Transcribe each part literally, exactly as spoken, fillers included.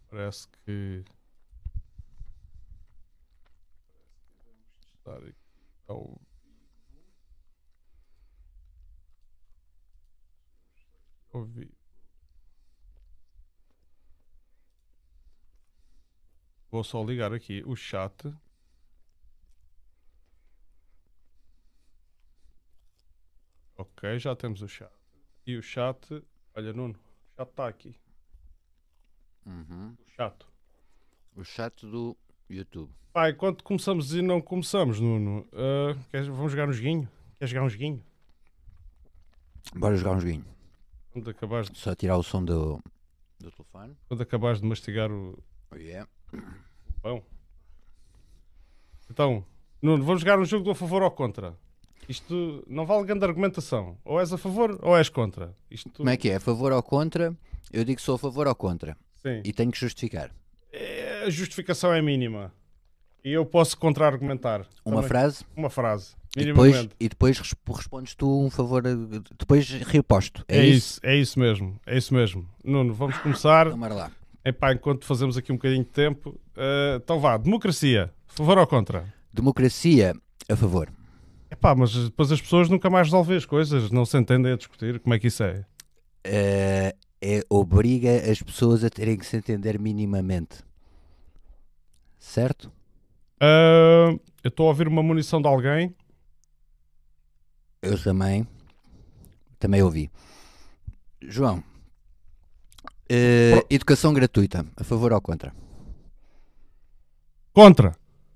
Parece que. Estar aqui ao ouvir. Vou só ligar aqui o chat. Ok, já temos o chat. E o chat, olha, Nuno, o chat está aqui. Uhum. O chat. O chat do YouTube. Pai, enquanto começamos e não começamos, Nuno, uh, queres, vamos jogar um joguinho? Queres jogar um joguinho? Bora jogar um joguinho. Quando acabares, de- Só tirar o som do, do telefone. quando acabares de mastigar o Oh, yeah. pão. Então, Nuno, vamos jogar um jogo do a favor ou contra. Isto não vale grande argumentação. Ou és a favor ou és contra. Isto Como é que é? A favor ou contra? Eu digo que sou a favor ou contra. sim. E tenho que justificar. É, a justificação é mínima. E eu posso contra-argumentar. Uma também. frase Uma frase. e depois, Minimamente. e depois resp- respondes tu um favor. eh, Depois reposto. É, É isso? isso, é isso mesmo. É isso mesmo. Nuno, vamos começar. Então bora lá. Epá, enquanto fazemos aqui um bocadinho de tempo. Uh, então vá, democracia. Favor ou contra? Democracia a favor. Epá, mas depois as pessoas nunca mais resolvem as coisas. Não se entendem a discutir. Como é que isso é? Eh, é, obriga as pessoas a terem que se entender minimamente. Certo? Uh, eu estou a ouvir uma munição de alguém. Eu também. Também ouvi. João. eh, Pro- educação gratuita. A favor ou contra? Contra.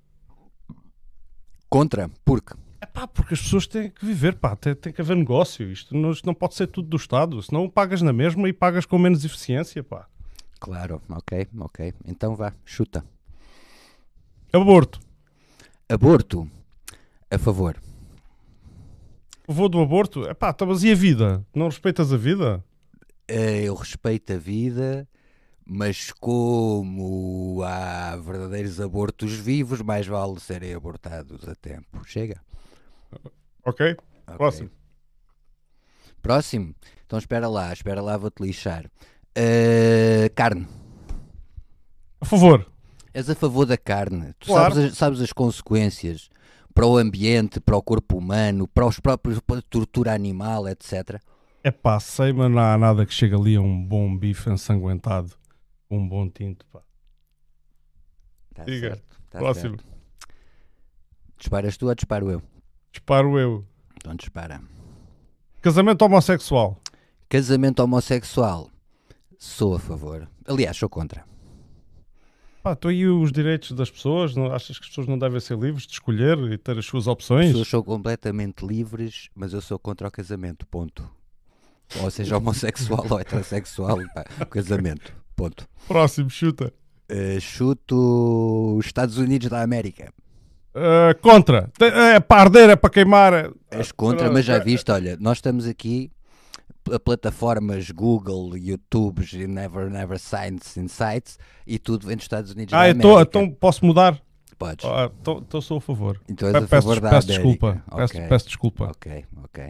Contra. Porque? Epá, porque as pessoas têm que viver, pá. Tem, tem que haver negócio. Isto não, isto não pode ser tudo do Estado. Senão pagas na mesma e pagas com menos eficiência, pá. Claro. Ok, ok. Então vá. Chuta. Aborto. Aborto. A favor. Vou do aborto? Epá, tá, mas e a vida? Não respeitas a vida? Eh, eu respeito a vida, mas como há verdadeiros abortos vivos, mais vale serem abortados a tempo. Chega. Ok? Ok. Próximo. Próximo. Então espera lá, espera lá, vou-te lixar. Eh, carne. A favor. És a favor da carne. Tu Claro. sabes, as, sabes as consequências para o ambiente, para o corpo humano, para os próprios, para a tortura animal, etcétera. Epá, sei, mas não há nada que chegue ali a um bom bife ensanguentado. Um bom tinto, pá. Tá Diga. certo. Tá Próximo. certo. Disparas tu ou disparo eu? Disparo eu. Então dispara. Casamento homossexual. Casamento homossexual. Sou a favor. Aliás, sou contra. Pá, tu aí os direitos das pessoas, não, achas que as pessoas não devem ser livres de escolher e ter as suas As opções? pessoas são completamente livres, mas eu sou contra o casamento. Ponto. Ou seja, homossexual ou heterossexual. Pá, o casamento. Ponto. Próximo, chuta. Uh, chuto os Estados Unidos da América. Uh, contra. Te- É para arder, é para queimar. És contra, mas já viste, olha, nós estamos aqui a plataformas Google, YouTube, e Never Never Science Insights e tudo vem dos Estados Unidos Ah, da então, América. então posso mudar? Podes. Ah, então, então sou a favor. Então és a Peço, favor da peço América. desculpa. Peço, Ok. peço desculpa. Ok, ok.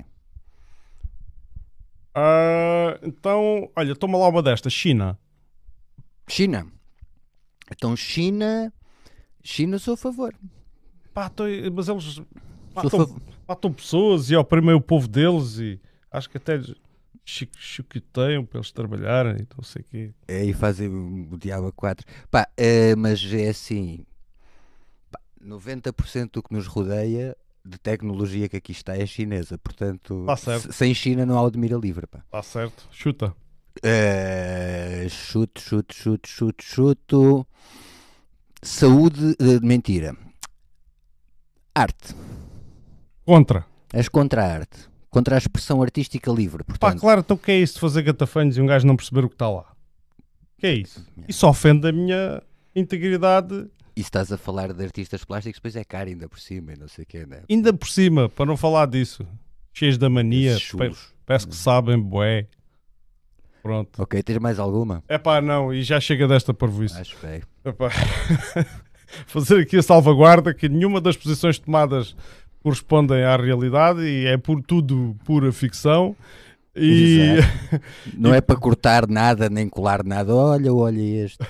Ah, então, olha, toma lá uma destas. China. China. Então China, China sou a favor. Pá, tô- mas eles Sou a matam, favor. matam pessoas e oprimem o povo deles e acho que até lhes chi- chicoteteiam para eles trabalharem e não sei o quê. Aí fazem o o diabo a quatro. Pá, eh, mas é assim, pá, noventa por cento do que nos rodeia de tecnologia que aqui está é chinesa. Portanto, Tá certo. se- sem China não há o de mira livre. Pá. Está certo. Chuta. Eh, chuto, chuto, chuto, chuto, chuto. Saúde, eh, mentira. Arte. Contra. És contra a arte. Contra a expressão artística livre. Pá, Portanto, claro, então o que é isso de fazer gatafanhos e um gajo não perceber o que está lá? O que é isso? Isso ofende a minha integridade, e se estás a falar de artistas plásticos, depois é caro ainda por cima e não sei o que, né? ainda por cima, para não falar disso. Cheios da mania, Esses chulos. parece que sabem, bué. Pronto. Ok, tens mais alguma? É pá, não, e já chega desta parvoíce. Acho bem. Epá. Fazer aqui a salvaguarda que nenhuma das posições tomadas correspondem à realidade e é por tudo pura ficção. E Não é para cortar nada nem colar nada. Olha, olha este.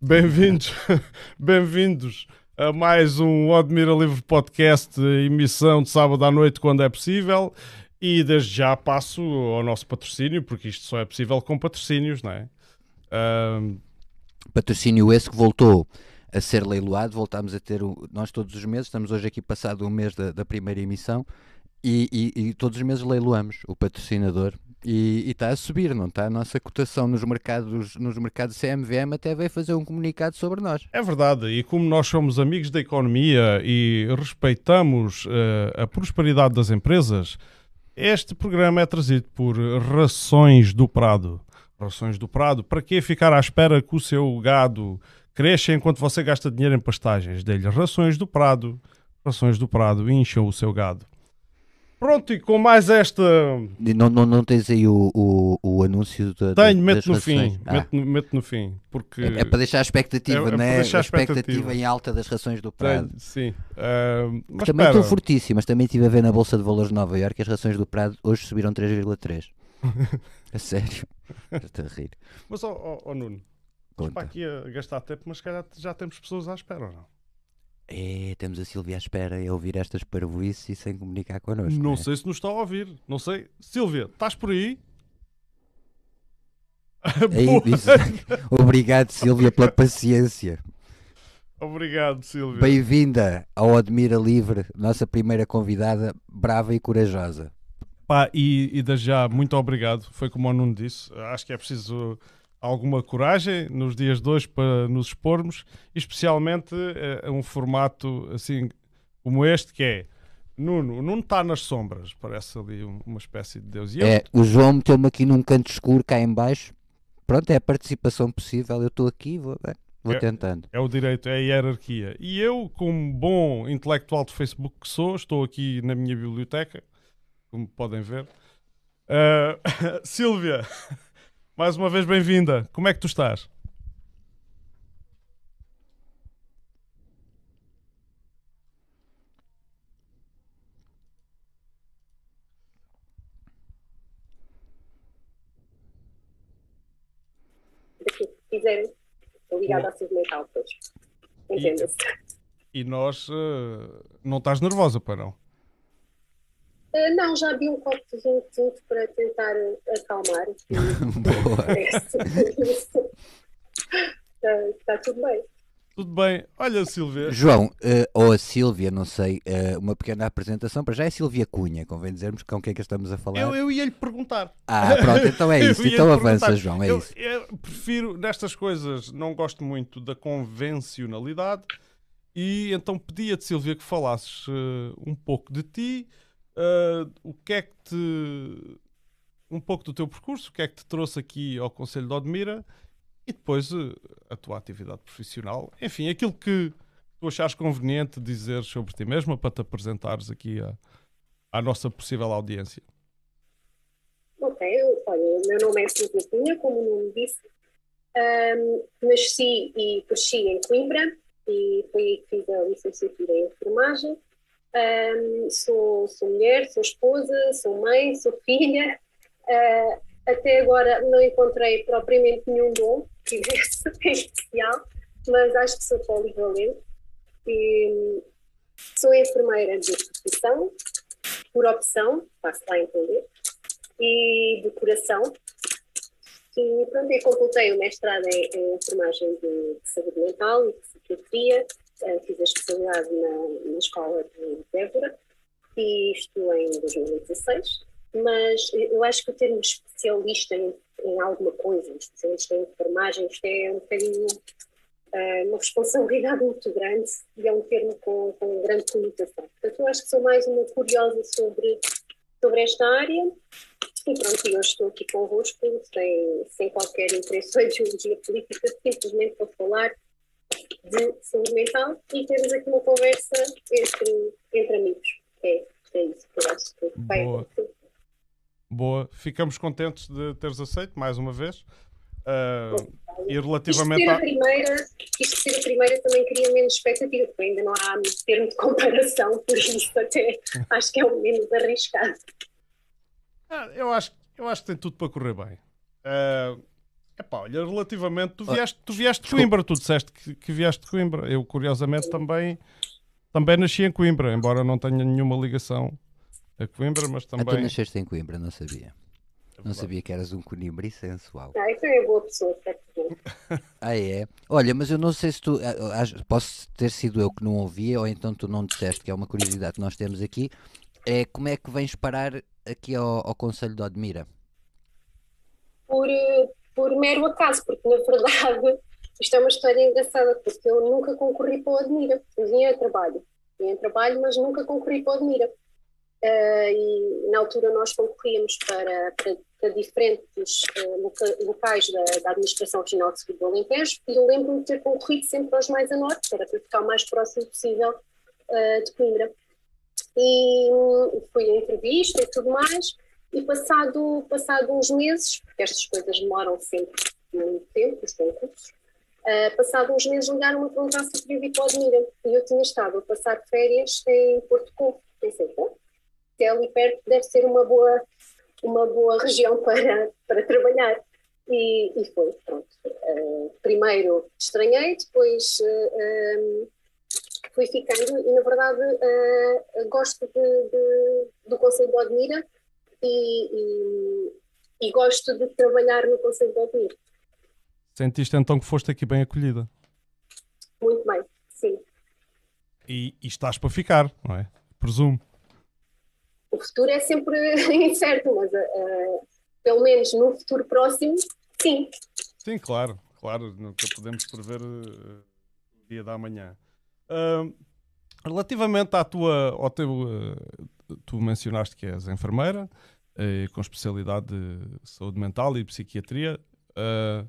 Bem-vindos, bem-vindos a mais um Admira Livre Podcast, emissão de sábado à noite quando é possível, e desde já passo ao nosso patrocínio, porque isto só é possível com patrocínios, não é? Um... Patrocínio esse que voltou a ser leiloado, voltámos a ter, o, nós todos os meses, estamos hoje aqui passado um mês da, da primeira emissão, e, e, e todos os meses leiloamos o patrocinador. E está a subir, não está? A nossa cotação nos mercados, nos mercados C M V M até veio fazer um comunicado sobre nós. É verdade, e como nós somos amigos da economia e respeitamos uh, a prosperidade das empresas, este programa é trazido por Rações do Prado. Rações do Prado, para que ficar à espera que o seu gado cresça enquanto você gasta dinheiro em pastagens? Dê-lhe Rações do Prado, Rações do Prado, incham o seu gado. Pronto, e com mais esta... Não, não, não tens aí o, o, o anúncio da, Tenho, das mete no rações? fim, Ah. mete, no, mete no fim, porque... É, é para deixar a expectativa, É- é não para é? deixar A a expectativa. expectativa. em alta das rações do Prado. Tenho, sim. Uh, mas Também espera. estou fortíssimo, mas também estive a ver na Bolsa de Valores de Nova Iorque as rações do Prado hoje subiram três vírgula três. A sério? Estou a rir. Mas, ó ó, ó, Nuno, estamos para Conta. aqui a gastar tempo, mas se calhar já temos pessoas à espera, ou não? É, temos a Sílvia à espera a ouvir estas parvoíces e sem comunicar connosco. Não é? sei se nos está a ouvir, não sei. Silvia, estás por aí? Aí, Boa. isso. Obrigado, Sílvia, pela paciência. Obrigado, Silvia. Bem-vinda ao Admira Livre, nossa primeira convidada, brava e corajosa. Pá, e, e desde já, muito obrigado. Foi como o Nuno disse. Acho que é preciso alguma coragem nos dias de hoje para nos expormos, especialmente a um formato assim como este, que é Nuno. O Nuno está nas sombras, parece ali um- uma espécie de Deus. E eu, É, o João meteu-me aqui num canto escuro cá em baixo. Pronto, é a participação possível. Eu estou aqui, vou, bem, vou É. tentando. é o direito, é a hierarquia. E eu, como bom intelectual de Facebook que sou, estou aqui na minha biblioteca, como podem ver. Ah, Sílvia, mais uma vez bem-vinda. Como é que tu estás? Se quiserem, estou ligada à saúde mental depois. Entenda-se. E nós, ah, não estás nervosa, para não? Ah, não, já vi um copo de vinho tinto para tentar ah, acalmar. Boa. Parece. Está, está tudo bem. Tudo bem. Olha, Sílvia, João, eh, ou a Sílvia, não sei, eh, uma pequena apresentação. Para já é Sílvia Cunha, convém dizermos com quem é que estamos a falar. eu, eu ia-lhe perguntar. Ah, pronto, então é Eu isso. ia-lhe Então perguntar. avança, João, é eu, isso. eu prefiro, nestas coisas, não gosto muito da convencionalidade e então pedia-te, Sílvia, que falasses eh, um pouco de ti, eh, o que é que te... um pouco do teu percurso, o que é que te trouxe aqui ao Conselho de Odmira e depois eh, a tua atividade profissional. Enfim, aquilo que tu achares conveniente dizer sobre ti mesma para te apresentares aqui à, à nossa possível audiência. Ok, eu- olha, o meu nome é Silvia Cunha, como o nome disse. Ahm, nasci e cresci em Coimbra e foi aí que fiz a licenciatura em enfermagem. Ahm, sou, sou mulher, sou esposa, sou mãe, sou filha. Ah, até agora não encontrei propriamente nenhum dom que tivesse em especial, mas acho que sou polivalente. E sou enfermeira de profissão, por opção, faço lá entender, e de coração. E pronto, eu completei o mestrado em, em enfermagem de, de saúde mental e psiquiatria. Uh, fiz a especialidade na, na escola de Évora e isto em dois mil e dezesseis. Mas eu acho que o termo especialista em, em alguma coisa, especialista em enfermagem, isto é um bocadinho uh, uma responsabilidade muito grande e é um termo com, com grande conotação. Portanto, eu acho que sou mais uma curiosa sobre, sobre esta área. E pronto, e hoje estou aqui convosco sem, sem qualquer interesse ou ideologia política, simplesmente para falar de saúde mental e termos aqui uma conversa entre, entre amigos. É, é isso que eu acho que vai Boa. acontecer. Boa, ficamos contentes de teres aceito mais uma vez. Uh, e Isto relativamente ser a a... primeira, isto ser a primeira também cria menos expectativa, porque ainda não há termo de comparação, por isso até acho que é um menos arriscado. Ah, eu, acho, eu acho que tem tudo para correr bem. Uh, Epá, olha, relativamente, tu vieste, tu vieste de Coimbra, tu disseste que, que vieste de Coimbra. Eu, curiosamente, também, também nasci em Coimbra, embora não tenha nenhuma ligação a Coimbra, mas Ah, tu também... nasceste em Coimbra, não sabia. É Não verdade. sabia que eras um conimbricense, uau. Ah, então é boa pessoa, certo? Ah, é? Olha, mas eu não sei se tu. ah, ah, Posso ter sido eu que não ouvia, ou então tu não disseste, que é uma curiosidade que nós temos aqui. É como é que vens parar aqui ao, ao Conselho de Odmira? Por, eh, por mero acaso, porque na verdade isto é uma história engraçada, porque eu nunca concorri para o Admira. Eu vinha a trabalho, vinha a trabalho, mas nunca concorri para o Admira. Uh, e na altura nós concorríamos para, para, para diferentes uh, loca, locais da, da Administração Regional de Saúde do Alentejo, e eu lembro-me de ter concorrido sempre aos mais a norte, era para ficar o mais próximo possível uh, de Coimbra. E um, fui à entrevista e tudo mais, e passado, passado uns meses, porque estas coisas demoram sempre muito tempo, os concursos, uh, passado uns meses ligaram-me a perguntar se eu queria vir para o Admira, e eu tinha estado a passar férias em Porto Covo. Pensei, bom, se é ali perto deve ser uma boa, uma boa região para, para trabalhar. E, e foi, pronto. Uh, primeiro estranhei, depois uh, um, fui ficando, e na verdade uh, gosto de, de, do Conselho de Odmira e, e, e gosto de trabalhar no Conselho de Odmira. Sentiste então que foste aqui bem acolhida? Muito bem, sim. E, e estás para ficar, não é? Presumo. O futuro é sempre incerto, mas uh, pelo menos no futuro próximo, sim. Sim, claro, claro, nunca podemos prever uh, o dia da manhã. Uh, relativamente à tua, ao teu, uh, tu mencionaste que és enfermeira, uh, com especialidade de saúde mental e psiquiatria, uh,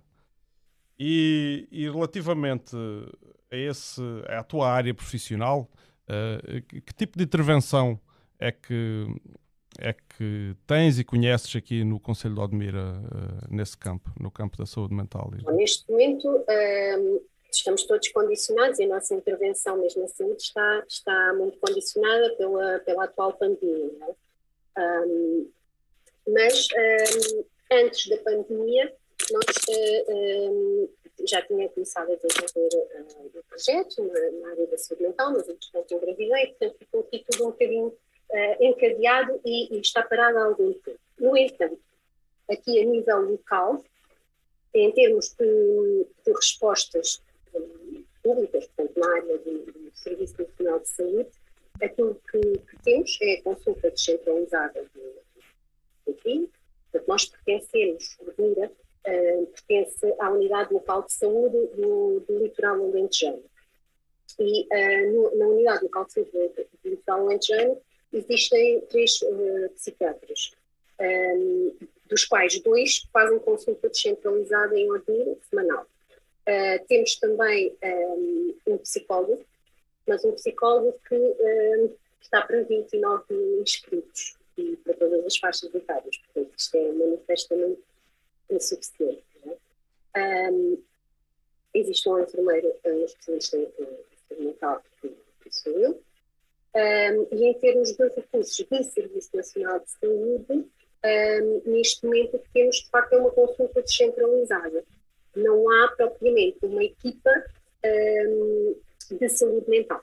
e, e relativamente a, esse, à tua área profissional, uh, que, que tipo de intervenção é que, é que tens e conheces aqui no Conselho de Odmira, uh, nesse campo, no campo da saúde mental? Bom, neste momento um, estamos todos condicionados, e a nossa intervenção mesmo na saúde está, está muito condicionada pela, pela atual pandemia. Não é? um, mas um, antes da pandemia nós uh, um, já tinha começado a desenvolver uh, um projeto na, na área da saúde mental, mas entretanto engravidei, portanto ficou aqui tudo um bocadinho Uh, encadeado e, e está parado há algum tempo. No entanto, aqui a nível local, em termos de, de respostas um, públicas, portanto na área do, do Serviço Nacional de Saúde, aquilo que, que temos é a consulta descentralizada do crime. Portanto, nós pertencemos, o Odmira, uh, pertence à Unidade Local de Saúde do, do Litoral Alentejano. E uh, no, na Unidade Local de Saúde do, do Litoral Alentejano existem três uh, psiquiatras, um, dos quais dois fazem consulta descentralizada em Odmira, semanal. Uh, temos também um, um psicólogo, mas um psicólogo que um, está para vinte e nove inscritos, e para todas as faixas etárias, portanto isto é manifestamente insuficiente. Não é? um, existe um enfermeiro uh, especialista em saúde mental, que sou eu. Um, e em termos de recursos do Serviço Nacional de Saúde, um, neste momento temos de facto uma consulta descentralizada. Não há propriamente uma equipa um, de saúde mental.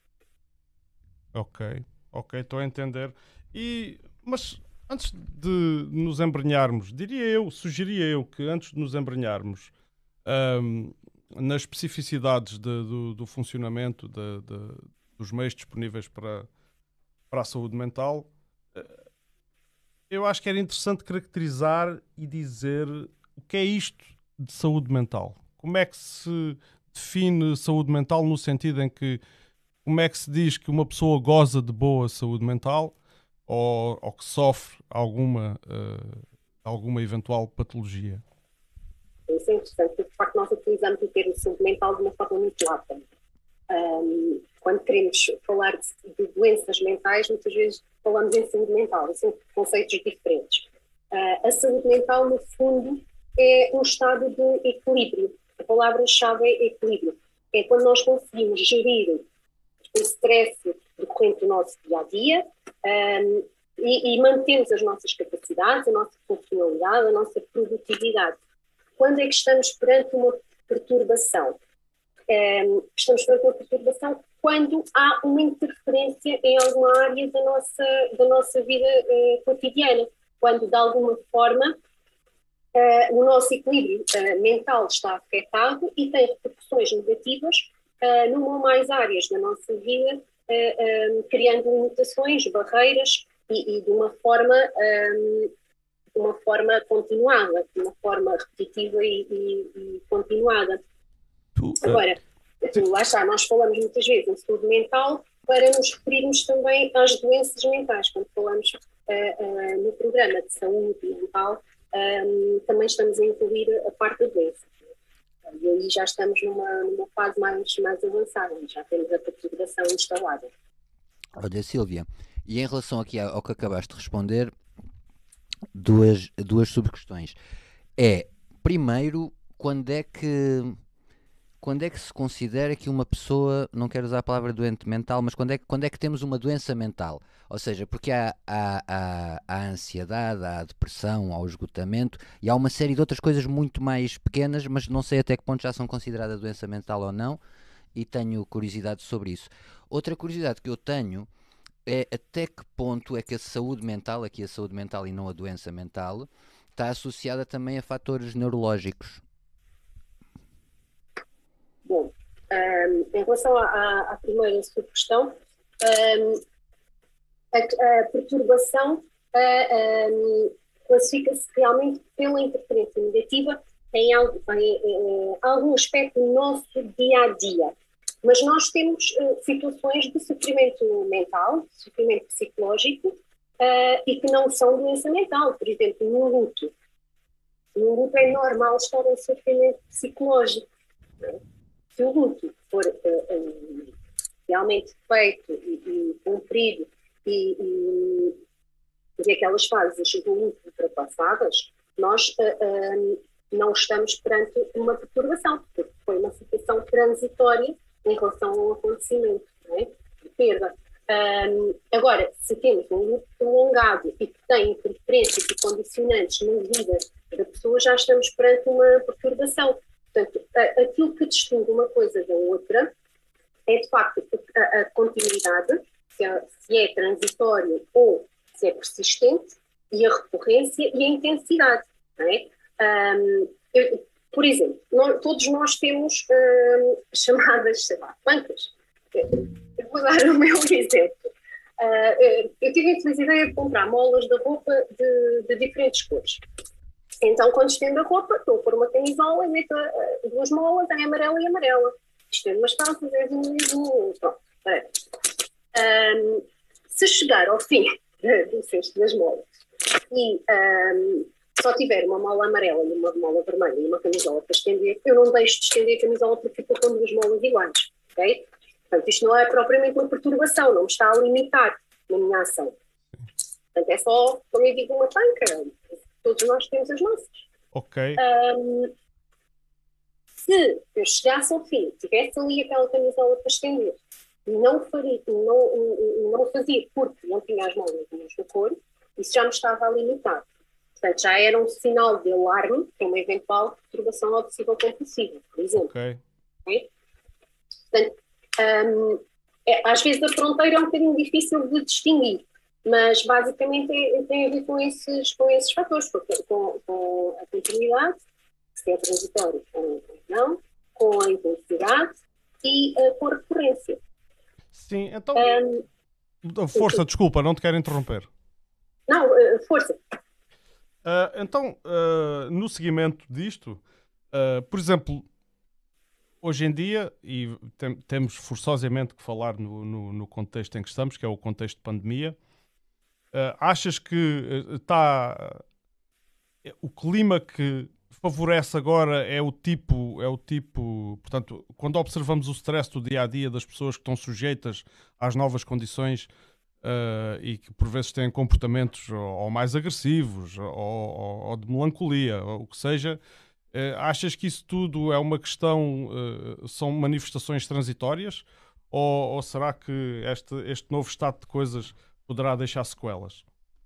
Ok, ok, estou a entender. E, mas antes de nos embrenharmos, diria eu, sugeria eu que antes de nos embrenharmos um, nas especificidades de, do, do funcionamento de, de dos meios disponíveis para, para a saúde mental, eu acho que era interessante caracterizar e dizer o que é isto de saúde mental. Como é que se define saúde mental no sentido em que, como é que se diz que uma pessoa goza de boa saúde mental ou, ou que sofre alguma, uh, alguma eventual patologia? Isso é interessante, porque de facto nós utilizamos o termo saúde mental de uma forma muito lata. Um, quando queremos falar de, de doenças mentais, muitas vezes falamos em saúde mental, são conceitos diferentes. Uh, a saúde mental, no fundo, é um estado de equilíbrio. A palavra-chave é equilíbrio. É quando nós conseguimos gerir o stress decorrente do nosso dia-a-dia um, e, e mantemos as nossas capacidades, a nossa funcionalidade, a nossa produtividade. quando é que estamos perante uma perturbação? Um, estamos perante uma perturbação quando há uma interferência em alguma área da nossa, da nossa vida uh, cotidiana, quando de alguma forma uh, o nosso equilíbrio uh, mental está afetado e tem repercussões negativas uh, numa ou mais áreas da nossa vida, uh, um, criando limitações, barreiras e, e de uma forma um, de uma forma continuada, de uma forma repetitiva e, e, e continuada. Tu, uh... Agora, lá está, nós falamos muitas vezes em saúde mental para nos referirmos também às doenças mentais. Quando falamos uh, uh, no programa de saúde mental, um, também estamos a incluir a parte da doença. E aí já estamos numa, numa fase mais, mais avançada, já temos a perturbação instalada. Olha, Sílvia, e em relação aqui ao que acabaste de responder, duas, duas subquestões. É, primeiro, quando é que... Quando é que se considera que uma pessoa, não quero usar a palavra doente mental, mas quando é, quando é que temos uma doença mental? Ou seja, porque há, há, há, há a ansiedade, há a depressão, há o esgotamento e há uma série de outras coisas muito mais pequenas, mas não sei até que ponto já são consideradas doença mental ou não, e tenho curiosidade sobre isso. Outra curiosidade que eu tenho é até que ponto é que a saúde mental, aqui a saúde mental e não a doença mental, está associada também a fatores neurológicos. Bom, um, em relação à, à primeira sua questão, um, a, a perturbação uh, um, classifica-se realmente pela interferência negativa em, algo, em, em algum aspecto do nosso dia-a-dia. Mas nós temos uh, situações de sofrimento mental, de sofrimento psicológico, uh, e que não são doença mental. Por exemplo, no luto. No luto é normal estar em sofrimento psicológico. Não é? Se o luto for uh, um, realmente feito e, e cumprido e, e, e aquelas fases do luto ultrapassadas, nós uh, um, não estamos perante uma perturbação, porque foi uma situação transitória em relação ao acontecimento, não é? De perda. Um, agora, se temos um luto prolongado e que tem interferências e condicionantes na vida da pessoa, já estamos perante uma perturbação. Portanto, aquilo que distingue uma coisa da outra é, de facto, a, a continuidade, se é, se é transitório ou se é persistente, e a recorrência e a intensidade. Não é? Um, eu, por exemplo, nós, todos nós temos um, chamadas, sei lá, pancas. Eu vou dar o meu exemplo. Uh, eu tive a infeliz ideia de comprar molas de roupa de, de diferentes cores. Então, quando estendo a roupa, estou a pôr uma camisola e meto uh, duas molas, é amarela e amarela. Estendo umas calças, é azul e azul. Pronto. Um, se chegar ao fim do cesto das molas e um, só tiver uma mola amarela e uma mola vermelha e uma camisola para estender, eu não deixo de estender a camisola porque fico com duas molas iguais. Ok? Portanto, isto não é propriamente uma perturbação, não me está a limitar na minha ação. Portanto, é só, como eu digo, uma panca. Todos nós temos as nossas. Ok. Um, se eu chegasse ao fim, tivesse ali aquela camisola para estender, não faria, não, não fazia porque não tinha as molas do mesmo cor, isso já me estava a limitar. Portanto, já era um sinal de alarme para uma eventual perturbação obsessiva-compulsiva, por exemplo. Ok. Okay? Portanto, um, é, às vezes a fronteira é um bocadinho difícil de distinguir. Mas, basicamente, é, tem a ver com esses, com esses fatores, com, com, com a continuidade, se é transitório ou não, com a intensidade e uh, com a recorrência. Sim, então... Um, força, desculpa, não te quero interromper. Não, uh, força. Uh, então, uh, no seguimento disto, uh, por exemplo, hoje em dia, e tem, temos forçosamente que falar no, no, no contexto em que estamos, que é o contexto de pandemia, Uh, achas que está uh, o clima que favorece agora é o tipo, é o tipo, portanto, quando observamos o stress do dia a dia das pessoas que estão sujeitas às novas condições uh, e que por vezes têm comportamentos ou, ou mais agressivos ou, ou, ou de melancolia, ou o que seja, uh, achas que isso tudo é uma questão, uh, são manifestações transitórias ou, ou será que este, este novo estado de coisas poderá deixar sequelas?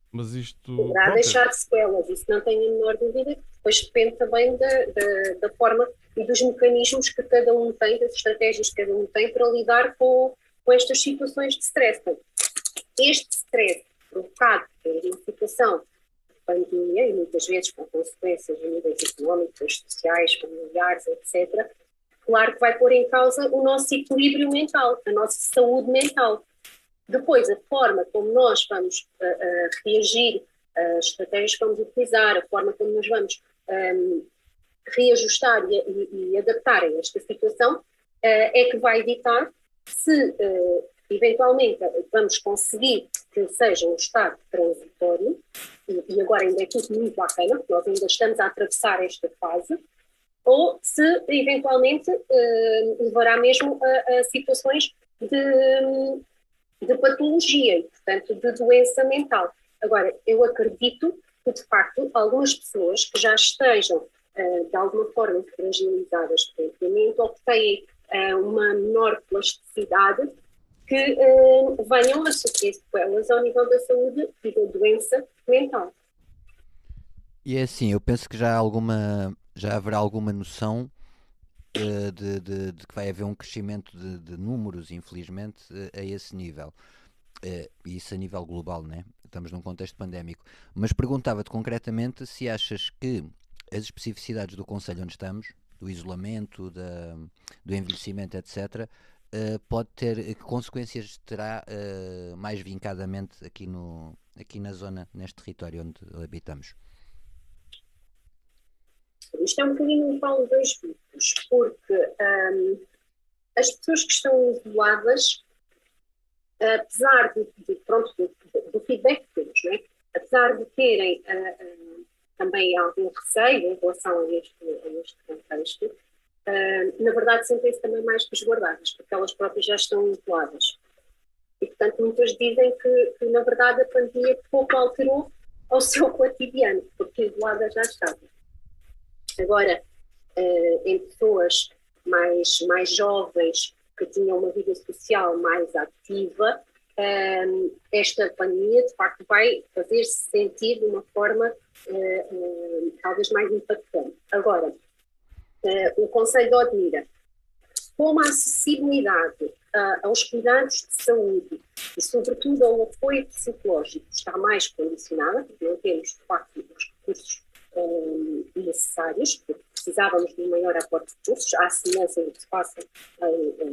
Mas isto, Poderá pronto, deixar sequelas, isso não tenho a menor dúvida. Depois depende também da, da, da forma e dos mecanismos que cada um tem, das estratégias que cada um tem para lidar com, com estas situações de stress. Este stress provocado por uma situação de pandemia, e muitas vezes com consequências a níveis económicos, sociais, familiares, etcétera, claro que vai pôr em causa o nosso equilíbrio mental, a nossa saúde mental. Depois, a forma como nós vamos uh, uh, reagir, as estratégias que vamos utilizar, a forma como nós vamos um, reajustar e, e, e adaptar a esta situação, uh, é que vai evitar se, uh, eventualmente, vamos conseguir que seja um estado transitório, e, e agora ainda é tudo muito bacana, porque nós ainda estamos a atravessar esta fase, ou se, eventualmente, uh, levará mesmo a, a situações de... de patologia e, portanto, de doença mental. Agora, eu acredito que, de facto, algumas pessoas que já estejam, uh, de alguma forma, fragilizadas previamente ou que têm uh, uma menor plasticidade, que uh, venham a sofrer sequelas ao nível da saúde e da doença mental. E é assim, eu penso que já, há alguma, já haverá alguma noção uh, de, de, de que vai haver um crescimento de, de números, infelizmente, uh, a esse nível. Uh, isso a nível global, né? Estamos num contexto pandémico. Mas perguntava-te concretamente se achas que as especificidades do concelho onde estamos, do isolamento, da, do envelhecimento, etcétera, uh, pode ter, que consequências terá uh, mais vincadamente aqui, no, aqui na zona, neste território onde habitamos? Isto é um bocadinho um pau de dois bicos, porque um, as pessoas que estão isoladas, apesar de, de, pronto, do, do feedback que temos, né? Apesar de terem uh, uh, também algum receio em relação a este, a este contexto, uh, na verdade sentem-se também mais resguardadas, porque elas próprias já estão isoladas. E, portanto, muitas dizem que, que na verdade, a pandemia pouco alterou ao seu cotidiano, porque isolada já estava. Agora, uh, em pessoas mais, mais jovens, que tinham uma vida social mais ativa, um, esta pandemia, de facto, vai fazer-se sentir de uma forma uh, uh, talvez mais impactante. Agora, uh, o Concelho de Odmira, como a acessibilidade uh, aos cuidados de saúde e, sobretudo, ao apoio psicológico está mais condicionada, porque não temos, de facto, os recursos um, necessários, porque precisávamos de um maior aporte de recursos, à semelhança do que se passa a, a,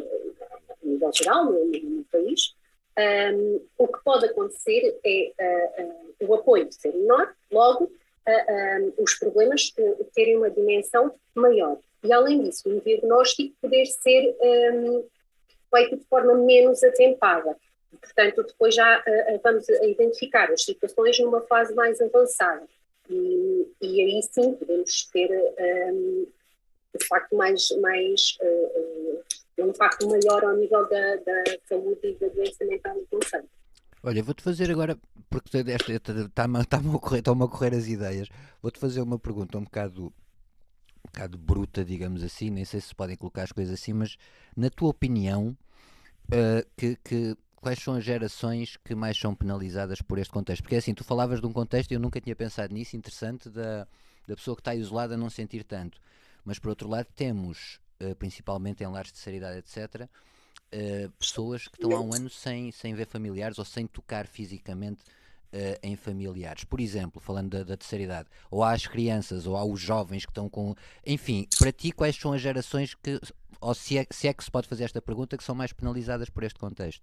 a nível geral no, no país. Um, o que pode acontecer é uh, uh, o apoio ser menor, logo uh, um, os problemas uh, terem uma dimensão maior. E, além disso, o diagnóstico poder ser um, feito de forma menos atempada. Portanto, depois já uh, vamos a identificar as situações numa fase mais avançada. E, e aí sim podemos ter um, de facto mais, mais uh, um impacto maior ao nível da, da saúde e da doença mental no concelho. Olha, vou-te fazer agora, porque está-me tá a correr, estão-me a correr as ideias, vou-te fazer uma pergunta um bocado, um bocado bruta, digamos assim, nem sei se podem colocar as coisas assim, mas na tua opinião, uh, que, que quais são as gerações que mais são penalizadas por este contexto? Porque assim, tu falavas de um contexto e eu nunca tinha pensado nisso, interessante, da, da pessoa que está isolada não sentir tanto. Mas por outro lado temos, uh, principalmente em lares de terceira idade, etcétera, uh, pessoas que estão há um ano sem, sem ver familiares ou sem tocar fisicamente uh, em familiares. Por exemplo, falando da, da terceira idade, ou há as crianças, ou há os jovens que estão com... Enfim, para ti quais são as gerações que, ou se é, se é que se pode fazer esta pergunta, que são mais penalizadas por este contexto?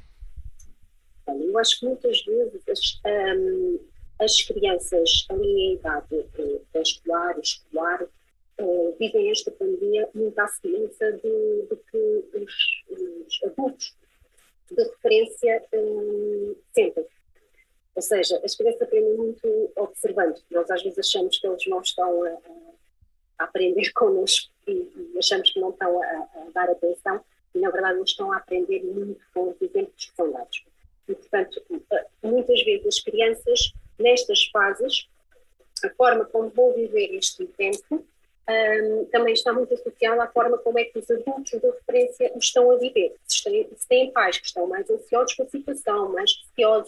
Eu acho que muitas vezes as, um, as crianças ali em idade pré-escolar, escolar, uh, vivem esta pandemia muito à semelhança do, do que os, os adultos de referência um, sentem. Ou seja, as crianças aprendem muito observando. Nós às vezes achamos que eles não estão a, a aprender connosco e, e achamos que não estão a, a dar atenção e na verdade eles estão a aprender muito com os exemplos que são dados. E, portanto, muitas vezes as crianças, nestas fases, a forma como vão viver este tempo um, também está muito associada à forma como é que os adultos de referência o estão a viver. Se têm, se têm pais que estão mais ansiosos com a situação, mais receosos,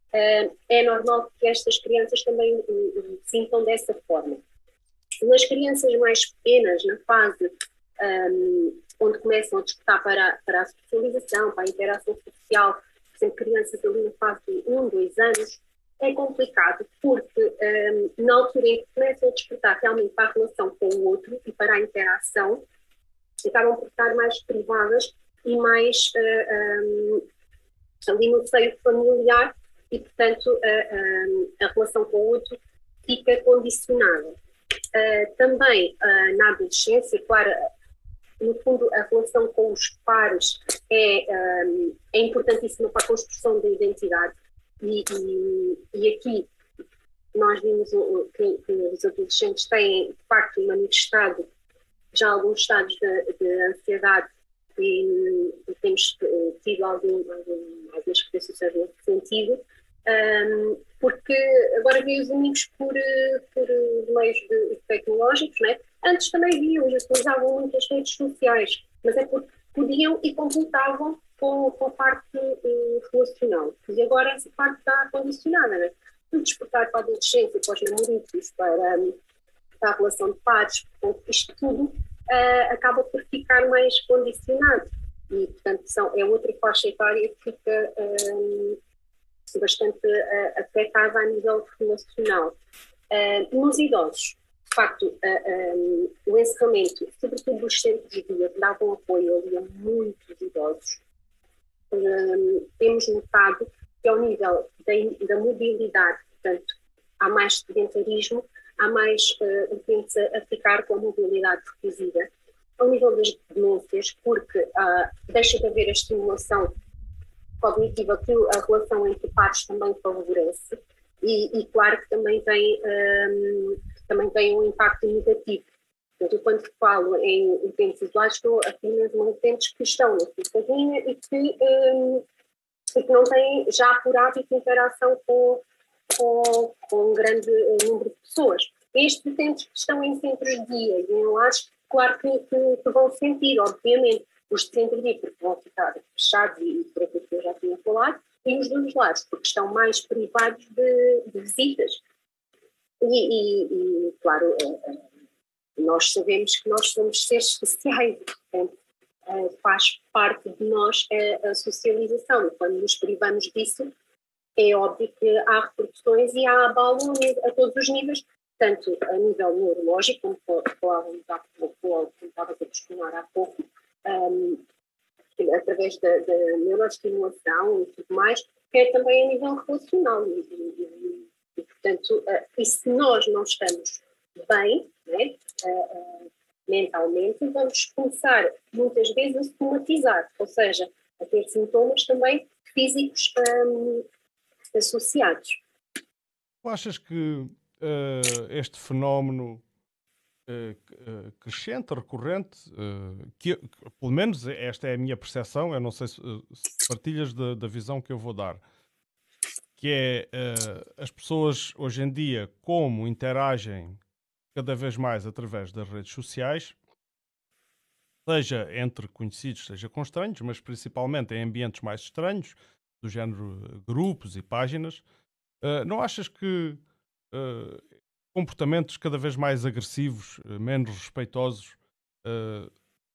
uh, é normal que estas crianças também uh, uh, sintam dessa forma. Nas crianças mais pequenas, na fase um, onde começam a despertar para, para a socialização, para a interação social, por exemplo, crianças ali na fase de um, dois anos, é complicado porque um, na altura em que começam a despertar realmente para a relação com o outro e para a interação, acabam por estar mais privadas e mais uh, um, ali no seio familiar e, portanto, uh, um, a relação com o outro fica condicionada. Uh, também uh, na adolescência, claro, no fundo a relação com os pares é, um, é importantíssima para a construção da identidade e, e, e aqui nós vimos que, que os adolescentes têm de facto manifestado já alguns estados de, de ansiedade e, e temos tido algum, algum, algumas repercussões nesse sentido. Um, porque agora vêm os amigos por, por meios de, tecnológicos, não é? Antes também viam e utilizavam muitas redes sociais, mas é porque podiam e completavam com, com a parte uh, relacional. E agora essa parte está condicionada, não é? Tudo despertar para a adolescência, para os namoritos, para, um, para a relação de pares, portanto, isto tudo uh, acaba por ficar mais condicionado. E, portanto, são, é outra faixa etária que fica um, bastante uh, afetada a nível relacional. Uh, nos idosos, de facto, uh, um, o encerramento, sobretudo dos centros de dia, que davam apoio ali a muitos idosos, um, temos notado que ao nível da, da mobilidade, portanto, há mais sedentarismo, há mais uh, utentes a, a ficar com a mobilidade reduzida. Ao nível das demências, porque uh, deixa de haver a estimulação cognitiva que a relação entre pares também favorece e, e claro que também tem, um, também tem um impacto negativo. Portanto, quando falo em utentes isolados, estou apenas em utentes que estão na sua casinha e que, um, e que não têm já por hábito interação com, com, com um grande número de pessoas. Estes utentes que estão em centros de dia e em lares, claro que, que, que vão sentir, obviamente, os de centro de dia, porque vão ficar fechados e por aquilo que eu já tinha falado, e os dos lares, porque estão mais privados de, de visitas. E, e, e, claro, nós sabemos que nós somos seres sociais, portanto, faz parte de nós a, a socialização. E quando nos privamos disso, é óbvio que há repercussões e há abalo a todos os níveis, tanto a nível neurológico, como falávamos há pouco, como estava a questionar há pouco, um, através da, da neuroestimulação e tudo mais, que é também a nível relacional. E, e, e portanto, uh, e se nós não estamos bem, né, uh, uh, mentalmente, vamos começar muitas vezes a somatizar, ou seja, a ter sintomas também físicos um, associados. Tu achas que Uh, este fenómeno uh, uh, crescente, recorrente, uh, que, que pelo menos esta é a minha percepção, eu não sei se, uh, se partilhas da, da visão que eu vou dar, que é uh, as pessoas hoje em dia como interagem cada vez mais através das redes sociais, seja entre conhecidos, seja com estranhos, mas principalmente em ambientes mais estranhos, do género grupos e páginas. Uh, não achas que Uh, comportamentos cada vez mais agressivos, uh, menos respeitosos, uh,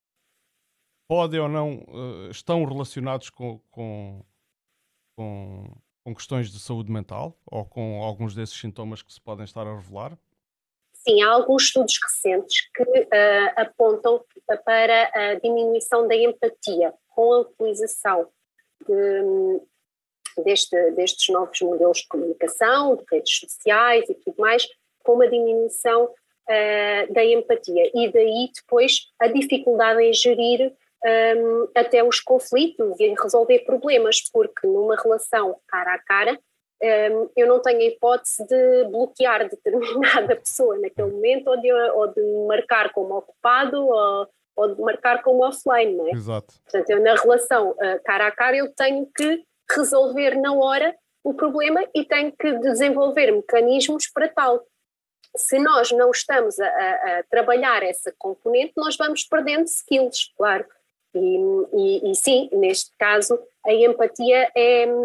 podem ou não, uh, estão relacionados com, com, com, com questões de saúde mental ou com alguns desses sintomas que se podem estar a revelar? Sim, há alguns estudos recentes que uh, apontam para a diminuição da empatia com a utilização de Deste, destes novos modelos de comunicação, de redes sociais e tudo mais, com uma diminuição uh, da empatia e daí depois a dificuldade em gerir um, até os conflitos e em resolver problemas, porque numa relação cara a cara um, eu não tenho a hipótese de bloquear determinada pessoa naquele momento ou de, ou de marcar como ocupado ou, ou de marcar como offline, não é? Exato. Portanto, eu na relação uh, cara a cara eu tenho que resolver na hora o problema e tem que desenvolver mecanismos para tal. Se nós não estamos a, a, a trabalhar essa componente, nós vamos perdendo skills, claro. E, e, e sim, neste caso, a empatia é,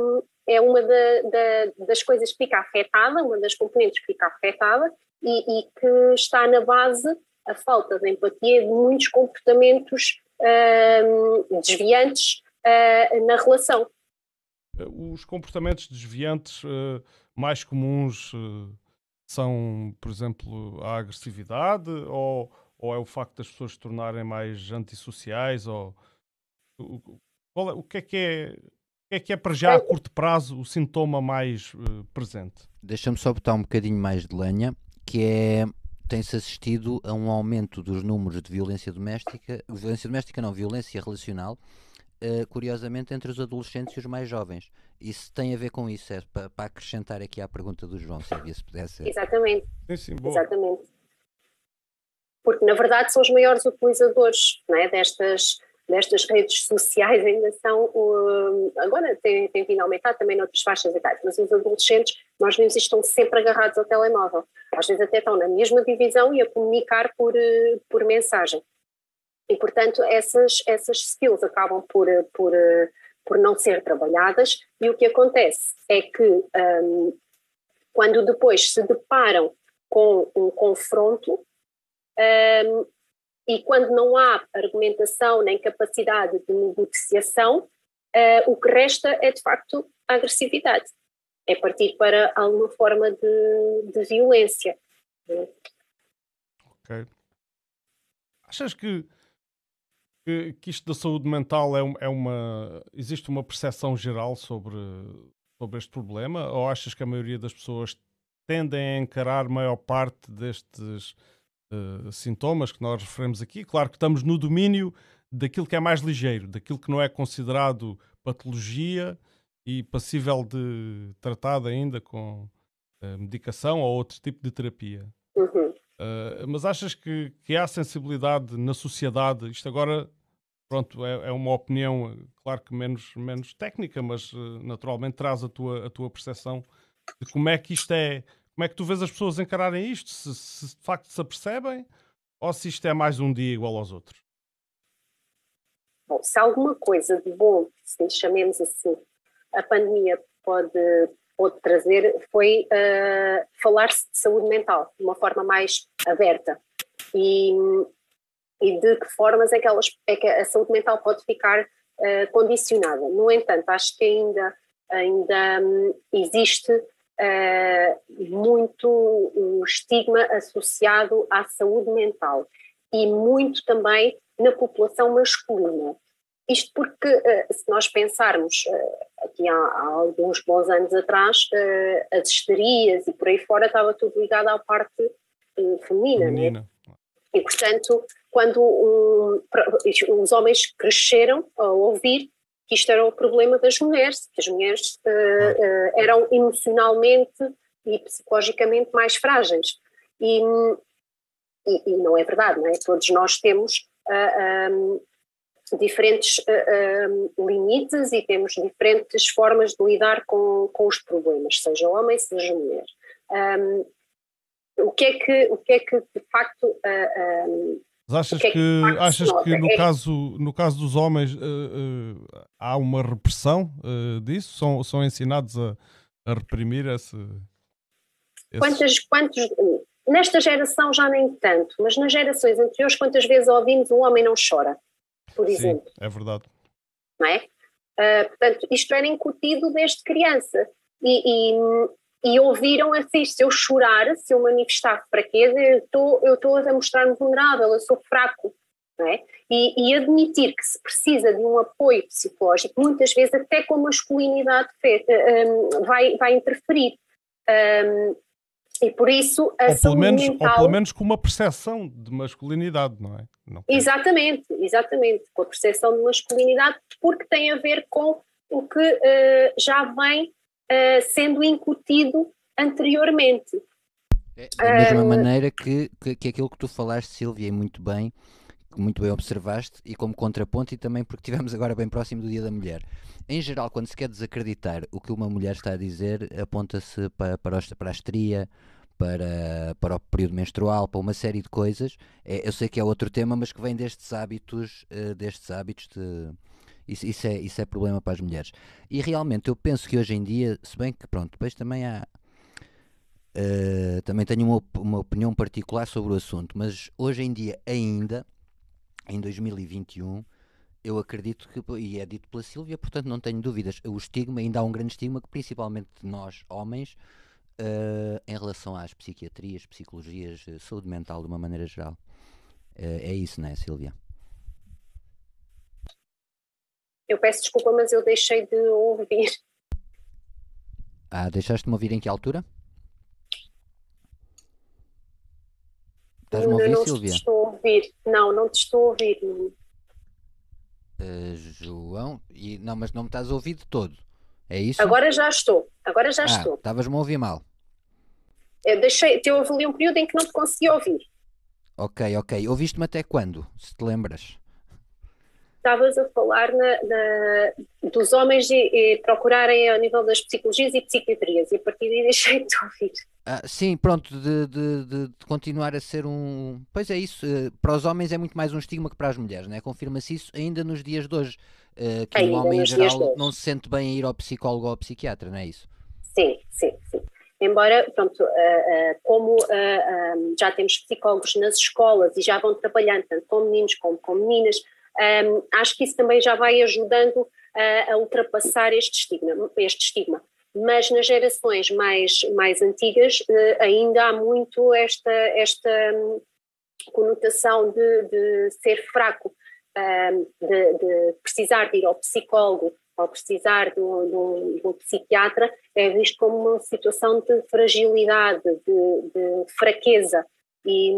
é uma da, da, das coisas que fica afetada, uma das componentes que fica afetada e, e que está na base a falta de empatia de muitos comportamentos uh, desviantes uh, na relação. Os comportamentos desviantes uh, mais comuns uh, são, por exemplo, a agressividade ou, ou é o facto das pessoas se tornarem mais antissociais? Ou, o, qual é, o, que é que é, o que é que é para já a curto prazo o sintoma mais uh, presente? Deixa-me só botar um bocadinho mais de lenha, que é, tem-se assistido a um aumento dos números de violência doméstica, violência doméstica não, violência relacional, Uh, curiosamente entre os adolescentes e os mais jovens. Isso tem a ver com isso, é para, para acrescentar aqui à pergunta do João, Silvia, se pudesse. Exatamente. Sim, sim, boa. Exatamente. Porque na verdade são os maiores utilizadores, não é, destas, destas redes sociais, ainda são, uh, agora tem, tem vindo a aumentar também noutras faixas etárias, mas os adolescentes, nós vemos isto, estão sempre agarrados ao telemóvel, às vezes até estão na mesma divisão e a comunicar por, uh, por mensagem. E, portanto, essas, essas skills acabam por, por, por não ser trabalhadas e o que acontece é que um, quando depois se deparam com um confronto um, e quando não há argumentação nem capacidade de negociação, uh, o que resta é, de facto, a agressividade. É partir para alguma forma de, de violência. Ok. Achas que Que, que isto da saúde mental é, é uma... Existe uma percepção geral sobre, sobre este problema? Ou achas que a maioria das pessoas tendem a encarar maior parte destes uh, sintomas que nós referimos aqui? Claro que estamos no domínio daquilo que é mais ligeiro, daquilo que não é considerado patologia e passível de tratado ainda com uh, medicação ou outro tipo de terapia. Uhum. Uh, mas achas que, que há sensibilidade na sociedade? Isto agora, pronto, é, é uma opinião, claro que menos, menos técnica, mas uh, naturalmente traz a tua, a tua percepção de como é que isto é, como é que tu vês as pessoas encararem isto, se, se de facto se apercebem ou se isto é mais um dia igual aos outros? Bom, se alguma coisa de bom, se chamemos assim, a pandemia pode... pode trazer foi uh, falar-se de saúde mental de uma forma mais aberta e, e de que formas é que, elas, é que a saúde mental pode ficar uh, condicionada. No entanto, acho que ainda, ainda um, existe uh, muito um estigma associado à saúde mental e muito também na população masculina. Isto porque, se nós pensarmos, aqui há, há alguns bons anos atrás, as histerias e por aí fora estava tudo ligado à parte feminina, feminina. Né? E, portanto, quando um, os homens cresceram a ouvir que isto era o problema das mulheres, que as mulheres uh, uh, eram emocionalmente e psicologicamente mais frágeis. E, e, e não é verdade, não é? Todos nós temos... Uh, um, diferentes uh, uh, limites e temos diferentes formas de lidar com, com os problemas, seja homem, seja mulher. Um, o, que é que, o que é que de facto... Uh, um, Mas achas que, que, é que, que achas que no, é... caso, no caso dos homens uh, uh, há uma repressão uh, disso? São, são ensinados a, a reprimir esse... esse... Quantas, quantos... Nesta geração já nem tanto, mas nas gerações anteriores quantas vezes ouvimos um homem não chora? Por exemplo. Sim, é verdade. Não é? Uh, portanto, isto era incutido desde criança e, e, e ouviram assim, se eu chorar, se eu manifestar fraqueza, eu estou eu estou a mostrar-me vulnerável, eu sou fraco, não é? E, e admitir que se precisa de um apoio psicológico, muitas vezes até com a masculinidade um, vai, vai interferir. Um, E por isso a ou, pelo menos, mental... ou pelo menos com uma percepção de masculinidade, não é? Não exatamente, exatamente, com a percepção de masculinidade, porque tem a ver com o que uh, já vem uh, sendo incutido anteriormente. É da mesma uh... maneira que, que, que aquilo que tu falaste, Silvia, e muito bem, muito bem observaste, e como contraponto, e também porque estivemos agora bem próximo do Dia da Mulher. Em geral, quando se quer desacreditar o que uma mulher está a dizer, aponta-se para, para, para a histeria, para, para o período menstrual, para uma série de coisas. É, eu sei que é outro tema, mas que vem destes hábitos, uh, destes hábitos de, Isso, isso, é, isso é problema para as mulheres. E realmente eu penso que hoje em dia, se bem que pronto, depois também há. Uh, também tenho uma, uma opinião particular sobre o assunto, mas hoje em dia ainda, em dois mil e vinte e um, eu acredito que, e é dito pela Sílvia, portanto não tenho dúvidas, o estigma, ainda há um grande estigma que principalmente nós, homens, uh, em relação às psiquiatrias, psicologias, saúde mental de uma maneira geral. Uh, é isso, não é, Sílvia? Eu peço desculpa, mas eu deixei de ouvir. Ah, deixaste-me ouvir em que altura? Estás-me a ouvir, não Sílvia? Não te estou a ouvir. Não, não te estou a ouvir. Uh, João, e, não, mas não me estás a ouvir de todo, é isso? Agora já estou, agora já ah, estou. Estavas-me a ouvir mal. Eu deixei, eu houve ali um período em que não te consegui ouvir. Ok, ok. Ouviste-me até quando, se te lembras? Estavas a falar na, na, dos homens e, e procurarem ao nível das psicologias e psiquiatrias, e a partir daí deixei de ouvir. Ah, sim, pronto, de, de, de, de continuar a ser um... Pois é isso, uh, para os homens é muito mais um estigma que para as mulheres, né? Confirma-se isso ainda nos dias de hoje, uh, que ainda o homem em geral não se sente bem a ir ao psicólogo ou ao psiquiatra, não é isso? Sim, sim, sim. Embora, pronto, uh, uh, como uh, um, já temos psicólogos nas escolas e já vão trabalhando tanto com meninos como com meninas, um, acho que isso também já vai ajudando uh, a ultrapassar este estigma, este estigma. Mas nas gerações mais, mais antigas uh, ainda há muito esta, esta um, conotação de, de ser fraco, um, de, de precisar de ir ao psicólogo ou precisar de um, de, um, de um psiquiatra, é visto como uma situação de fragilidade, de, de fraqueza e,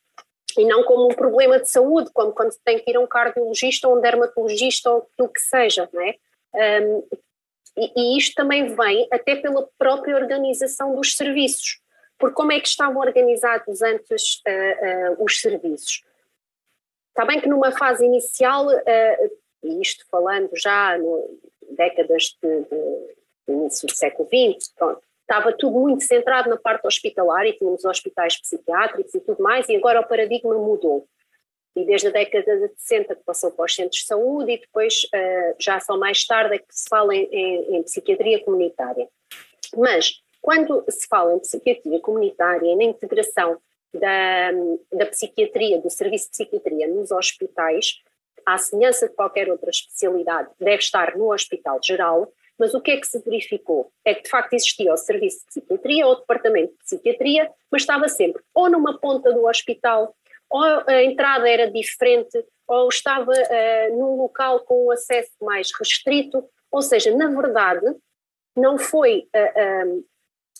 e não como um problema de saúde, como quando se tem que ir a um cardiologista ou um dermatologista ou o que seja, não é? Um, e, e isto também vem até pela própria organização dos serviços, porque como é que estavam organizados antes uh, uh, os serviços? Está bem que numa fase inicial, uh, e isto falando já no décadas de, de, de início do século vinte, pronto, estava tudo muito centrado na parte hospitalar e tínhamos hospitais psiquiátricos e tudo mais, e agora o paradigma mudou. E desde a década de sessenta que passou para os centros de saúde e depois uh, já só mais tarde é que se fala em, em, em psiquiatria comunitária. Mas quando se fala em psiquiatria comunitária e na integração da, da psiquiatria, do serviço de psiquiatria nos hospitais, à semelhança de qualquer outra especialidade, deve estar no hospital geral, mas o que é que se verificou? É que de facto existia o serviço de psiquiatria ou o departamento de psiquiatria, mas estava sempre ou numa ponta do hospital, ou a entrada era diferente, ou estava uh, num local com um acesso mais restrito, ou seja, na verdade não foi uh, uh,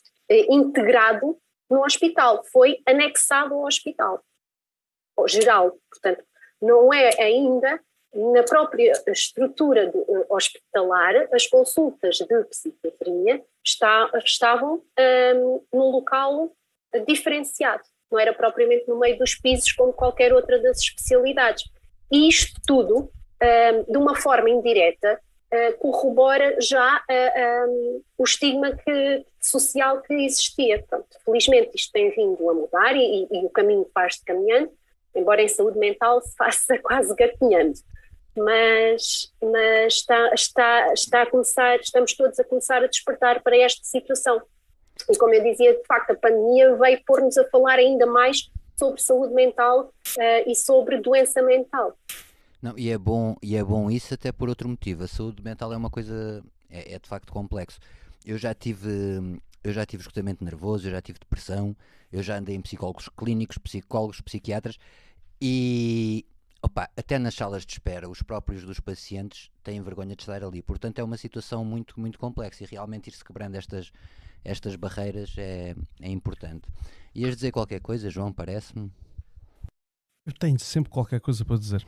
integrado no hospital, foi anexado ao hospital, ao geral, portanto, não é ainda na própria estrutura do, uh, hospitalar, as consultas de psiquiatria está, estavam um, num local diferenciado, não era propriamente no meio dos pisos como qualquer outra das especialidades. E isto tudo, um, de uma forma indireta, uh, corrobora já uh, um, o estigma que, social que existia. Pronto, felizmente isto tem vindo a mudar e, e, e o caminho faz-se caminhando, embora em saúde mental se faça quase gatinhando. Mas, mas está, está, está a começar, estamos todos a começar a despertar para esta situação. E como eu dizia, de facto, a pandemia veio pôr-nos a falar ainda mais sobre saúde mental uh, e sobre doença mental. Não, e é bom, e é bom isso até por outro motivo. A saúde mental é uma coisa, é, é de facto complexo. Eu já tive, eu já tive esgotamento nervoso, eu já tive depressão, eu já andei em psicólogos clínicos, psicólogos, psiquiatras e... Opa, até nas salas de espera, os próprios dos pacientes têm vergonha de estar ali. Portanto, é uma situação muito, muito complexa e realmente ir-se quebrando estas, estas barreiras é, é importante. Ias dizer qualquer coisa, João, parece-me? Eu tenho sempre qualquer coisa para dizer.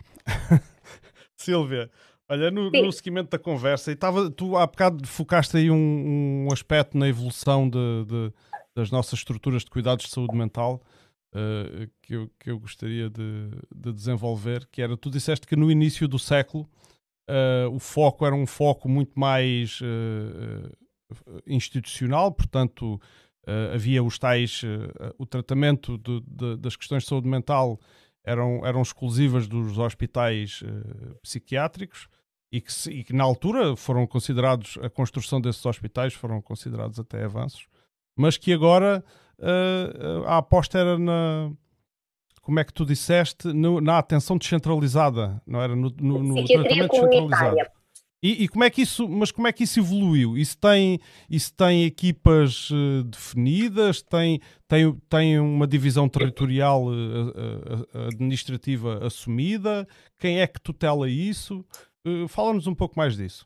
Sílvia, olha, no, no seguimento da conversa, e tava, tu há bocado focaste aí um, um aspecto na evolução de, de, das nossas estruturas de cuidados de saúde mental. Uh, que, eu, que eu gostaria de, de desenvolver, que era, tu disseste que no início do século uh, o foco era um foco muito mais uh, uh, institucional, portanto uh, havia os tais, uh, o tratamento de, de, das questões de saúde mental eram, eram exclusivas dos hospitais uh, psiquiátricos, e que, se, e que na altura foram considerados, a construção desses hospitais foram considerados até avanços, mas que agora uh, a aposta era na, como é que tu disseste, no, na atenção descentralizada, não era? No, no, no tratamento descentralizado. E, e como é que isso, mas como é que isso evoluiu? Isso tem, isso tem equipas uh, definidas? Tem, tem, tem uma divisão territorial uh, uh, administrativa assumida? Quem é que tutela isso? Uh, fala-nos um pouco mais disso.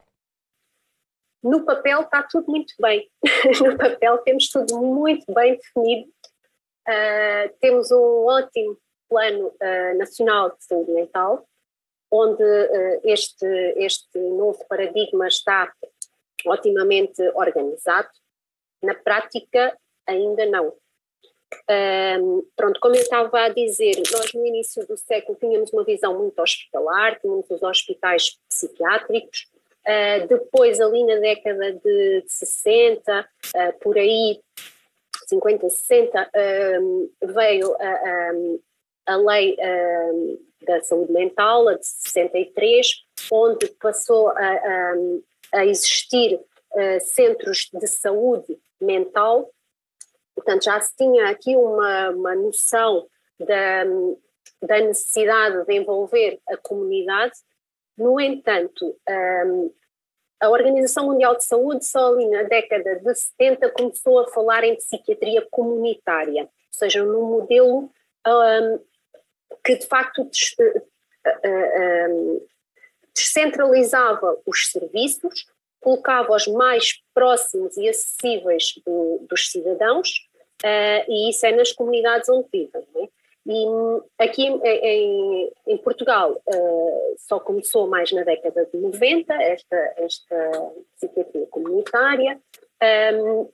No papel está tudo muito bem. No papel temos tudo muito bem definido. Uh, temos um ótimo plano uh, nacional de saúde mental, onde uh, este, este novo paradigma está otimamente organizado. Na prática, ainda não. Um, pronto, como eu estava a dizer, nós no início do século tínhamos uma visão muito hospitalar, tínhamos os hospitais psiquiátricos, uh, depois ali na década de sessenta, uh, por aí, cinquenta, sessenta, um, veio a, a, a lei um, da saúde mental, a de sessenta e três, onde passou a, a, a existir uh, centros de saúde mental. Portanto, já se tinha aqui uma, uma noção da, da necessidade de envolver a comunidade. No entanto, um, a Organização Mundial de Saúde só ali na década de setenta começou a falar em psiquiatria comunitária, ou seja, num modelo um, que de facto des, uh, uh, um, descentralizava os serviços, colocava-os mais próximos e acessíveis do, dos cidadãos, uh, e isso é nas comunidades onde vivem. Né? E aqui em, em, em Portugal uh, só começou mais na década de noventa esta, esta psiquiatria comunitária, um,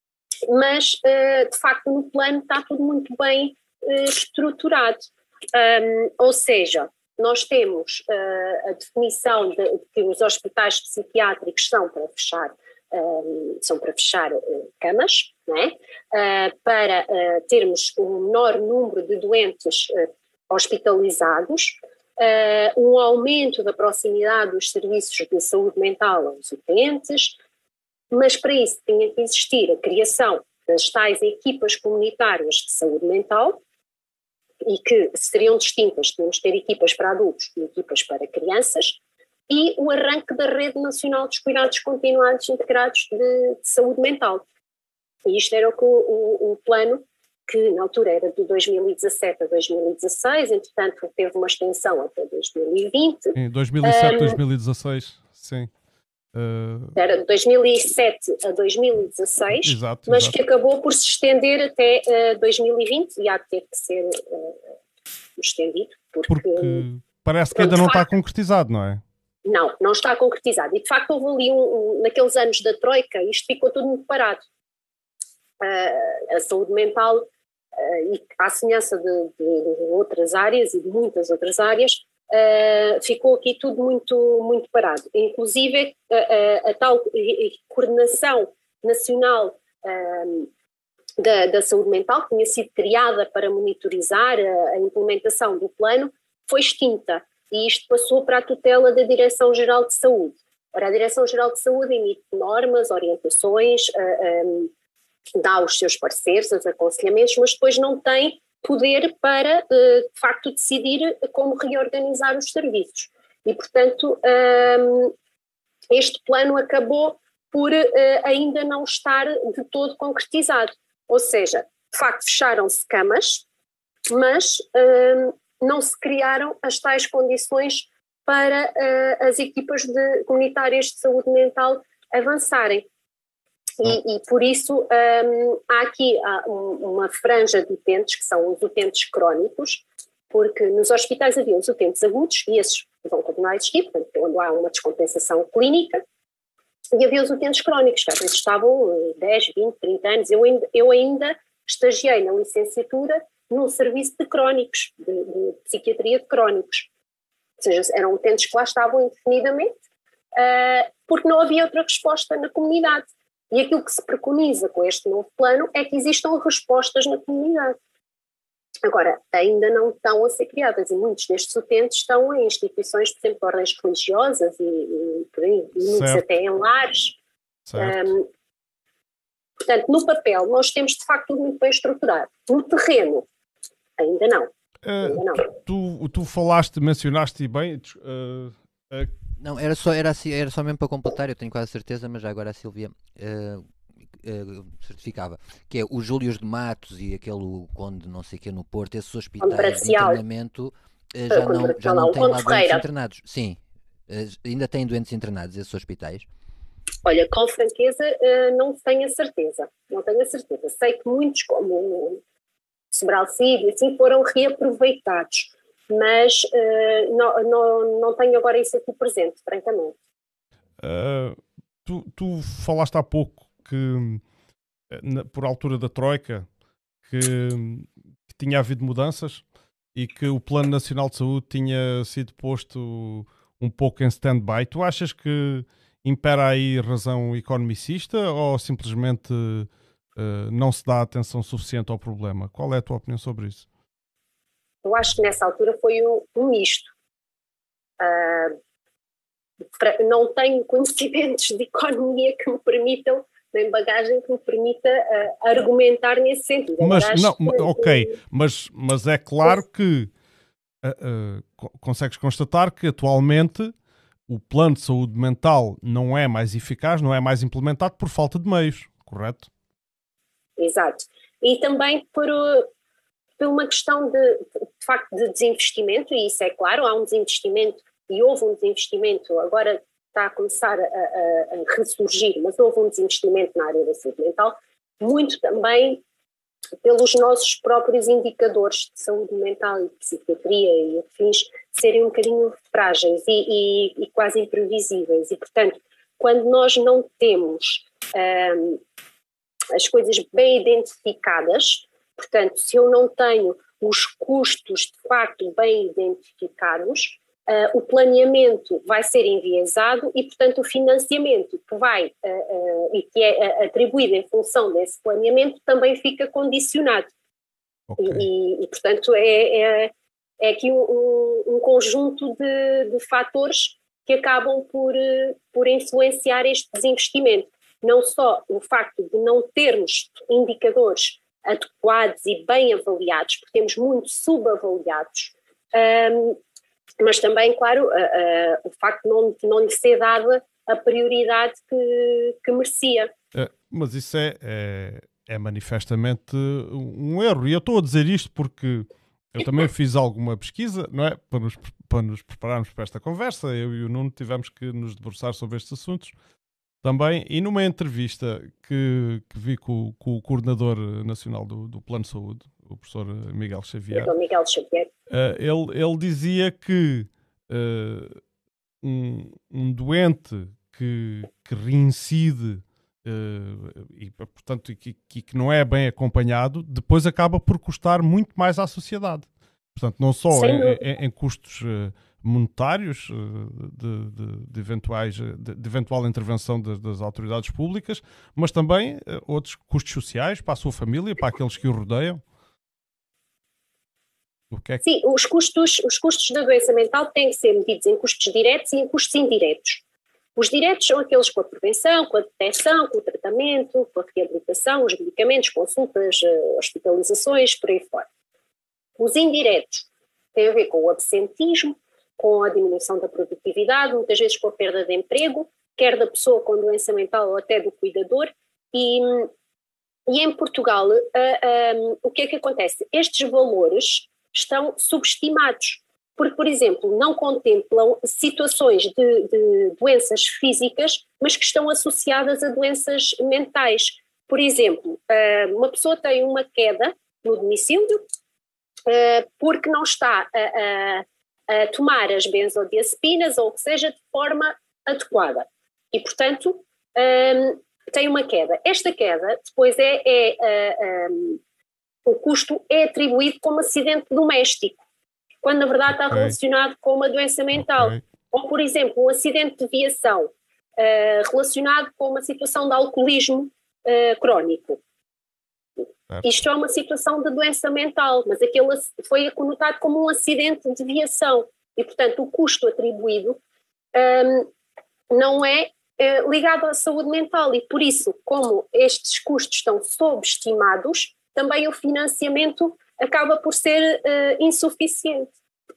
mas uh, de facto no plano está tudo muito bem uh, estruturado, um, ou seja, nós temos uh, a definição de, de que os hospitais psiquiátricos são para fechar, um, são para fechar uh, camas, né? uh, para uh, termos um menor número de doentes uh, hospitalizados, uh, um aumento da proximidade dos serviços de saúde mental aos utentes, mas para isso tinha que existir a criação das tais equipas comunitárias de saúde mental, e que seriam distintas, tínhamos de ter equipas para adultos e equipas para crianças, e o arranque da Rede Nacional dos Cuidados Continuados Integrados de, de Saúde Mental. E isto era o, que o, o, o plano, que na altura era de dois mil e dezassete a dois mil e dezasseis, entretanto teve uma extensão até dois mil e vinte. Em dois mil e sete a dois mil e dezasseis, sim. Uh... Era de dois mil e sete a dois mil e dezasseis, exato, mas exato. que acabou por se estender até uh, dois mil e vinte e há de ter que ser uh, estendido. Porque, porque parece que ainda não está concretizado, não é? Não, não está concretizado. E de facto houve ali, um, um, naqueles anos da Troika, isto ficou tudo muito parado. Uh, a saúde mental, uh, e à semelhança de, de outras áreas e de muitas outras áreas, Uh, ficou aqui tudo muito, muito parado. Inclusive a, a, a tal coordenação nacional uh, da, da saúde mental, que tinha sido criada para monitorizar a, a implementação do plano, foi extinta, e isto passou para a tutela da Direção-Geral de Saúde. Ora, a Direção-Geral de Saúde emite normas, orientações, uh, um, dá os seus pareceres, os aconselhamentos, mas depois não tem poder para, de facto, decidir como reorganizar os serviços. E, portanto, este plano acabou por ainda não estar de todo concretizado. Ou seja, de facto, fecharam-se camas, mas não se criaram as tais condições para as equipas de, comunitárias de saúde mental avançarem. E, e por isso um, há aqui há uma franja de utentes, que são os utentes crónicos, porque nos hospitais havia os utentes agudos, e esses vão continuar a existir, portanto, quando há uma descompensação clínica, e havia os utentes crónicos, que às vezes estavam dez, vinte, trinta anos. Eu ainda, eu ainda estagiei na licenciatura num serviço de crónicos, de, de psiquiatria de crónicos. Ou seja, eram utentes que lá estavam indefinidamente, uh, porque não havia outra resposta na comunidade. E aquilo que se preconiza com este novo plano é que existam respostas na comunidade. Agora, ainda não estão a ser criadas, e muitos destes utentes estão em instituições, por exemplo, de ordens religiosas e, e e muitos Certo. até em lares. Certo. Um, portanto, no papel nós temos de facto tudo muito bem estruturado. No terreno, ainda não. Uh, Ainda não. tu, tu falaste, mencionaste e bem, uh, uh, Não, era só, era, assim, era só mesmo para completar, eu tenho quase certeza, mas já agora a Silvia uh, uh, certificava, que é o Júlios de Matos e aquele Conde não sei o que no Porto, esses hospitais de internamento uh, já não, já não têm lá doentes internados. Sim, uh, ainda têm doentes internados esses hospitais? Olha, com franqueza, uh, não tenho a certeza, não tenho a certeza. Sei que muitos, como o Sobralcide, assim, foram reaproveitados. Mas uh, não, não, não tenho agora isso aqui presente, francamente. Uh, tu, tu falaste há pouco que, na, por altura da Troika, que, que tinha havido mudanças e que o Plano Nacional de Saúde tinha sido posto um pouco em stand-by. Tu achas que impera aí razão economicista ou simplesmente uh, não se dá atenção suficiente ao problema? Qual é a tua opinião sobre isso? Eu acho que nessa altura foi um, um misto. Uh, não tenho conhecimentos de economia que me permitam, nem bagagem que me permita uh, argumentar nesse sentido. Mas, não, que, ok, que... Mas, mas é claro que uh, uh, consegues constatar que atualmente o plano de saúde mental não é mais eficaz, não é mais implementado por falta de meios, correto? Exato. E também por... por uma questão de, de facto de desinvestimento, e isso é claro, há um desinvestimento e houve um desinvestimento, agora está a começar a, a, a ressurgir, mas houve um desinvestimento na área da saúde mental, muito também pelos nossos próprios indicadores de saúde mental e de psiquiatria e afins serem um bocadinho frágeis e, e, e quase imprevisíveis, e portanto, quando nós não temos hum, as coisas bem identificadas, portanto, se eu não tenho os custos de facto bem identificados, uh, o planeamento vai ser enviesado e, portanto, o financiamento que vai uh, uh, e que é uh, atribuído em função desse planeamento também fica condicionado. Okay. E, e, portanto, é, é, é aqui um, um conjunto de, de fatores que acabam por, por influenciar este desinvestimento. Não só o facto de não termos indicadores adequados e bem avaliados, porque temos muito subavaliados, um, mas também, claro, uh, uh, o facto de não, de não lhe ser dada a prioridade que, que merecia. É, mas isso é, é, é manifestamente um erro, e eu estou a dizer isto porque eu também fiz alguma pesquisa, não é? Para nos, para nos prepararmos para esta conversa, eu e o Nuno tivemos que nos debruçar sobre estes assuntos também, e numa entrevista que, que vi com, com o coordenador nacional do, do Plano de Saúde, o professor Miguel Xavier, o Miguel Xavier. Uh, ele, ele dizia que uh, um, um doente que, que reincide uh, e, portanto, que, que não é bem acompanhado, depois acaba por custar muito mais à sociedade. Portanto, não só em, em, em custos uh, monetários uh, de, de, de, eventuais, de, de eventual intervenção das, das autoridades públicas, mas também uh, outros custos sociais para a sua família, para aqueles que o rodeiam. O que é que... Sim, os custos, os custos da doença mental têm que ser medidos em custos diretos e em custos indiretos. Os diretos são aqueles com a prevenção, com a detecção, com o tratamento, com a reabilitação, os medicamentos, consultas, hospitalizações, por aí fora. Os indiretos têm a ver com o absentismo, com a diminuição da produtividade, muitas vezes com a perda de emprego, quer da pessoa com doença mental ou até do cuidador. E, e em Portugal, uh, um, o que é que acontece? Estes valores estão subestimados, porque, por exemplo, não contemplam situações de, de doenças físicas, mas que estão associadas a doenças mentais. Por exemplo, uma pessoa tem uma queda no domicílio porque não está a, a, a tomar as benzodiazepinas ou o que seja de forma adequada e, portanto, tem uma queda. Esta queda depois é... é um, o custo é atribuído como acidente doméstico, quando na verdade está okay. relacionado com uma doença mental. Okay. Ou, por exemplo, um acidente de viação uh, relacionado com uma situação de alcoolismo uh, crónico. Certo. Isto é uma situação de doença mental, mas aquele foi conotado como um acidente de viação. E, portanto, o custo atribuído um, não é eh, ligado à saúde mental e por isso, como estes custos estão subestimados, também o financiamento acaba por ser eh, insuficiente.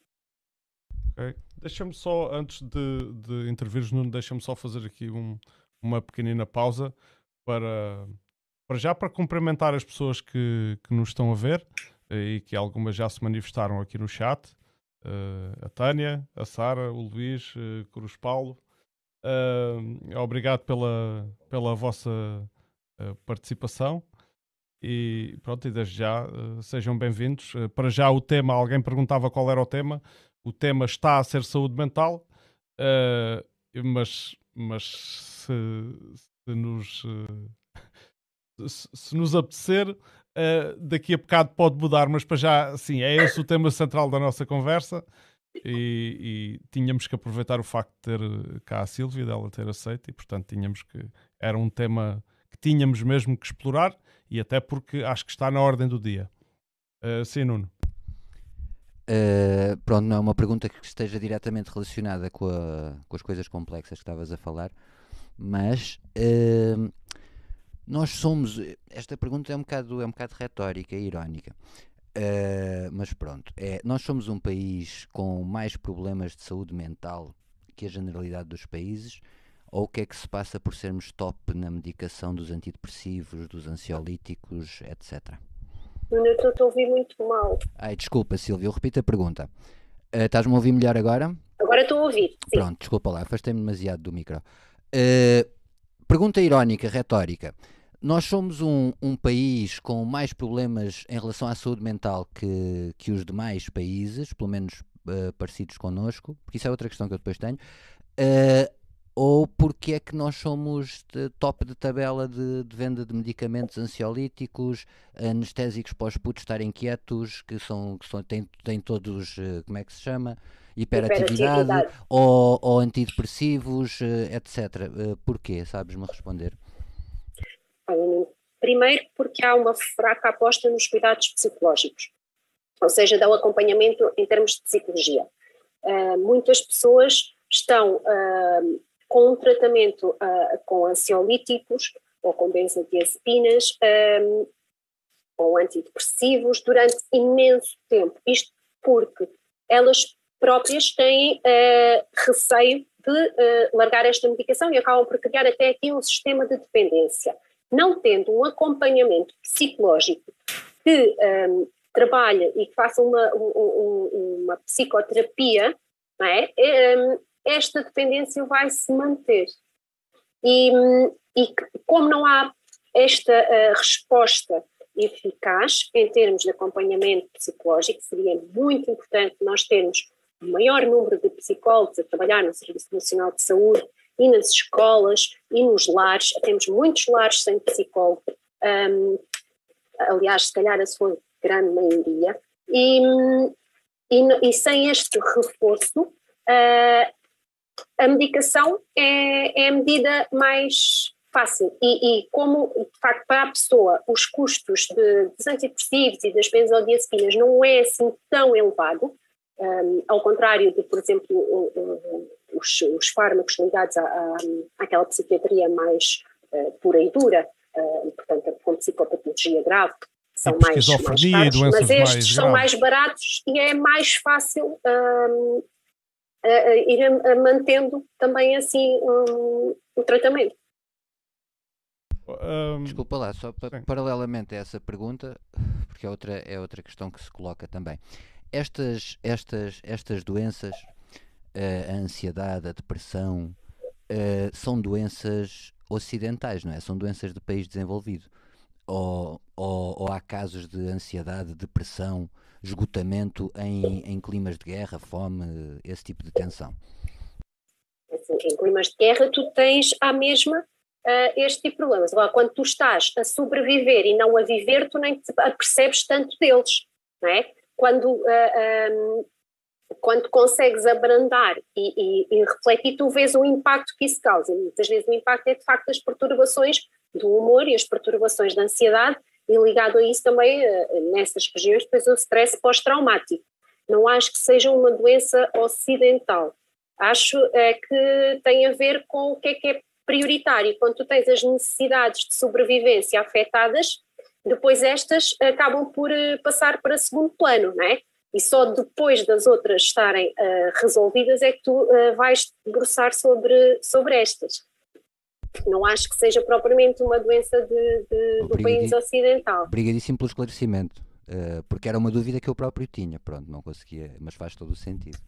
Okay. Deixa-me só, antes de, de intervires, Nuno, deixa-me só fazer aqui um, uma pequenina pausa para, para já para cumprimentar as pessoas que, que nos estão a ver e que algumas já se manifestaram aqui no chat. Uh, a Tânia, a Sara, o Luís, uh, Cruz Paulo. Uh, obrigado pela, pela vossa uh, participação. E pronto, e desde já uh, sejam bem-vindos. Uh, para já o tema, alguém perguntava qual era o tema. O tema está a ser saúde mental, uh, mas, mas se, se, nos, uh, se, se nos apetecer, uh, daqui a bocado pode mudar, mas para já, sim, é esse o tema central da nossa conversa e, e tínhamos que aproveitar o facto de ter cá a Sílvia, dela ter aceito, e portanto tínhamos que, era um tema que tínhamos mesmo que explorar e até porque acho que está na ordem do dia. Uh, sim, Nuno. Uh, pronto, não é uma pergunta que esteja diretamente relacionada com, a, com as coisas complexas que estavas a falar, mas uh, nós somos, esta pergunta é um bocado, é um bocado retórica e irónica, uh, mas pronto, é, nós somos um país com mais problemas de saúde mental que a generalidade dos países, ou o que é que se passa por sermos top na medicação dos antidepressivos, dos ansiolíticos, etcétera? Eu estou a ouvir muito mal. Ai, desculpa, Sílvia, eu repito a pergunta. Uh, Estás-me a ouvir melhor agora? Agora estou a ouvir, sim. Pronto, desculpa lá, afastei-me demasiado do micro. Uh, pergunta irónica, retórica. Nós somos um, um país com mais problemas em relação à saúde mental que, que os demais países, pelo menos uh, parecidos connosco, porque isso é outra questão que eu depois tenho. Uh, ou porque é que nós somos de top de tabela de, de venda de medicamentos ansiolíticos, anestésicos para os putos estarem quietos, que, são, que são, têm, têm todos, como é que se chama? Hiperatividade, Hiperatividade. Ou, ou antidepressivos, etcétera. Porquê? Sabes-me responder? Primeiro porque há uma fraca aposta nos cuidados psicológicos, ou seja, dá o acompanhamento em termos de psicologia. Uh, muitas pessoas estão... Uh, com um tratamento uh, com ansiolíticos ou com benzodiazepinas um, ou antidepressivos durante imenso tempo. Isto porque elas próprias têm uh, receio de uh, largar esta medicação e acabam por criar até aqui um sistema de dependência. Não tendo um acompanhamento psicológico que um, trabalhe e que faça uma, um, uma psicoterapia, não é? Um, esta dependência vai se manter. E, e como não há esta uh, resposta eficaz em termos de acompanhamento psicológico, seria muito importante nós termos um maior número de psicólogos a trabalhar no Serviço Nacional de Saúde e nas escolas e nos lares. Temos muitos lares sem psicólogo, um, aliás, se calhar a sua grande maioria, e, e, e sem este reforço, uh, a medicação é, é a medida mais fácil e, e como, de facto, para a pessoa os custos de, dos antidepressivos e das benzodiazepinas não é assim tão elevado, um, ao contrário de, por exemplo, o, o, os, os fármacos ligados à, à, àquela psiquiatria mais uh, pura e dura, uh, portanto, com psicopatologia grave, são mais, mais caros, mas estes mais são mais baratos e é mais fácil... Um, a ir a, a mantendo também assim um, o tratamento. Um, Desculpa lá, só pa, paralelamente a essa pergunta, porque é outra, é outra questão que se coloca também. Estas, estas, estas doenças, uh, a ansiedade, a depressão, uh, são doenças ocidentais, não é? São doenças de país desenvolvido. Ou, ou, ou há casos de ansiedade, depressão, esgotamento em, em climas de guerra, fome, esse tipo de tensão? Assim, em climas de guerra tu tens à mesma uh, este tipo de problemas. Agora, quando tu estás a sobreviver e não a viver, tu nem te apercebes tanto deles, não é? Quando, uh, um, quando consegues abrandar e, e, e refletir, tu vês o impacto que isso causa. E muitas vezes o impacto é de facto as perturbações do humor e as perturbações da ansiedade, e ligado a isso também, nessas regiões, depois o stress pós-traumático. Não acho que seja uma doença ocidental. Acho é, que tem a ver com o que é que é prioritário. Quando tu tens as necessidades de sobrevivência afetadas, depois estas acabam por uh, passar para segundo plano, não é? E só depois das outras estarem uh, resolvidas é que tu uh, vais debruçar sobre, sobre estas. Não acho que seja propriamente uma doença de, de, do país ocidental. Obrigadíssimo pelo esclarecimento, uh, porque era uma dúvida que eu próprio tinha, pronto, não conseguia, mas faz todo o sentido.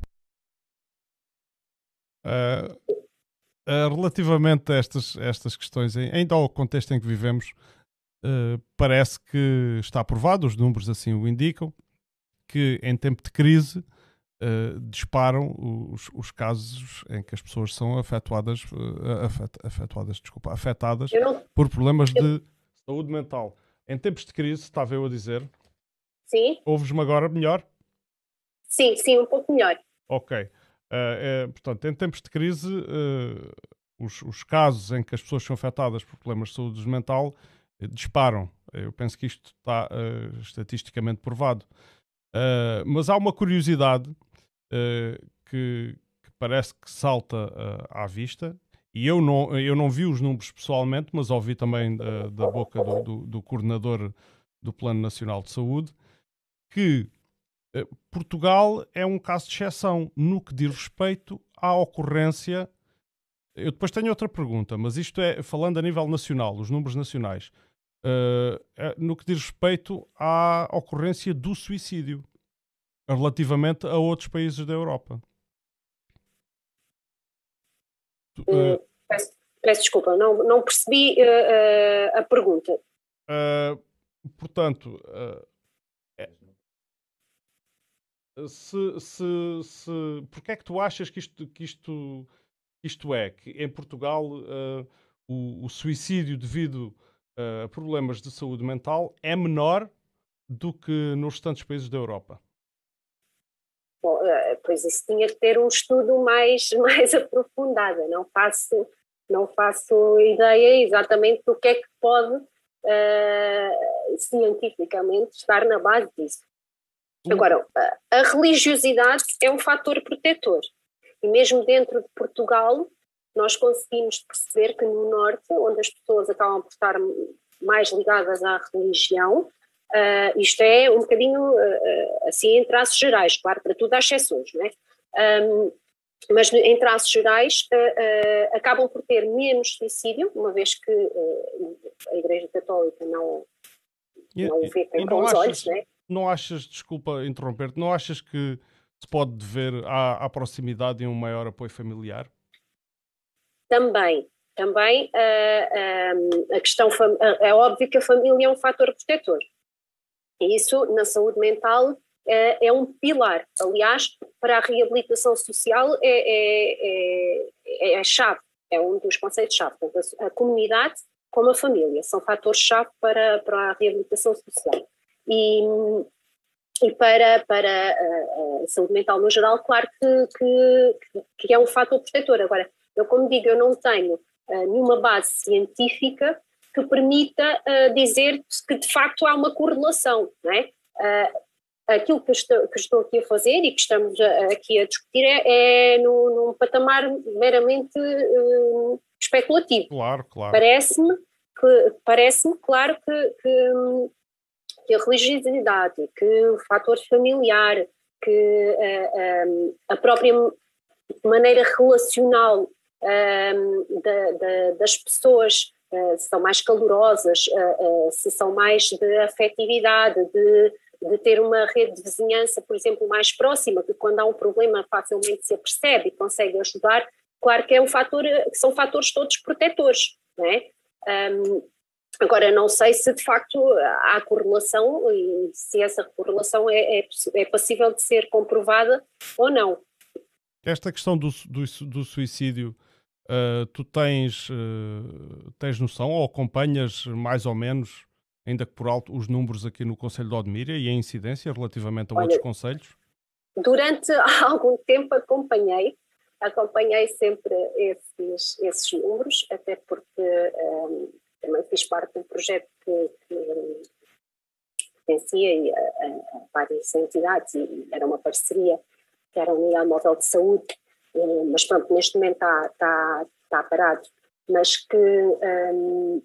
Uh, uh, relativamente a estas, estas questões, ainda ao contexto em que vivemos, uh, parece que está provado, os números assim o indicam, que em tempo de crise uh, disparam os, os casos em que as pessoas são afetadas, uh, afet, afetadas, desculpa, afetadas não... por problemas de saúde mental. Em tempos de crise, estava eu a dizer? Sim. Ouves-me agora melhor? Sim, sim, um pouco melhor. Ok. Uh, é, portanto, em tempos de crise, uh, os, os casos em que as pessoas são afetadas por problemas de saúde mental uh, disparam. Eu penso que isto está uh, estatisticamente provado. Uh, mas há uma curiosidade uh, que, que parece que salta uh, à vista, e eu não, eu não vi os números pessoalmente, mas ouvi também uh, da boca do, do, do coordenador do Plano Nacional de Saúde, que uh, Portugal é um caso de exceção no que diz respeito à ocorrência. Eu depois tenho outra pergunta, mas isto é falando a nível nacional, os números nacionais. Uh, no que diz respeito à ocorrência do suicídio relativamente a outros países da Europa. Uh, peço, peço desculpa, não, não percebi uh, uh, a pergunta. Uh, portanto, uh, é, se, se, se, porque é que tu achas que isto, que isto, isto é? Que em Portugal uh, o, o suicídio devido a problemas de saúde mental é menor do que nos restantes países da Europa? Bom, pois isso tinha que ter um estudo mais, mais aprofundado. Não faço, não faço ideia exatamente do que é que pode uh, cientificamente estar na base disso. Agora, a, a religiosidade é um fator protetor. E mesmo dentro de Portugal, nós conseguimos perceber que no Norte, onde as pessoas acabam por estar mais ligadas à religião, uh, isto é um bocadinho uh, assim em traços gerais, claro, para tudo há exceções, não é? Um, mas em traços gerais uh, uh, acabam por ter menos suicídio, uma vez que uh, a Igreja Católica não, não o vê com bons olhos, não é? Não achas, desculpa interromper-te, não achas que se pode dever à, à proximidade e um maior apoio familiar? Também, também uh, uh, a questão, é óbvio que a família é um fator protetor. E isso, na saúde mental, uh, é um pilar. Aliás, para a reabilitação social é, é, é, é a chave, é um dos conceitos-chave. A, a comunidade como a família são fatores-chave para, para a reabilitação social. E, e para, para a, a saúde mental no geral, claro que, que, que é um fator protetor. Agora, eu, como digo, eu não tenho uh, nenhuma base científica que permita uh, dizer que de facto há uma correlação, não é? Uh, aquilo que estou, que estou aqui a fazer e que estamos a, aqui a discutir é, é num, num patamar meramente uh, especulativo. Claro, claro. Parece-me, que, parece-me claro que, que, que a religiosidade, que o fator familiar, que uh, um, a própria maneira relacional Um, da, da, das pessoas, uh, se são mais calorosas, uh, uh, se são mais de afetividade, de, de ter uma rede de vizinhança, por exemplo, mais próxima, que quando há um problema facilmente se apercebe e consegue ajudar, claro que é um fator, que são fatores todos protetores, não é? Um, agora, não sei se de facto há correlação e se essa correlação é, é, é passível de ser comprovada ou não. Esta questão do, do, do suicídio, Uh, tu tens, uh, tens noção ou acompanhas mais ou menos, ainda que por alto, os números aqui no Concelho de Odmira e a incidência relativamente a Olha, outros concelhos? Durante algum tempo acompanhei, acompanhei sempre esses, esses números, até porque um, também fiz parte de um projeto que, que pertencia a, a, a várias entidades e era uma parceria, que era a Unidade Móvel de Saúde, uh, mas pronto, neste momento está, está, está parado, mas que, um,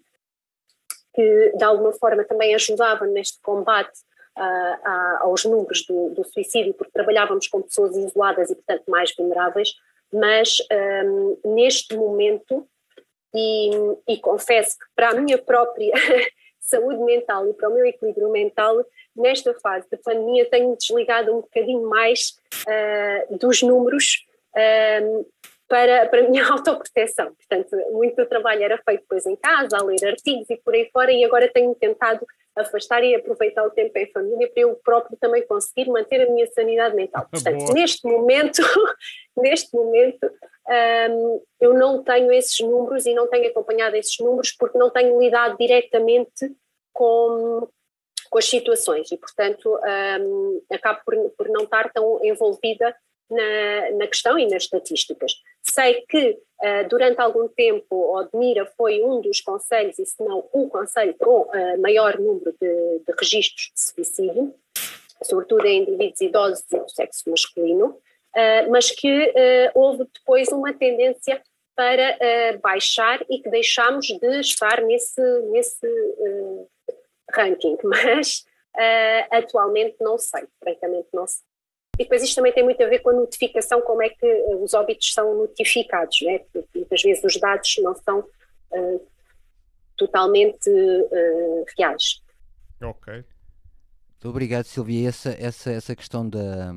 que de alguma forma também ajudava neste combate uh, a, aos números do, do suicídio, porque trabalhávamos com pessoas isoladas e, portanto, mais vulneráveis, mas um, neste momento, e, e confesso que para a minha própria saúde mental e para o meu equilíbrio mental, nesta fase da pandemia tenho desligado um bocadinho mais uh, dos números um, para, para a minha autoproteção. Portanto, muito do trabalho era feito depois em casa, a ler artigos e por aí fora, e agora tenho tentado afastar e aproveitar o tempo em família para eu próprio também conseguir manter a minha sanidade mental. Portanto, Boa. neste momento, neste momento um, eu não tenho esses números e não tenho acompanhado esses números porque não tenho lidado diretamente com, com as situações e, portanto, um, acabo por, por não estar tão envolvida na, na questão e nas estatísticas. Sei que uh, durante algum tempo Odmira foi um dos concelhos, e se não o concelho com uh, maior número de, de registros de suicídio, sobretudo em indivíduos idosos e do sexo masculino, uh, mas que uh, houve depois uma tendência para uh, baixar e que deixámos de estar nesse, nesse uh, ranking, mas uh, atualmente não sei, francamente não sei. E depois isto também tem muito a ver com a notificação, como é que os óbitos são notificados, né? Porque muitas vezes os dados não são uh, totalmente uh, reais. Ok. Muito obrigado, Silvia. Essa, essa, essa questão da,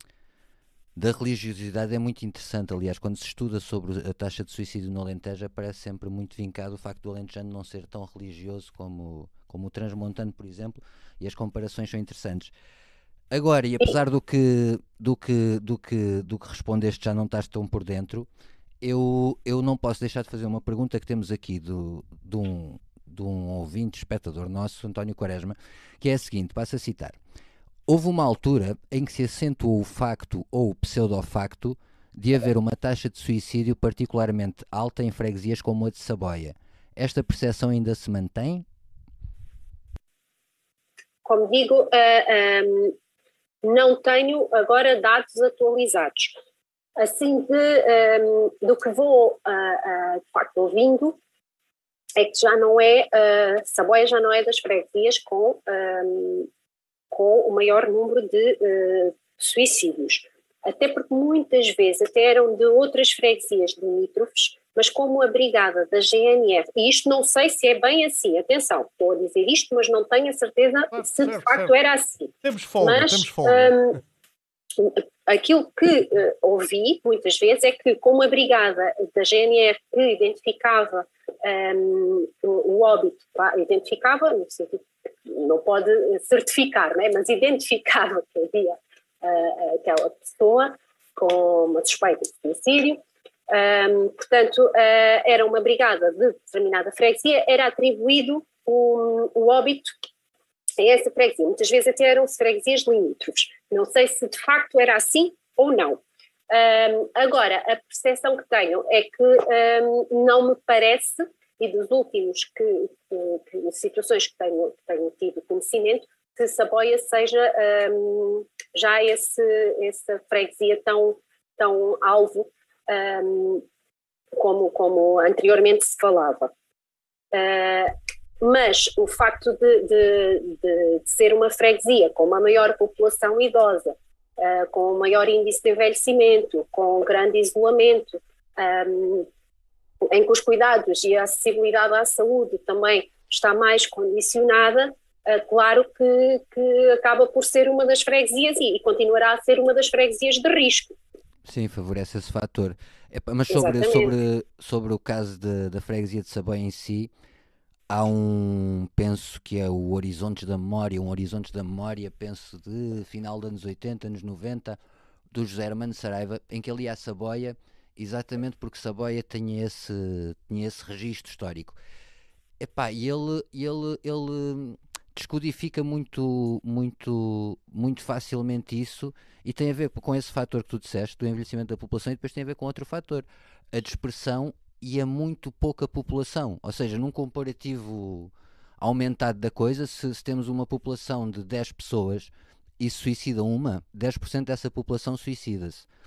da religiosidade é muito interessante. Aliás, quando se estuda sobre a taxa de suicídio no Alentejo, aparece sempre muito vincado o facto do alentejano não ser tão religioso como, como o transmontano, por exemplo, e as comparações são interessantes. Agora, e apesar do que, do que, do que, do que respondeste, já não estás tão por dentro, eu, eu não posso deixar de fazer uma pergunta que temos aqui do, de, um, de um ouvinte, espectador nosso, António Quaresma, que é a seguinte, passo a citar. Houve uma altura em que se acentuou o facto ou o pseudofacto de haver uma taxa de suicídio particularmente alta em freguesias como a de Saboia. Esta percepção ainda se mantém? Como digo, uh, um, não tenho agora dados atualizados. Assim, de, um, do que vou, uh, uh, de facto, ouvindo, é que já não é, uh, Saboia já não é das freguesias com, um, com o maior número de uh, suicídios. Até porque muitas vezes até eram de outras freguesias limítrofes, mas como a brigada da G N R, e isto não sei se é bem assim, atenção, estou a dizer isto, mas não tenho a certeza Ah, se certo, de facto certo. era assim. Temos folga, Mas, temos folga. Um, aquilo que uh, ouvi muitas vezes é que como a brigada da G N R que identificava um, o, o óbito, pá, identificava, no sentido, não pode certificar, né, mas identificava que havia uh, aquela pessoa com uma suspeita de suicídio. Um, portanto, uh, era uma brigada de determinada freguesia, era atribuído o, o óbito a essa freguesia. Muitas vezes até eram freguesias limítrofes. Não sei se de facto era assim ou não. Um, agora, a percepção que tenho é que um, não me parece, e dos últimos que, que, que situações que tenho, que tenho tido conhecimento, que Saboia seja um, já esse, essa freguesia tão, tão alvo Um, como, como anteriormente se falava. Uh, mas o facto de, de, de, de ser uma freguesia com uma maior população idosa, uh, com um maior índice de envelhecimento, com grande isolamento, um, em que os cuidados e a acessibilidade à saúde também está mais condicionada, uh, claro que, que acaba por ser uma das freguesias e, e continuará a ser uma das freguesias de risco. Sim, favorece esse fator. Epá, mas sobre, sobre, sobre o caso de, da freguesia de Saboia em si, há um, penso que é o Horizontes da Memória, um Horizontes da Memória, penso de final dos anos oitenta, anos noventa, do José Hermano Saraiva, em que ele ia a Saboia, exatamente porque Saboia tinha esse, tinha esse registro histórico. Epá, e ele, ele, ele descodifica muito, muito, muito facilmente isso, e tem a ver com esse fator que tu disseste, do envelhecimento da população, e depois tem a ver com outro fator, a dispersão e a muito pouca população. Ou seja, num comparativo aumentado da coisa, se, se temos uma população de dez pessoas e se suicidam uma, dez por cento dessa população suicida-se. Claro.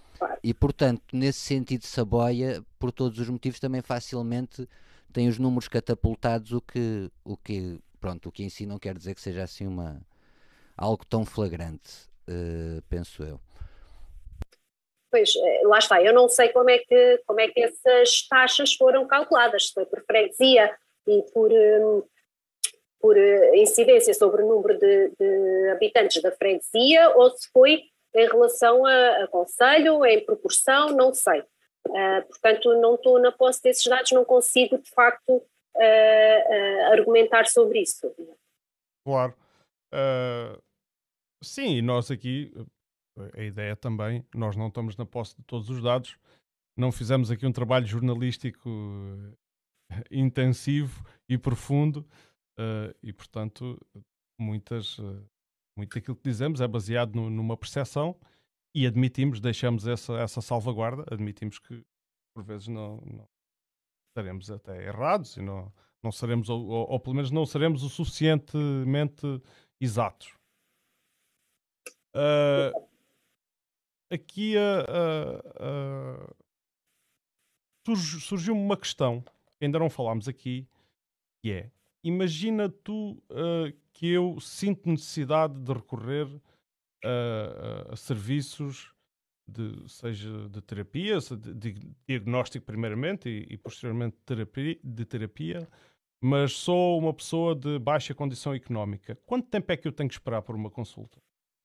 E, portanto, nesse sentido, Saboia, por todos os motivos, também facilmente tem os números catapultados, o que, o que, pronto, o que em si não quer dizer que seja assim uma, algo tão flagrante, uh, penso eu. Pois, lá está, eu não sei como é que, como é que essas taxas foram calculadas, se foi por freguesia e por, um, por incidência sobre o número de, de habitantes da freguesia, ou se foi em relação a, a concelho, em proporção, não sei. Uh, portanto, não estou na posse desses dados, não consigo, de facto, uh, uh, argumentar sobre isso. Claro. Uh, sim, e nós aqui... A ideia também, nós não estamos na posse de todos os dados, não fizemos aqui um trabalho jornalístico intensivo e profundo uh, e, portanto, muitas, uh, muito daquilo que dizemos é baseado no, numa percepção e admitimos, deixamos essa, essa salvaguarda, admitimos que por vezes não, não estaremos até errados e não, não seremos, ou, ou, ou pelo menos não seremos o suficientemente exatos. Uh, Aqui uh, uh, uh, surgiu-me uma questão que ainda não falámos aqui, que é, imagina tu uh, que eu sinto necessidade de recorrer uh, a serviços, de, seja de terapia, de, de diagnóstico primeiramente e, e posteriormente terapia, de terapia, mas sou uma pessoa de baixa condição económica. Quanto tempo é que eu tenho que esperar por uma consulta?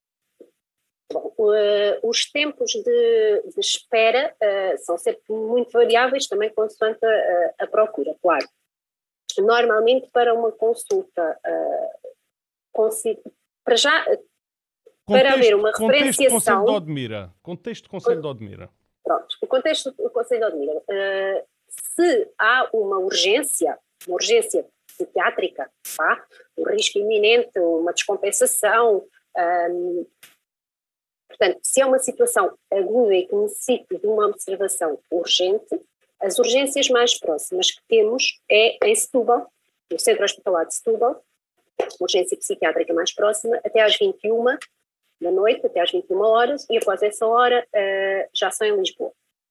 Bom, uh, os tempos de, de espera uh, são sempre muito variáveis, também consoante a, a procura, claro. Normalmente, para uma consulta, uh, consigo, para já, contexto, para haver uma referenciação... Contexto Conselho de Odmira. Contexto Conselho de Odmira. Pronto, o contexto do Conselho de Odmira. Uh, se há uma urgência, uma urgência psiquiátrica, tá? Um risco iminente, uma descompensação... Um, Portanto, se é uma situação aguda e que necessita de uma observação urgente, as urgências mais próximas que temos é em Setúbal, no Centro Hospitalar de Setúbal, urgência psiquiátrica mais próxima, até às vinte e uma da noite, até às vinte e uma horas, e após essa hora uh, já são em Lisboa.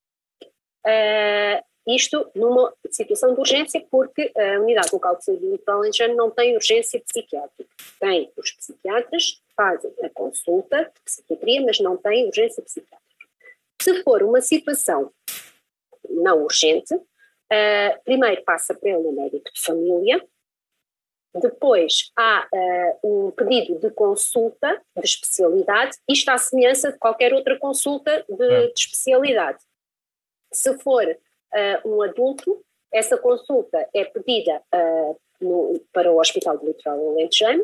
Uh, isto numa situação de urgência, porque a Unidade Local de Saúde do Litoral Alentejano não tem urgência psiquiátrica. Tem os psiquiatras, fazem a consulta de psiquiatria, mas não têm urgência psiquiátrica. Se for uma situação não urgente, uh, primeiro passa pelo médico de família, depois há uh, um pedido de consulta de especialidade, isto à semelhança de qualquer outra consulta de, de especialidade. Se for uh, um adulto, essa consulta é pedida uh, no, para o Hospital do Litoral Alentejano,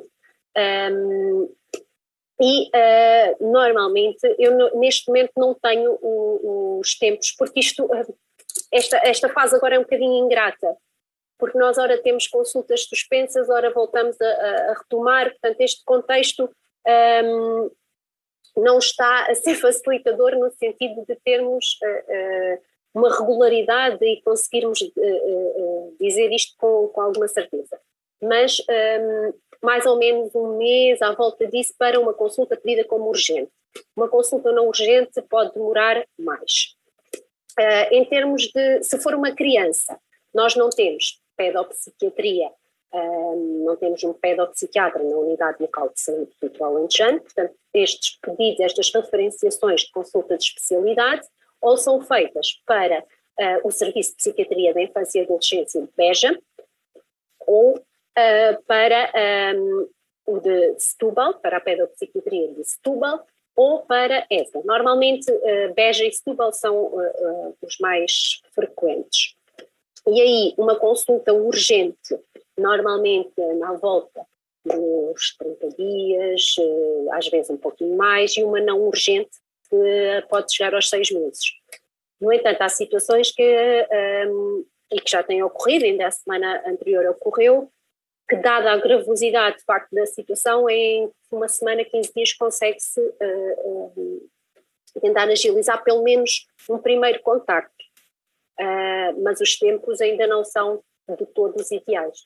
um, e uh, normalmente eu no, neste momento não tenho o, os tempos, porque isto, uh, esta, esta fase agora é um bocadinho ingrata, porque nós ora temos consultas suspensas, ora voltamos a, a retomar, portanto este contexto um, não está a ser facilitador no sentido de termos uh, uh, uma regularidade e conseguirmos uh, uh, dizer isto com, com alguma certeza. Mas um, mais ou menos um mês à volta disso para uma consulta pedida como urgente. Uma consulta não urgente pode demorar mais. Uh, em termos de, se for uma criança, nós não temos pedopsiquiatria, um, não temos um pedopsiquiatra na Unidade Local de Saúde do Litoral Alentejano, portanto estes pedidos, estas referenciações de consulta de especialidade ou são feitas para uh, o Serviço de Psiquiatria da Infância e Adolescência de Beja ou uh, para um, o de Setúbal, para a pedopsiquiatria de Setúbal ou para essa. Normalmente uh, Beja e Setúbal são uh, uh, os mais frequentes. E aí uma consulta urgente, normalmente na volta dos trinta dias, uh, às vezes um pouquinho mais, e uma não urgente que pode chegar aos seis meses. No entanto, há situações que, um, e que já têm ocorrido, ainda a semana anterior ocorreu, que dada a gravosidade de facto da situação, em uma semana, quinze dias, consegue-se uh, uh, tentar agilizar pelo menos um primeiro contacto. Uh, mas os tempos ainda não são de todos ideais.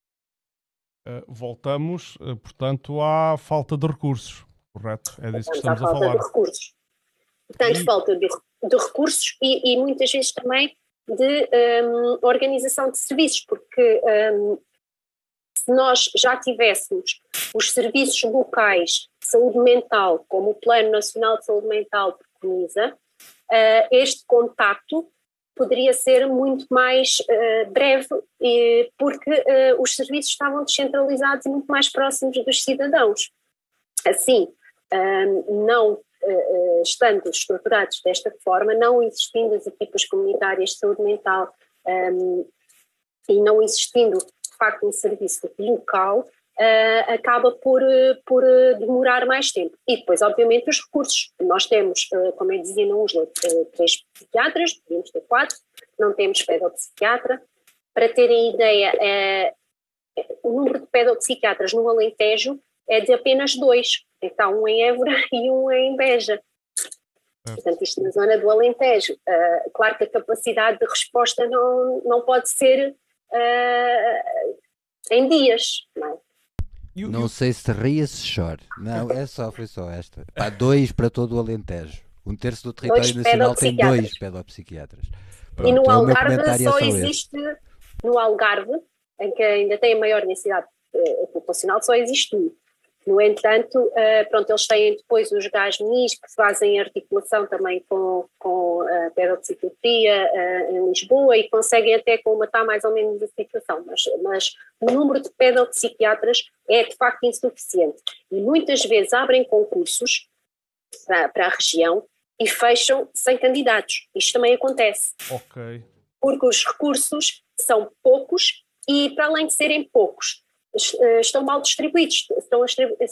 Uh, voltamos, uh, portanto, à falta de recursos, correto? É disso que estamos à a falar. Falta de recursos. Portanto, e... falta de, de recursos e, e muitas vezes também de um, organização de serviços, porque um, se nós já tivéssemos os serviços locais de saúde mental, como o Plano Nacional de Saúde Mental preconiza, uh, este contacto poderia ser muito mais uh, breve, e, porque uh, os serviços estavam descentralizados e muito mais próximos dos cidadãos. Assim, um, não uh, estando estruturados desta forma, não existindo as equipas comunitárias de saúde mental um, e não existindo, de facto, um serviço local, uh, acaba por, por demorar mais tempo. E depois, obviamente, os recursos. Nós temos, uh, como eu dizia no Usla, uh, três psiquiatras, podemos ter quatro, não temos pedopsiquiatra. Para terem ideia, uh, o número de pedopsiquiatras no Alentejo é de apenas dois. Então, um em Évora e um em Beja. Portanto, isto na zona do Alentejo. Uh, claro que a capacidade de resposta não, não pode ser uh, em dias, não é? Não sei se ri ou se chora. Não, é só, foi só esta. Pá, dois para todo o Alentejo. Um terço do território nacional tem dois pedopsiquiatras. Pronto, e no é Algarve só, só existe, este. no Algarve, em que ainda tem a maior densidade uh, populacional, só existe um. No entanto, uh, pronto, eles têm depois os GASMIs que fazem articulação também com, com a pedopsiquiatria uh, em Lisboa e conseguem até colmatar mais ou menos a situação, mas, mas o número de pedopsiquiatras é de facto insuficiente e muitas vezes abrem concursos para, para a região e fecham sem candidatos. Isto também acontece. Ok. Porque os recursos são poucos e, para além de serem poucos, estão mal distribuídos, estão,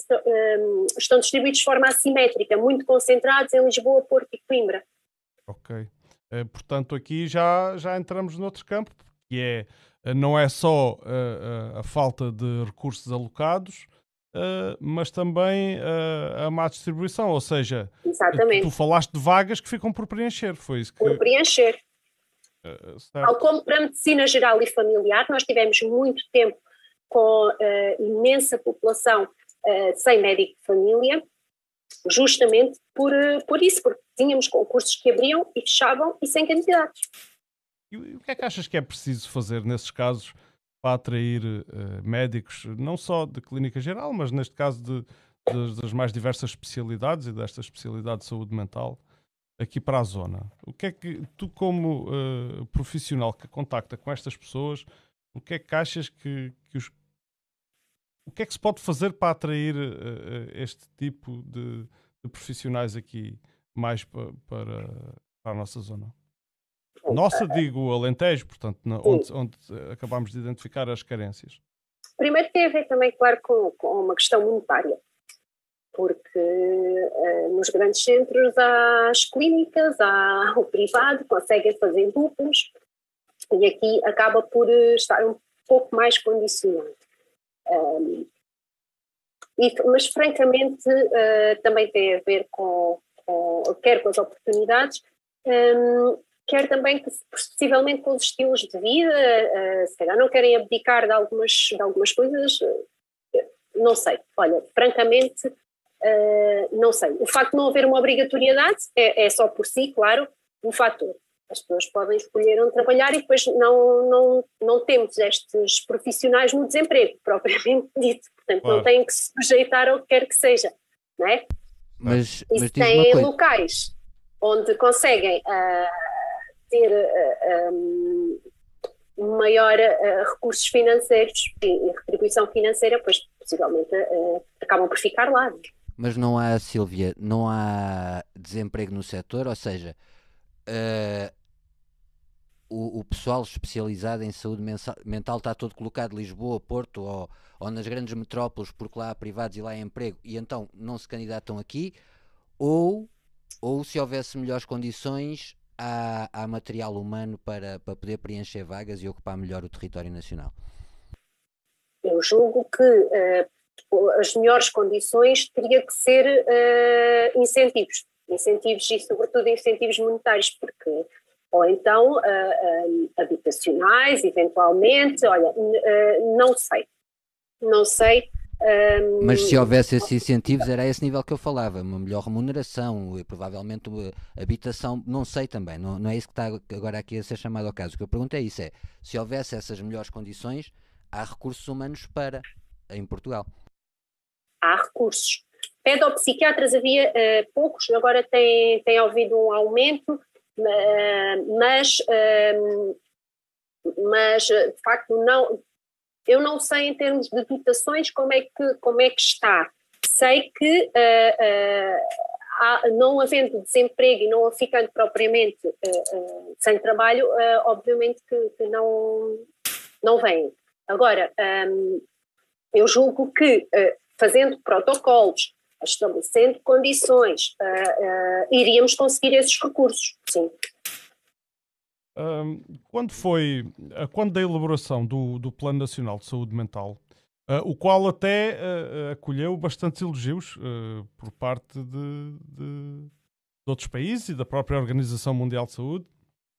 estão distribuídos de forma assimétrica, muito concentrados em Lisboa, Porto e Coimbra. Ok. Portanto, aqui já, já entramos noutro campo, que é, não é só a, a, a falta de recursos alocados, Uh, mas também uh, a má distribuição, ou seja, exatamente. Tu falaste de vagas que ficam por preencher, foi isso que... Por preencher. Uh, Tal como para a medicina geral e familiar, nós tivemos muito tempo com uh, imensa população uh, sem médico de família, justamente por, uh, por isso, porque tínhamos concursos que abriam e fechavam e sem candidatos. E o que é que achas que é preciso fazer nesses casos para atrair uh, médicos, não só de clínica geral, mas neste caso de, de, das mais diversas especialidades e desta especialidade de saúde mental aqui para a zona? O que é que tu, como uh, profissional que contacta com estas pessoas, o que é que achas que, que os... o que é que se pode fazer para atrair uh, este tipo de, de profissionais aqui mais pa, para, para a nossa zona? Nossa, digo Alentejo, portanto, na, onde, onde acabámos de identificar as carências. Primeiro tem a ver também, claro, com, com uma questão monetária, porque uh, nos grandes centros há as clínicas, há o privado, conseguem fazer duplos, e aqui acaba por estar um pouco mais condicionado. Um, e, mas, francamente, uh, também tem a ver com, com, quer com as oportunidades, um, quer também, possivelmente, com os estilos de vida, uh, se calhar não querem abdicar de algumas, de algumas coisas, uh, não sei. Olha, francamente, uh, não sei. O facto de não haver uma obrigatoriedade é, é só por si, claro, um fator. As pessoas podem escolher onde trabalhar e depois não, não, não temos estes profissionais no desemprego, propriamente dito. Portanto, claro, não têm que se sujeitar ao que quer que seja, não é? Mas, e mas têm locais onde conseguem... Uh, ter uh, um, maior uh, recursos financeiros e, e retribuição financeira, pois possivelmente uh, acabam por ficar lá. Mas não há, Sílvia, não há desemprego no setor, ou seja, uh, o, o pessoal especializado em saúde mental está todo colocado em Lisboa, Porto ou, ou nas grandes metrópoles, porque lá há privados e lá há emprego, e então não se candidatam aqui, ou, ou se houvesse melhores condições... Há, há material humano para, para poder preencher vagas e ocupar melhor o território nacional? Eu julgo que uh, as melhores condições teria que ser uh, incentivos, incentivos e sobretudo incentivos monetários, porque ou então uh, uh, habitacionais, eventualmente, olha, uh, não sei, não sei, Um, Mas se houvesse esses incentivos, era a esse nível que eu falava, uma melhor remuneração, e provavelmente uma habitação, não sei também, não, não é isso que está agora aqui a ser chamado ao caso. O que eu pergunto é isso, é, se houvesse essas melhores condições, há recursos humanos para, em Portugal. Há recursos. Pedopsiquiatras havia uh, poucos, agora tem, tem havido um aumento, uh, mas, uh, mas de facto não, eu não sei em termos de dotações como é que, como é que está. Sei que uh, uh, há, não havendo desemprego e não ficando propriamente uh, uh, sem trabalho, uh, obviamente que, que não, não vêm. Agora, um, eu julgo que uh, fazendo protocolos, estabelecendo condições, uh, uh, iríamos conseguir esses recursos, sim. Um, quando foi, quando da elaboração do, do Plano Nacional de Saúde Mental, uh, o qual até uh, acolheu bastantes elogios uh, por parte de, de, de outros países e da própria Organização Mundial de Saúde,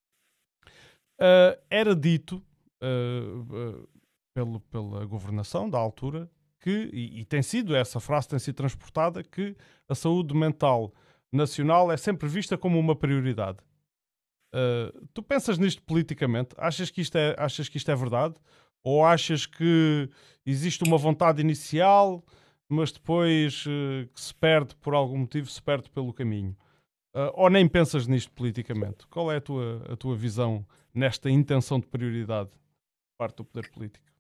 uh, era dito uh, uh, pelo, pela governação da altura que, e, e tem sido, essa frase tem sido transportada, que a saúde mental nacional é sempre vista como uma prioridade. Uh, tu pensas nisto politicamente? Achas que isto é, achas que isto é verdade? Ou achas que existe uma vontade inicial, mas depois uh, que se perde por algum motivo, se perde pelo caminho? Uh, ou nem pensas nisto politicamente? Qual é a tua, a tua visão nesta intenção de prioridade por parte do poder político?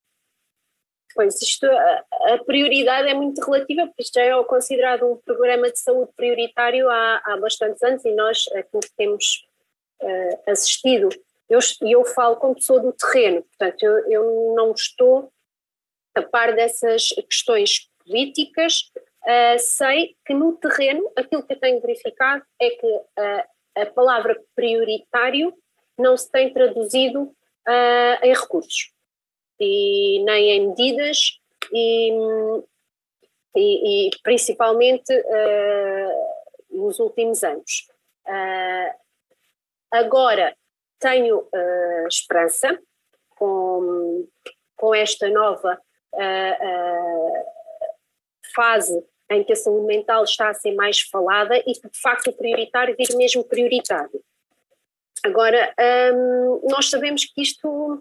Pois, isto, a, a prioridade é muito relativa, porque isto já é considerado um programa de saúde prioritário há, há bastantes anos e nós aqui temos uh, assistido. Eu, eu falo como pessoa do terreno, portanto, eu, eu não estou a par dessas questões políticas. Uh, sei que no terreno aquilo que eu tenho verificado é que uh, a palavra prioritário não se tem traduzido uh, em recursos. E nem em medidas e, e, e principalmente uh, nos últimos anos. Uh, agora tenho uh, esperança com, com esta nova uh, uh, fase em que a saúde mental está a ser mais falada e que de facto o prioritário vir mesmo prioritário. Agora, um, nós sabemos que isto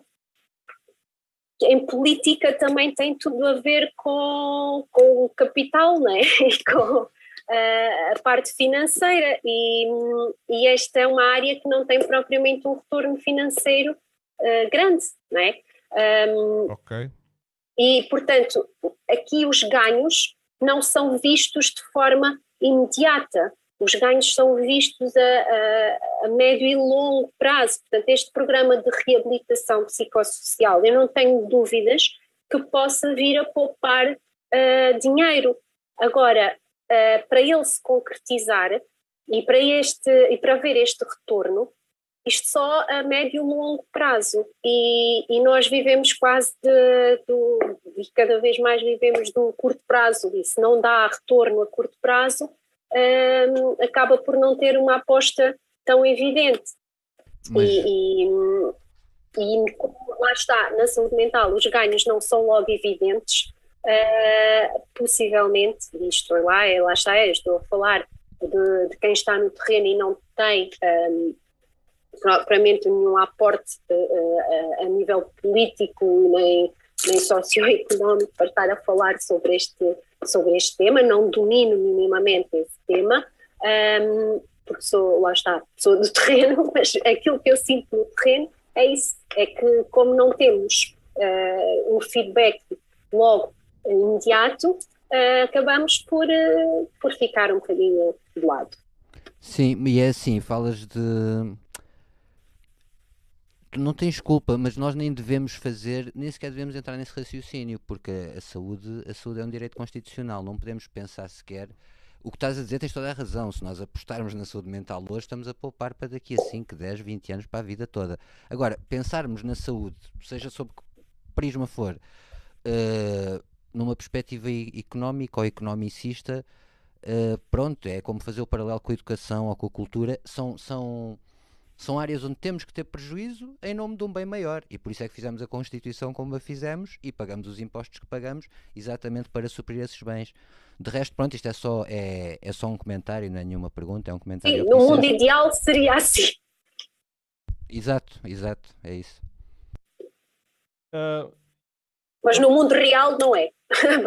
em política também tem tudo a ver com, com o capital, não é? E com uh, a parte financeira e, e esta é uma área que não tem propriamente um retorno financeiro uh, grande, não é? Um, ok. E, portanto, aqui os ganhos não são vistos de forma imediata. Os ganhos são vistos a, a, a médio e longo prazo. Portanto, este programa de reabilitação psicossocial, eu não tenho dúvidas que possa vir a poupar uh, dinheiro. Agora, uh, para ele se concretizar e para, este, e para haver este retorno, isto só a médio e longo prazo. E, e nós vivemos quase de, do, e cada vez mais vivemos do curto prazo. E se não dá retorno a curto prazo, Um, acaba por não ter uma aposta tão evidente. Mas... E, e, e lá está, na saúde mental os ganhos não são logo evidentes, uh, possivelmente, isto lá, é, lá está, é, estou a falar de, de quem está no terreno e não tem um, propriamente nenhum aporte uh, uh, a nível político nem, nem socioeconómico para estar a falar sobre este sobre este tema, não domino minimamente esse tema, um, porque sou, lá está, sou do terreno, mas aquilo que eu sinto no terreno é isso, é que como não temos uh, um feedback logo imediato, uh, acabamos por, uh, por ficar um bocadinho de lado. Sim, e é assim, falas de... Não tens culpa, mas nós nem devemos fazer, nem sequer devemos entrar nesse raciocínio, porque a saúde, a saúde é um direito constitucional, não podemos pensar sequer, o que estás a dizer tens toda a razão, se nós apostarmos na saúde mental hoje, estamos a poupar para daqui a cinco, dez, vinte anos, para a vida toda. Agora, pensarmos na saúde, seja sob que prisma for, uh, numa perspectiva económica ou economicista, uh, pronto, é como fazer o paralelo com a educação ou com a cultura, são... são São áreas onde temos que ter prejuízo em nome de um bem maior. E por isso é que fizemos a Constituição como a fizemos e pagamos os impostos que pagamos exatamente para suprir esses bens. De resto, pronto, isto é só, é, é só um comentário, não é nenhuma pergunta, é um comentário. Sim, no mundo ideal seria assim. Exato, exato, é isso. Uh, Mas no mundo real não é.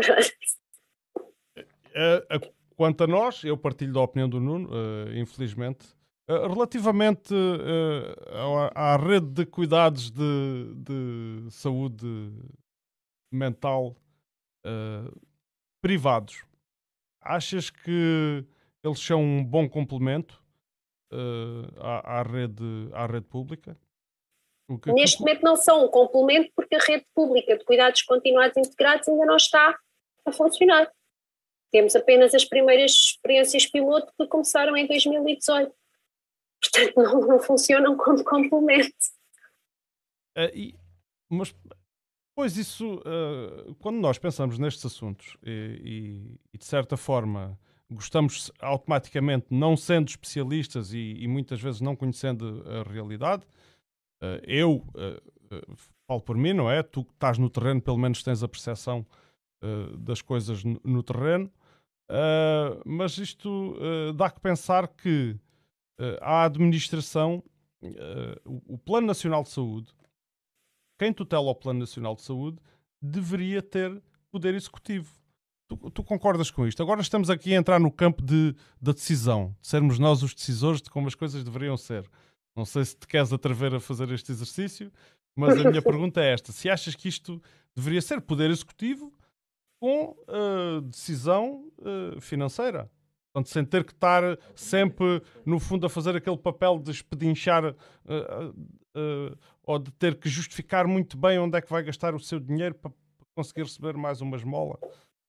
uh, uh, quanto a nós, eu partilho da opinião do Nuno, uh, infelizmente. Uh, relativamente uh, à, à rede de cuidados de, de saúde mental uh, privados, achas que eles são um bom complemento uh, à, à, rede, à rede pública? O que, Neste que... momento não são um complemento porque a rede pública de cuidados continuados integrados ainda não está a funcionar. Temos apenas as primeiras experiências piloto que começaram em dois mil e dezoito. Portanto, não, não funcionam como complemento. Uh, e, mas, pois isso, uh, quando nós pensamos nestes assuntos e, e, e de certa forma gostamos automaticamente, não sendo especialistas e, e muitas vezes não conhecendo a realidade, uh, eu uh, uh, falo por mim, não é? Tu que estás no terreno, pelo menos tens a percepção uh, das coisas no, no terreno, uh, mas isto uh, dá que pensar que Uh, a administração, uh, o, o Plano Nacional de Saúde, quem tutela o Plano Nacional de Saúde, deveria ter poder executivo. Tu, tu concordas com isto? Agora estamos aqui a entrar no campo de, da decisão, de sermos nós os decisores de como as coisas deveriam ser. Não sei se te queres atrever a fazer este exercício, mas a minha pergunta é esta. Se achas que isto deveria ser poder executivo com uh, decisão uh, financeira? Portanto, sem ter que estar sempre, no fundo, a fazer aquele papel de expedinchar uh, uh, uh, ou de ter que justificar muito bem onde é que vai gastar o seu dinheiro para conseguir receber mais uma esmola.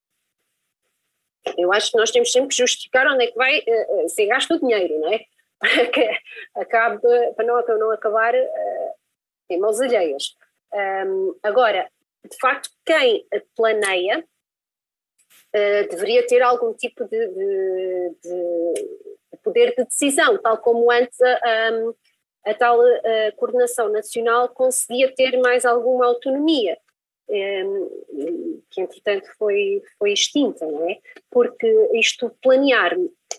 Eu acho que nós temos sempre que justificar onde é que vai uh, ser gasto o dinheiro, não é? Para que acabe, para não, para não acabar uh, em mãos alheias. Um, agora, de facto, quem planeia Uh, deveria ter algum tipo de, de, de poder de decisão, tal como antes a, a, a tal a coordenação nacional conseguia ter mais alguma autonomia, um, que entretanto foi, foi extinta, não é? Porque isto planear,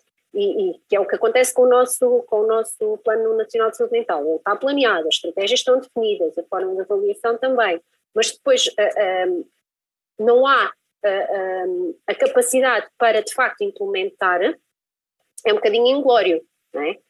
e, e que é o que acontece com o nosso, com o nosso Plano Nacional de Saúde Mental, ele está planeado, as estratégias estão definidas, a forma de avaliação também, mas depois uh, um, não há A, a, a capacidade para de facto implementar, é um bocadinho inglório, não é?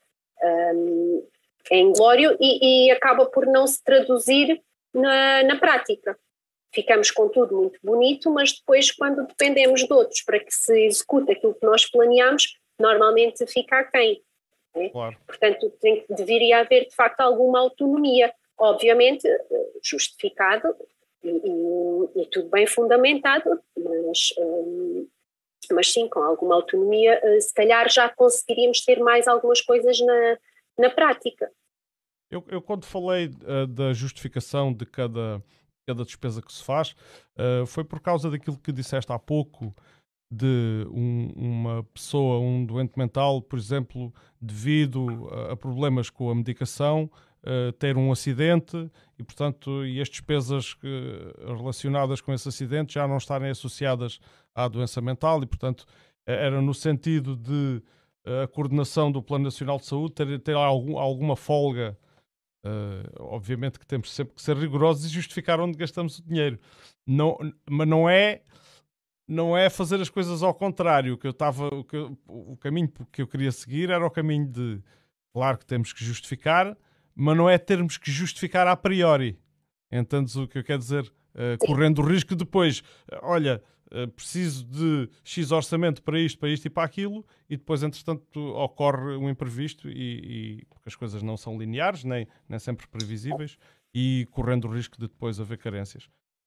Um, é inglório e, e acaba por não se traduzir na, na prática. Ficamos com tudo muito bonito, mas depois quando dependemos de outros para que se execute aquilo que nós planeamos, normalmente fica aquém. Não é? Claro. Portanto, tem, deveria haver de facto alguma autonomia, obviamente justificado, E, e, e tudo bem fundamentado, mas, um, mas sim, com alguma autonomia, uh, se calhar já conseguiríamos ter mais algumas coisas na, na prática. Eu, eu quando falei uh, da justificação de cada, cada despesa que se faz, uh, foi por causa daquilo que disseste há pouco, de um, uma pessoa, um doente mental, por exemplo, devido a, a problemas com a medicação, Uh, ter um acidente e, portanto, e as despesas uh, relacionadas com esse acidente já não estarem associadas à doença mental e, portanto, era no sentido de uh, a coordenação do Plano Nacional de Saúde ter, ter algum, alguma folga. Uh, obviamente que temos sempre que ser rigorosos e justificar onde gastamos o dinheiro. Não, mas não é, não é fazer as coisas ao contrário. O, que eu tava, o, que eu, o caminho que eu queria seguir era o caminho de, claro que temos que justificar, mas não é termos que justificar a priori. Entendes o que eu quero dizer? Uh, correndo o risco depois, uh, olha, uh, preciso de X orçamento para isto, para isto e para aquilo, e depois, entretanto, ocorre um imprevisto, e, e porque as coisas não são lineares, nem, nem sempre previsíveis, e correndo o risco de depois haver carências.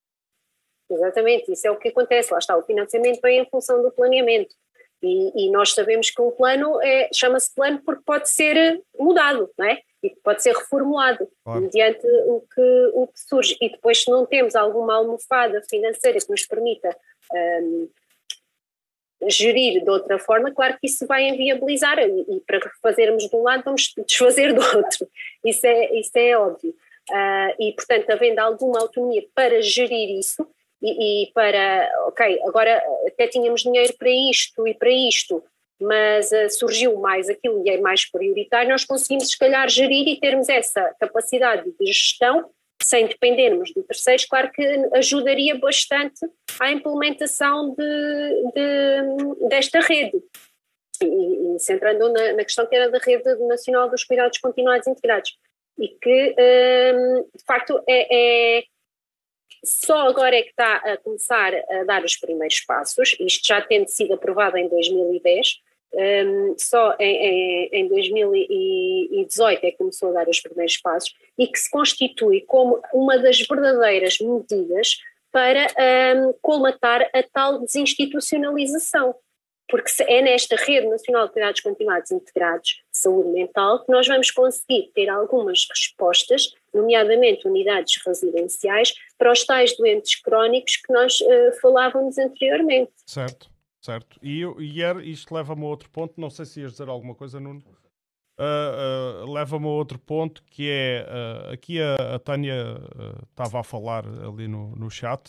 Exatamente, isso é o que acontece. Lá está, o financiamento vem em função do planeamento. E, e nós sabemos que um plano é, chama-se plano porque pode ser mudado, não é? E pode ser reformulado, claro, mediante o que, o que surge. E depois, se não temos alguma almofada financeira que nos permita um, gerir de outra forma, claro que isso vai inviabilizar e, e para fazermos de um lado vamos desfazer do outro, isso é, isso é óbvio. Uh, e portanto havendo alguma autonomia para gerir isso e, e para, ok, agora até tínhamos dinheiro para isto e para isto, mas uh, surgiu mais aquilo e é mais prioritário, nós conseguimos se calhar gerir e termos essa capacidade de gestão sem dependermos de terceiros, claro que ajudaria bastante à implementação de, de, desta rede. E, e centrando na, na questão que era da Rede Nacional dos Cuidados Continuados Integrados. E que, um, de facto, é, é só agora é que está a começar a dar os primeiros passos, isto já tendo sido aprovado em dois mil e dez, um, só em, em, em dois mil e dezoito é que começou a dar os primeiros passos e que se constitui como uma das verdadeiras medidas para um, colmatar a tal desinstitucionalização. Porque é nesta Rede Nacional de Cuidados Continuados Integrados de Saúde Mental que nós vamos conseguir ter algumas respostas, nomeadamente unidades residenciais, para os tais doentes crónicos que nós uh, falávamos anteriormente. Certo, certo. E, eu, e era, isto leva-me a outro ponto, não sei se ias dizer alguma coisa, Nuno. Uh, uh, leva-me a outro ponto que é, uh, aqui a, a Tânia estava uh, a falar ali no, no chat,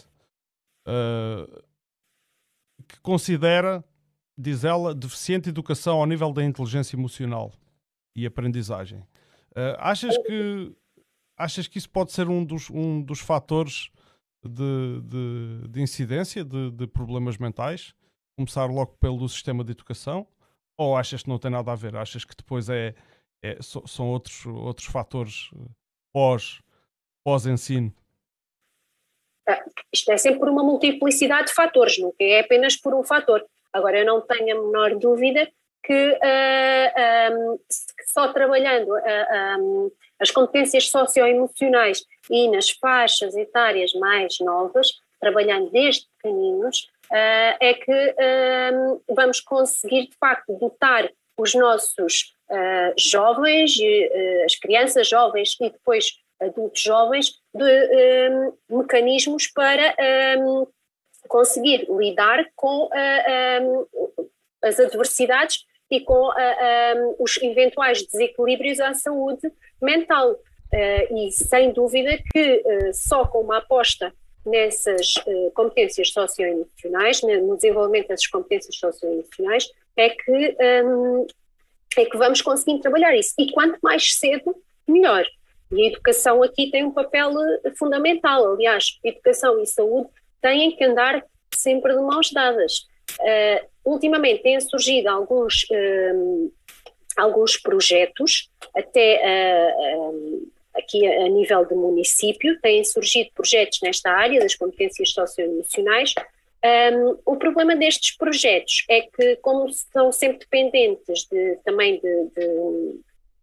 uh, que considera, diz ela, deficiente educação ao nível da inteligência emocional e aprendizagem. Uh, achas que achas que isso pode ser um dos, um dos fatores de, de, de incidência de, de problemas mentais? Começar logo pelo sistema de educação? Ou achas que não tem nada a ver? Achas que depois é, é, são outros, outros fatores pós, pós-ensino? Isto é sempre por uma multiplicidade de fatores, nunca é apenas por um fator. Agora, eu não tenho a menor dúvida que uh, um, só trabalhando uh, um, as competências socioemocionais e nas faixas etárias mais novas, trabalhando desde pequeninos, uh, é que uh, vamos conseguir, de facto, dotar os nossos uh, jovens, uh, as crianças jovens e depois adultos jovens, de um, mecanismos para um, conseguir lidar com uh, um, as adversidades e com uh, um, os eventuais desequilíbrios à saúde mental. Uh, e sem dúvida que uh, só com uma aposta nessas uh, competências socioemocionais, no desenvolvimento dessas competências socioemocionais, é que, um, é que vamos conseguir trabalhar isso. E quanto mais cedo, melhor. E a educação aqui tem um papel fundamental. Aliás, educação e saúde têm que andar sempre de mãos dadas. Uh, ultimamente têm surgido alguns, um, alguns projetos, até uh, um, aqui a, a nível de município, têm surgido projetos nesta área das competências socioemocionais. Um, o problema destes projetos é que, como são sempre dependentes de, também de, de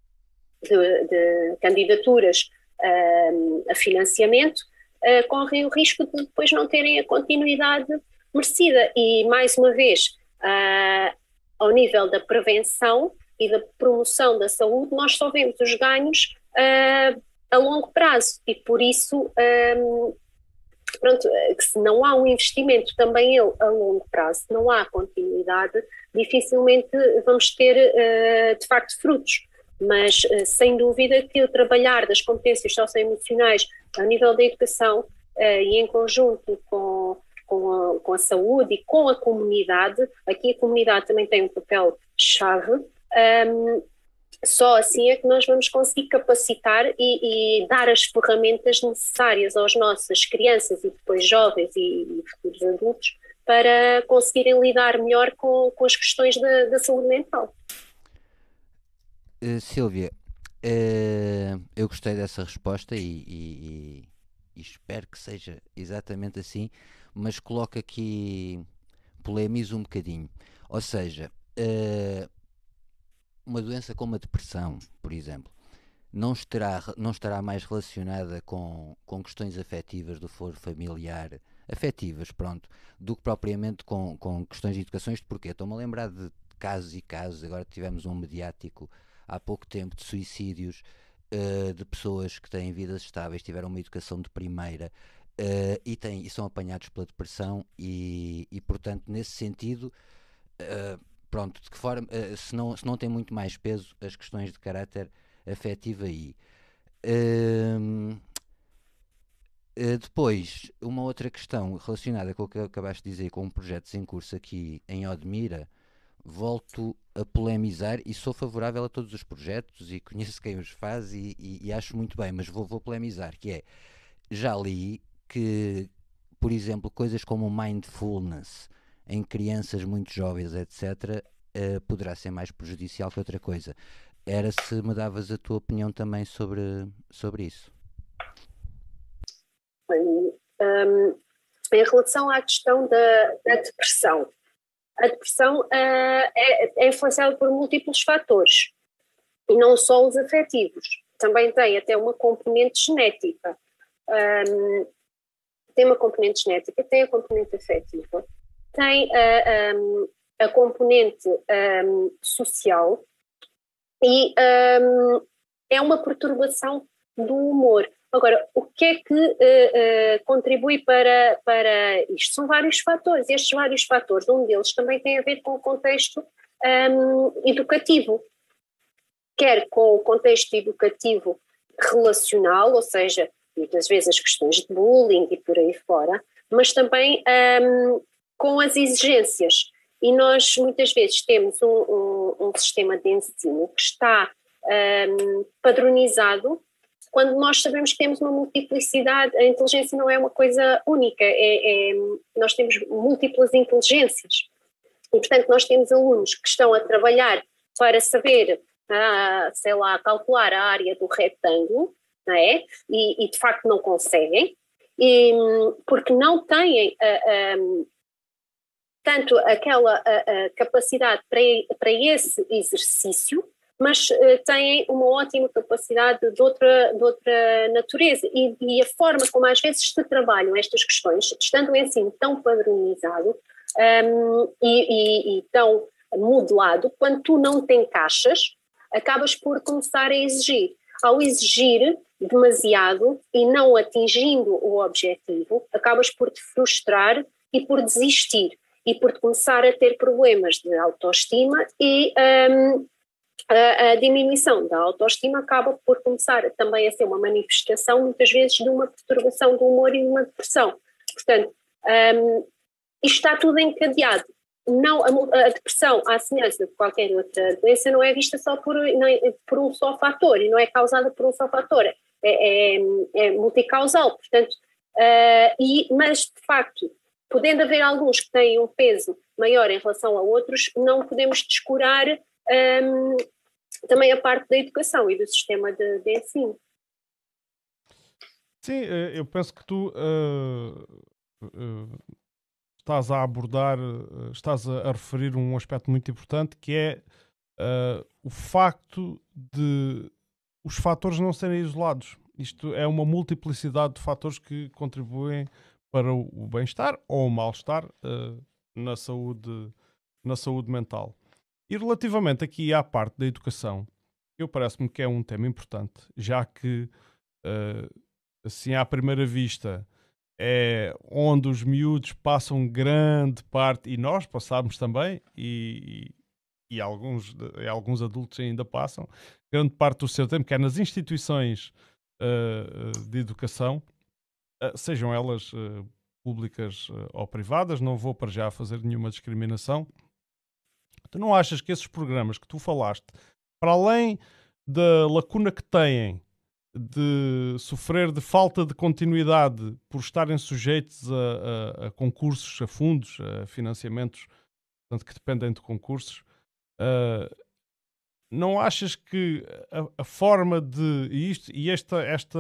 De, de candidaturas uh, a financiamento, uh, correm o risco de depois não terem a continuidade merecida. E, mais uma vez, uh, ao nível da prevenção e da promoção da saúde, nós só vemos os ganhos uh, a longo prazo. E, por isso, um, pronto, que se não há um investimento também ele a longo prazo, se não há continuidade, dificilmente vamos ter, uh, de facto, frutos. Mas, sem dúvida, que o trabalhar das competências socioemocionais ao nível da educação uh, e em conjunto com, com, a, com a saúde e com a comunidade, aqui a comunidade também tem um papel-chave, um, só assim é que nós vamos conseguir capacitar e, e dar as ferramentas necessárias às nossas crianças e depois jovens e, e futuros adultos para conseguirem lidar melhor com, com as questões da, da saúde mental. Uh, Sílvia, uh, eu gostei dessa resposta e, e, e espero que seja exatamente assim, mas coloco aqui, polemizo um bocadinho. Ou seja, uh, uma doença como a depressão, por exemplo, não estará, não estará mais relacionada com, com questões afetivas do foro familiar, afetivas, pronto, do que propriamente com, com questões de educação. Isto porquê? Estou-me a lembrar de casos e casos, agora tivemos um mediático há pouco tempo de suicídios uh, de pessoas que têm vidas estáveis, tiveram uma educação de primeira uh, e, têm, e são apanhados pela depressão e, e, portanto, nesse sentido, uh, pronto, de que forma, uh, se, não, se não tem muito mais peso as questões de caráter afetivo aí. Uh, uh, depois, uma outra questão relacionada com o que acabaste de dizer, com projetos em curso aqui em Odmira, volto a polemizar e sou favorável a todos os projetos e conheço quem os faz e, e, e acho muito bem, mas vou, vou polemizar, que é, já li que, por exemplo, coisas como mindfulness em crianças muito jovens, etcétera, uh, poderá ser mais prejudicial que outra coisa. Era se me davas a tua opinião também sobre, sobre isso. Um, em relação à questão da, da depressão, a depressão uh, é, é influenciada por múltiplos fatores, e não só os afetivos, também tem até uma componente genética. Um, tem uma componente genética, tem a componente afetiva, tem a, um, a componente um, social e um, é uma perturbação do humor. Agora, o que é que uh, uh, contribui para, para isto? São vários fatores, e estes vários fatores, um deles também tem a ver com o contexto um, educativo, quer com o contexto educativo relacional, ou seja, muitas vezes as questões de bullying e por aí fora, mas também um, com as exigências. E nós muitas vezes temos um, um, um sistema de ensino que está um, padronizado, quando nós sabemos que temos uma multiplicidade. A inteligência não é uma coisa única, é, é, nós temos múltiplas inteligências. E, portanto, nós temos alunos que estão a trabalhar para saber, ah, sei lá, calcular a área do retângulo, não é? E, e de facto não conseguem, e, porque não têm ah, ah, tanto aquela ah, ah, capacidade para, para esse exercício, mas uh, têm uma ótima capacidade de outra, de outra natureza. E, e a forma como às vezes se trabalham estas questões, estando o ensino tão padronizado um, e, e, e tão modelado, quando tu não te encaixas, acabas por começar a exigir. Ao exigir demasiado e não atingindo o objetivo, acabas por te frustrar e por desistir, e por começar a ter problemas de autoestima e... Um, A, a diminuição da autoestima acaba por começar também a ser uma manifestação, muitas vezes, de uma perturbação do humor e de uma depressão. Portanto, um, isto está tudo encadeado. Não, a, a depressão, à semelhança de qualquer outra doença, não é vista só por, não é, por um só fator, e não é causada por um só fator, é, é, é multicausal. Portanto, uh, e, mas, de facto, podendo haver alguns que têm um peso maior em relação a outros, não podemos descurar um, também a parte da educação e do sistema de, de ensino. Sim, eu penso que tu uh, uh, estás a abordar, uh, estás a, a referir um aspecto muito importante, que é uh, o facto de os fatores não serem isolados. Isto é uma multiplicidade de fatores que contribuem para o, o bem-estar ou o mal-estar uh, na saúde, na saúde mental. E relativamente aqui à parte da educação, eu parece-me que é um tema importante, já que, uh, assim, à primeira vista, é onde os miúdos passam grande parte, e nós passamos também, e, e, e, alguns, e alguns adultos ainda passam, grande parte do seu tempo, que é nas instituições uh, de educação, uh, sejam elas uh, públicas uh, ou privadas, não vou para já fazer nenhuma discriminação. Tu não achas que esses programas que tu falaste, para além da lacuna que têm de sofrer de falta de continuidade por estarem sujeitos a, a, a concursos, a fundos, a financiamentos, portanto, que dependem de concursos, uh, não achas que a, a forma de... E, isto, e esta, esta...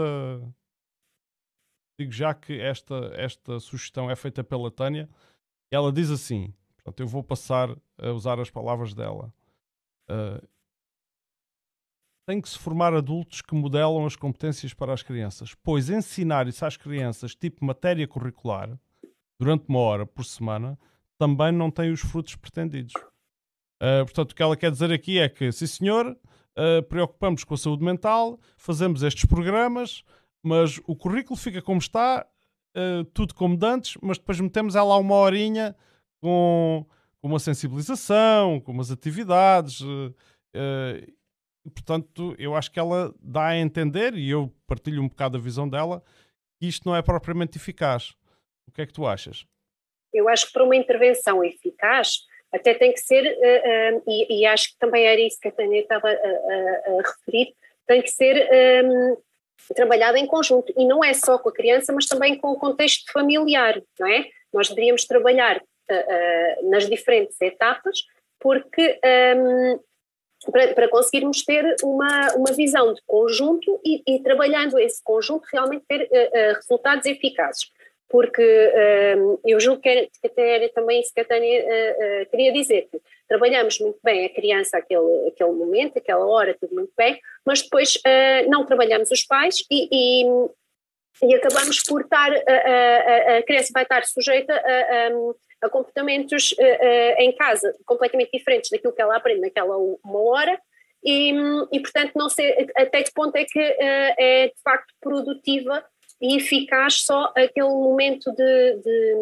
Digo já que esta, esta sugestão é feita pela Tânia, ela diz assim... Portanto, eu vou passar a usar as palavras dela. Uh, tem que se formar adultos que modelam as competências para as crianças, pois ensinar isso às crianças, tipo matéria curricular, durante uma hora por semana, também não tem os frutos pretendidos. Uh, portanto, o que ela quer dizer aqui é que, sim senhor, uh, preocupamos com a saúde mental, fazemos estes programas, mas o currículo fica como está, uh, tudo como de antes, mas depois metemos ela lá uma horinha com, com uma sensibilização, com umas atividades. Uh, uh, e, portanto, eu acho que ela dá a entender, e eu partilho um bocado a visão dela, que isto não é propriamente eficaz. O que é que tu achas? Eu acho que para uma intervenção eficaz até tem que ser, uh, uh, e, e acho que também era isso que a Tânia estava a, a, a referir, tem que ser um, trabalhada em conjunto, e não é só com a criança, mas também com o contexto familiar, não é? Nós deveríamos trabalhar uh, uh, nas diferentes etapas, porque um, para, para conseguirmos ter uma, uma visão de conjunto e, e trabalhando esse conjunto realmente ter uh, uh, resultados eficazes. Porque uh, eu julgo que, era, que até era também isso que a Tânia uh, uh, queria dizer, que trabalhamos muito bem a criança aquele, aquele momento, aquela hora, tudo muito bem, mas depois uh, não trabalhamos os pais e, e, e acabamos por estar, uh, uh, a criança vai estar sujeita a, um, a comportamentos uh, uh, em casa completamente diferentes daquilo que ela aprende naquela uma hora e, e portanto não sei até que ponto é que uh, é de facto produtiva e eficaz só aquele momento de,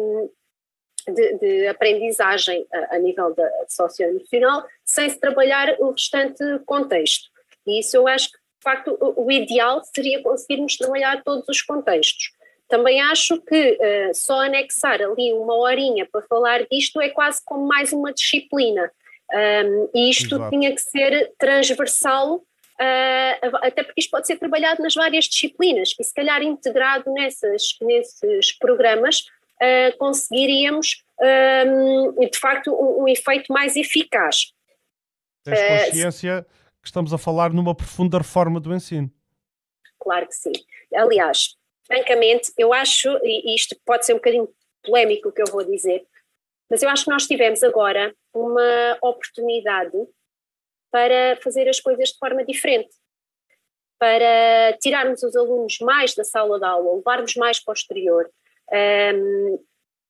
de, de, de aprendizagem a, a nível da socioemocional, sem se trabalhar o restante contexto. E isso eu acho que, de facto, o, o ideal seria conseguirmos trabalhar todos os contextos. Também acho que uh, só anexar ali uma horinha para falar disto é quase como mais uma disciplina. Um, e isto Exato. Tinha que ser transversal. Uh, até porque isto pode ser trabalhado nas várias disciplinas e se calhar integrado nessas, nesses programas uh, conseguiríamos um, de facto um, um efeito mais eficaz. Tens consciência uh, que estamos a falar numa profunda reforma do ensino? Claro que sim. Aliás, francamente, eu acho, e isto pode ser um bocadinho polémico o que eu vou dizer, mas eu acho que nós tivemos agora uma oportunidade para fazer as coisas de forma diferente, para tirarmos os alunos mais da sala de aula, levarmos mais para o exterior, um,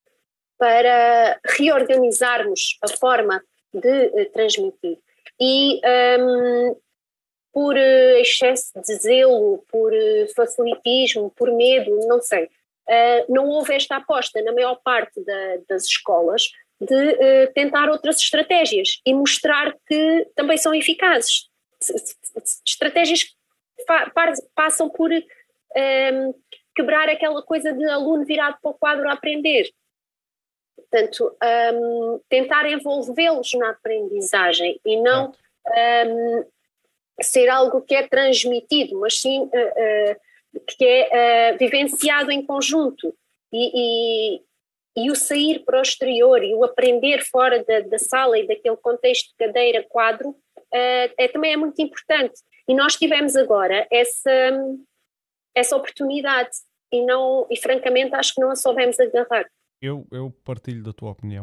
para reorganizarmos a forma de uh, transmitir. E um, por uh, excesso de zelo, por uh, facilitismo, por medo, não sei, uh, não houve esta aposta na maior parte da, das escolas de uh, tentar outras estratégias e mostrar que também são eficazes. Estratégias que fa- passam por um, quebrar aquela coisa de aluno virado para o quadro a aprender. Portanto, um, tentar envolvê-los na aprendizagem e não um, ser algo que é transmitido, mas sim uh, uh, que é uh, vivenciado em conjunto e, e E o sair para o exterior e o aprender fora da, da sala e daquele contexto de cadeira, quadro, uh, é, também é muito importante. E nós tivemos agora essa, essa oportunidade e, não, e francamente acho que não a soubemos agarrar. Eu, eu partilho da tua opinião.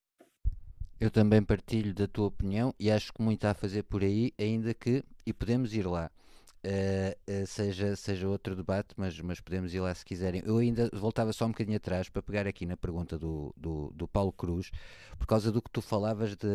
Eu também partilho da tua opinião e acho que muito há a fazer por aí, ainda que, e podemos ir lá, Uh, uh, seja, seja outro debate, mas, mas podemos ir lá se quiserem. Eu ainda voltava só um bocadinho atrás para pegar aqui na pergunta do, do, do Paulo Cruz, por causa do que tu falavas de,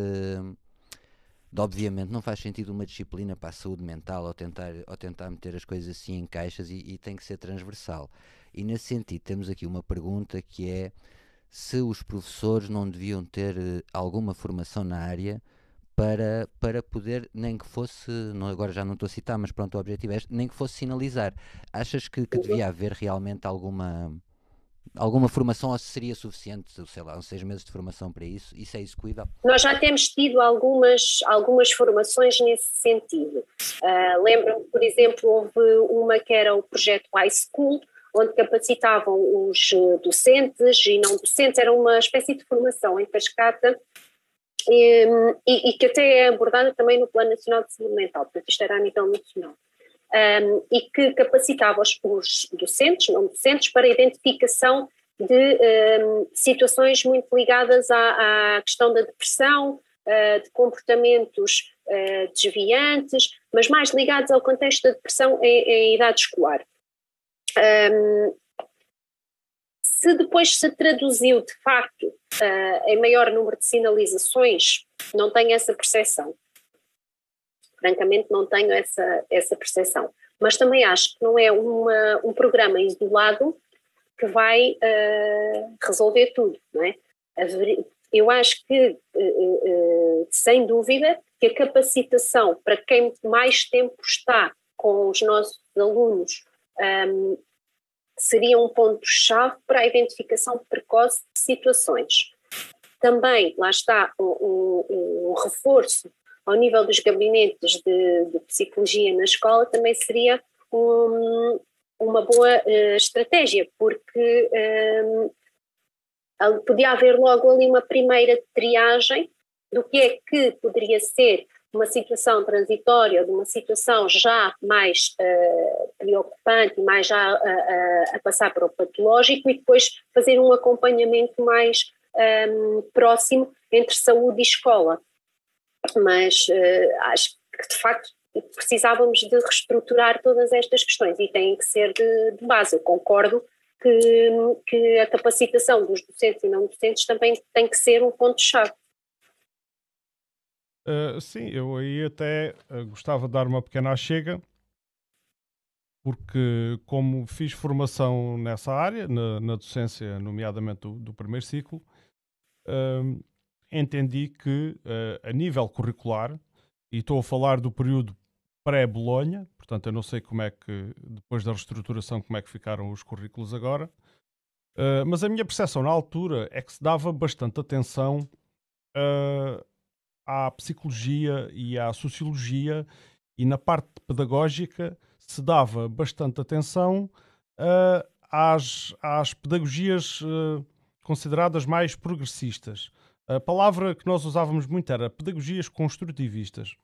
de obviamente não faz sentido uma disciplina para a saúde mental ou tentar, ou tentar meter as coisas assim em caixas e, e tem que ser transversal. E nesse sentido temos aqui uma pergunta que é se os professores não deviam ter uh, alguma formação na área Para, para poder, nem que fosse, não, agora já não estou a citar, mas pronto, o objetivo é este, nem que fosse sinalizar. Achas que, que devia haver realmente alguma, alguma formação ou seria suficiente, sei lá, uns seis meses de formação para isso? Isso é execuível? Nós já temos tido algumas, algumas formações nesse sentido. Uh, Lembro-me, por exemplo, houve uma que era o projeto High School, onde capacitavam os docentes e não docentes, era uma espécie de formação em cascata, E, e, e que até é abordada também no Plano Nacional de Saúde Mental, portanto isto era a nível nacional, um, e que capacitava os, os docentes, não docentes, para a identificação de um, situações muito ligadas à, à questão da depressão, uh, de comportamentos uh, desviantes, mas mais ligados ao contexto da depressão em, em idade escolar. Um, Se depois se traduziu, de facto, uh, em maior número de sinalizações, não tenho essa percepção. Francamente, não tenho essa, essa percepção. Mas também acho que não é uma, um programa isolado que vai uh, resolver tudo, não é? Haver, eu acho que, sem dúvida, que a capacitação para quem mais tempo está com os nossos alunos um, seria um ponto-chave para a identificação precoce de situações. Também, lá está, um, um, um reforço ao nível dos gabinetes de, de psicologia na escola também seria um, uma boa uh, estratégia, porque um, podia haver logo ali uma primeira triagem do que é que poderia ser uma situação transitória, de uma situação já mais uh, preocupante, mais já uh, uh, a passar para o patológico, e depois fazer um acompanhamento mais um, próximo entre saúde e escola. Mas uh, acho que de facto precisávamos de reestruturar todas estas questões e têm que ser de, de base. Eu concordo que, que a capacitação dos docentes e não docentes também tem que ser um ponto-chave. Uh, sim, eu aí até uh, gostava de dar uma pequena achega, porque como fiz formação nessa área, na, na docência, nomeadamente do, do primeiro ciclo, uh, entendi que uh, a nível curricular, e estou a falar do período pré-Bolonha, portanto eu não sei como é que, depois da reestruturação, como é que ficaram os currículos agora, uh, mas a minha percepção na altura é que se dava bastante atenção uh, à psicologia e à sociologia, e na parte pedagógica se dava bastante atenção uh, às, às pedagogias uh, consideradas mais progressistas. A palavra que nós usávamos muito era pedagogias construtivistas.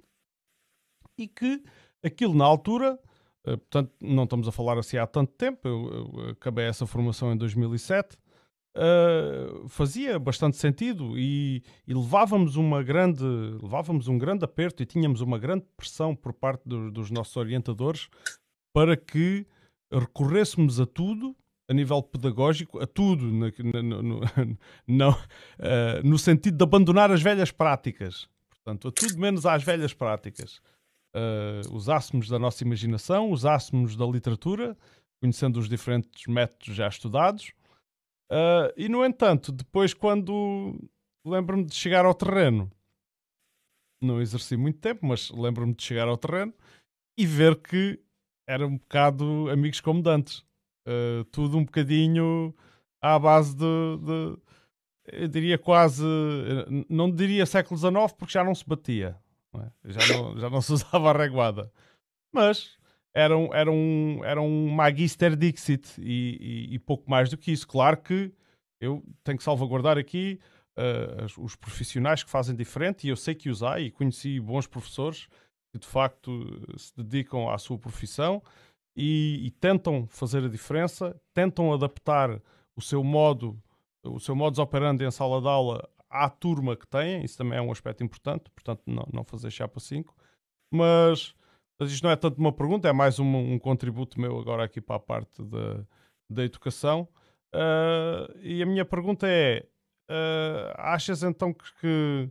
E que aquilo na altura, uh, portanto não estamos a falar assim há tanto tempo, eu, eu acabei essa formação em dois mil e sete, Uh, fazia bastante sentido e, e levávamos uma grande levávamos um grande aperto e tínhamos uma grande pressão por parte do, dos nossos orientadores para que recorrêssemos a tudo a nível pedagógico, a tudo no, no, no, no, uh, no sentido de abandonar as velhas práticas, portanto a tudo menos às velhas práticas. Uh, usássemos da nossa imaginação, usássemos da literatura, conhecendo os diferentes métodos já estudados. Uh, e, no entanto, depois, quando lembro-me de chegar ao terreno, não exerci muito tempo, mas lembro-me de chegar ao terreno e ver que era um bocado amigos como dantes. Uh, tudo um bocadinho à base de, de, eu diria quase, não diria século dezenove, porque já não se batia, não é? já, não, já não se usava a reguada, mas era um, era um, era um Magister Dixit e, e, e pouco mais do que isso. Claro que eu tenho que salvaguardar aqui uh, os profissionais que fazem diferente, e eu sei que os há, e conheci bons professores que de facto se dedicam à sua profissão e, e tentam fazer a diferença, tentam adaptar o seu modo, o seu modus operandi em sala de aula à turma que têm. Isso também é um aspecto importante, portanto não, não fazer chapa cinco, mas... Mas isto não é tanto uma pergunta, é mais um, um contributo meu agora aqui para a parte da, da educação. Uh, e a minha pergunta é, uh, achas então que, que...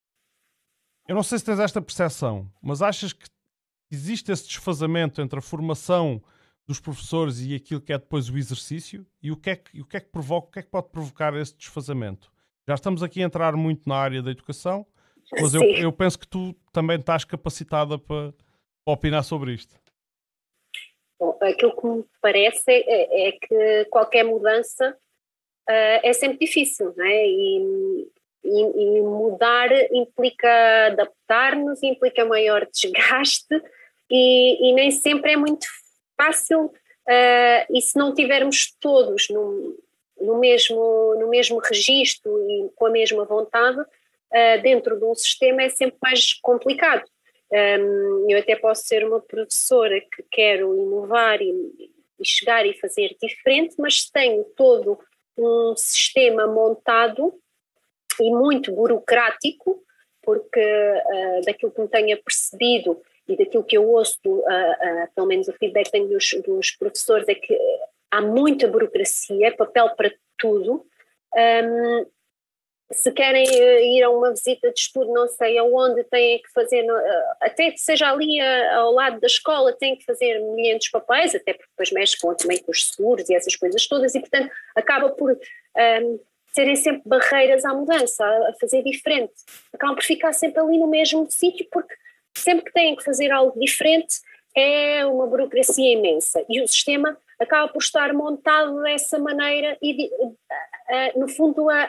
Eu não sei se tens esta percepção, mas achas que existe esse desfazamento entre a formação dos professores e aquilo que é depois o exercício? E o que é que, o que, é que provoca, o que é que pode provocar esse desfazamento? Já estamos aqui a entrar muito na área da educação, mas eu, eu penso que tu também estás capacitada para... opinar sobre isto. Bom, aquilo que me parece é, é que qualquer mudança uh, é sempre difícil, não é? E, e, e mudar implica adaptar-nos, implica maior desgaste e, e nem sempre é muito fácil, uh, e se não tivermos todos no, no, mesmo, no mesmo registro e com a mesma vontade, uh, dentro de um sistema é sempre mais complicado. Um, eu até posso ser uma professora que quero inovar e, e chegar e fazer diferente, mas tenho todo um sistema montado e muito burocrático, porque uh, daquilo que me tenho percebido e daquilo que eu ouço, uh, uh, pelo menos o feedback que tenho dos, dos professores, é que há muita burocracia, papel para tudo. Um, se querem ir a uma visita de estudo, não sei aonde, têm que fazer, até que seja ali ao lado da escola, têm que fazer milhares de papéis, até porque depois mexe com, também com os seguros e essas coisas todas, e portanto acaba por um, serem sempre barreiras à mudança, a, a fazer diferente. Acabam por ficar sempre ali no mesmo sítio, porque sempre que têm que fazer algo diferente é uma burocracia imensa. E o sistema acaba por estar montado dessa maneira e, de, a, a, no fundo, a,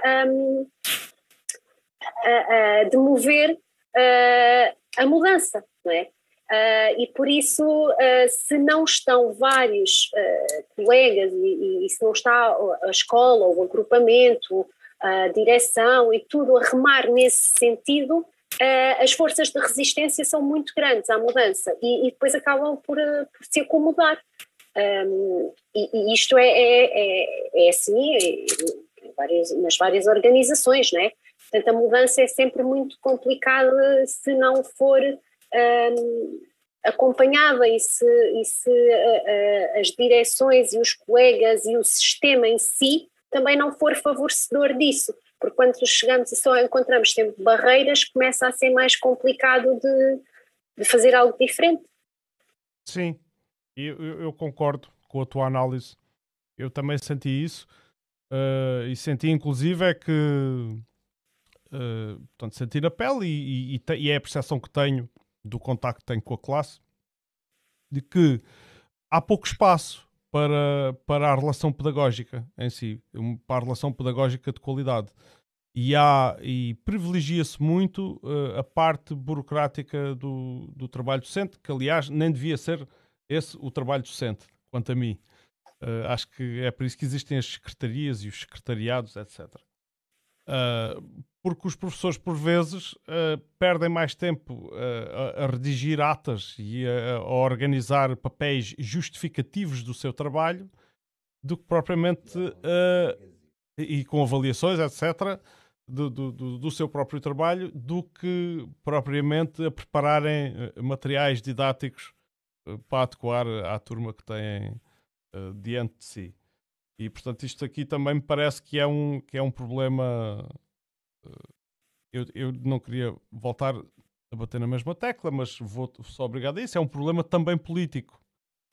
a, a demover a, a mudança, não é? Uh, e por isso, uh, se não estão vários uh, colegas e, e se não está a escola, o agrupamento, a direção e tudo a remar nesse sentido, uh, as forças de resistência são muito grandes à mudança e, e depois acabam por, uh, por se acomodar. Um, e, e isto é, é, é, é assim é, é, várias, nas várias organizações, não é? Portanto, a mudança é sempre muito complicada se não for Um, acompanhada e se, e se uh, uh, as direções e os colegas e o sistema em si também não for favorecedor disso, porque quando chegamos e só encontramos sempre barreiras, começa a ser mais complicado de, de fazer algo diferente. Sim, eu, eu, eu concordo com a tua análise, eu também senti isso uh, e senti inclusive é que uh, portanto, senti na pele e, e, e, te, e é a percepção que tenho do contacto que tenho com a classe, de que há pouco espaço para, para a relação pedagógica em si, para a relação pedagógica de qualidade. E, há, e privilegia-se muito uh, a parte burocrática do, do trabalho docente, que aliás nem devia ser esse o trabalho docente, quanto a mim. Uh, acho que é por isso que existem as secretarias e os secretariados, etcétera. Uh, porque os professores, por vezes, uh, perdem mais tempo uh, a, a redigir atas e a, a organizar papéis justificativos do seu trabalho do que propriamente, uh, e com avaliações, etcétera, do, do, do, do seu próprio trabalho, do que propriamente a prepararem uh, materiais didáticos uh, para adequar à turma que têm uh, diante de si. E, portanto, isto aqui também me parece que é um, que é um problema. Eu, eu não queria voltar a bater na mesma tecla, mas vou só obrigado a isso. É um problema também político,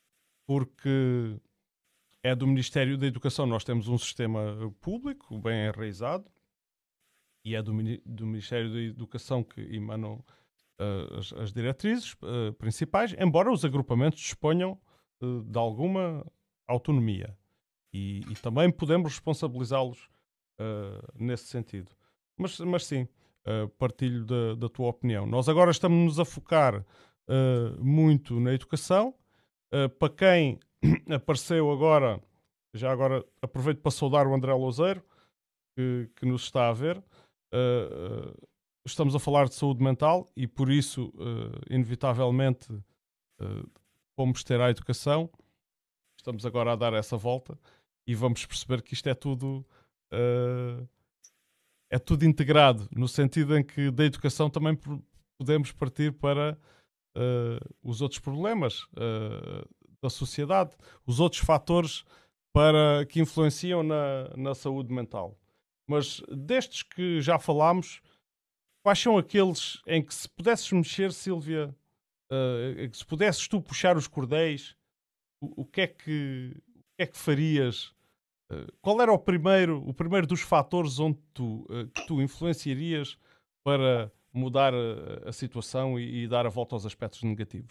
porque é do Ministério da Educação. Nós temos um sistema público bem enraizado e é do, do Ministério da Educação que emanam uh, as, as diretrizes uh, principais, embora os agrupamentos disponham uh, de alguma autonomia. E, e também podemos responsabilizá-los uh, nesse sentido. Mas, mas sim, uh, partilho da, da tua opinião. Nós agora estamos-nos a focar uh, muito na educação. Uh, para quem apareceu agora, já agora aproveito para saudar o André Louzeiro, que, que nos está a ver. Uh, uh, estamos a falar de saúde mental e por isso, uh, inevitavelmente, uh, vamos ter a educação. Estamos agora a dar essa volta. E vamos perceber que isto é tudo uh, é tudo integrado, no sentido em que da educação também podemos partir para uh, os outros problemas uh, da sociedade, os outros fatores para, que influenciam na, na saúde mental. Mas destes que já falámos, quais são aqueles em que se pudesses mexer, Sílvia, uh, se pudesses tu puxar os cordéis, o, o, que é que, o que é que farias? Qual era o primeiro, o primeiro dos fatores onde tu, que tu influenciarias para mudar a, a situação e, e dar a volta aos aspectos negativos?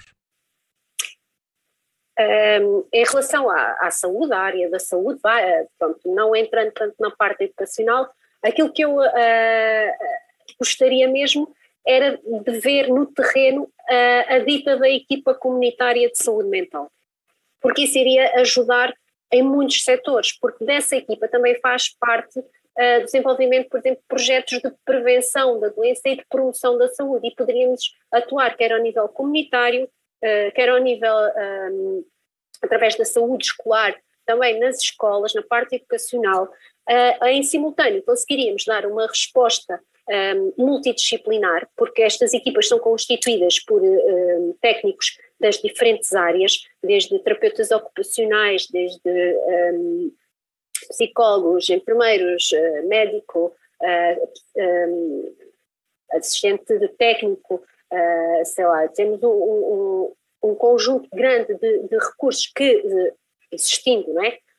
Um, em relação à, à saúde, à área da saúde, vai, pronto, não entrando tanto na parte educacional, aquilo que eu uh, gostaria mesmo era de ver no terreno uh, a dita da equipa comunitária de saúde mental, porque isso iria ajudar em muitos setores, porque dessa equipa também faz parte uh, do desenvolvimento, por exemplo, de projetos de prevenção da doença e de promoção da saúde, e poderíamos atuar quer ao nível comunitário, uh, quer ao nível, um, através da saúde escolar, também nas escolas, na parte educacional, uh, em simultâneo conseguiríamos dar uma resposta um, multidisciplinar, porque estas equipas são constituídas por uh, técnicos das diferentes áreas, desde terapeutas ocupacionais, desde um, psicólogos, enfermeiros, uh, médico, uh, um, assistente de técnico, uh, sei lá, temos um, um, um conjunto grande de, de recursos que, uh, existindo, não é?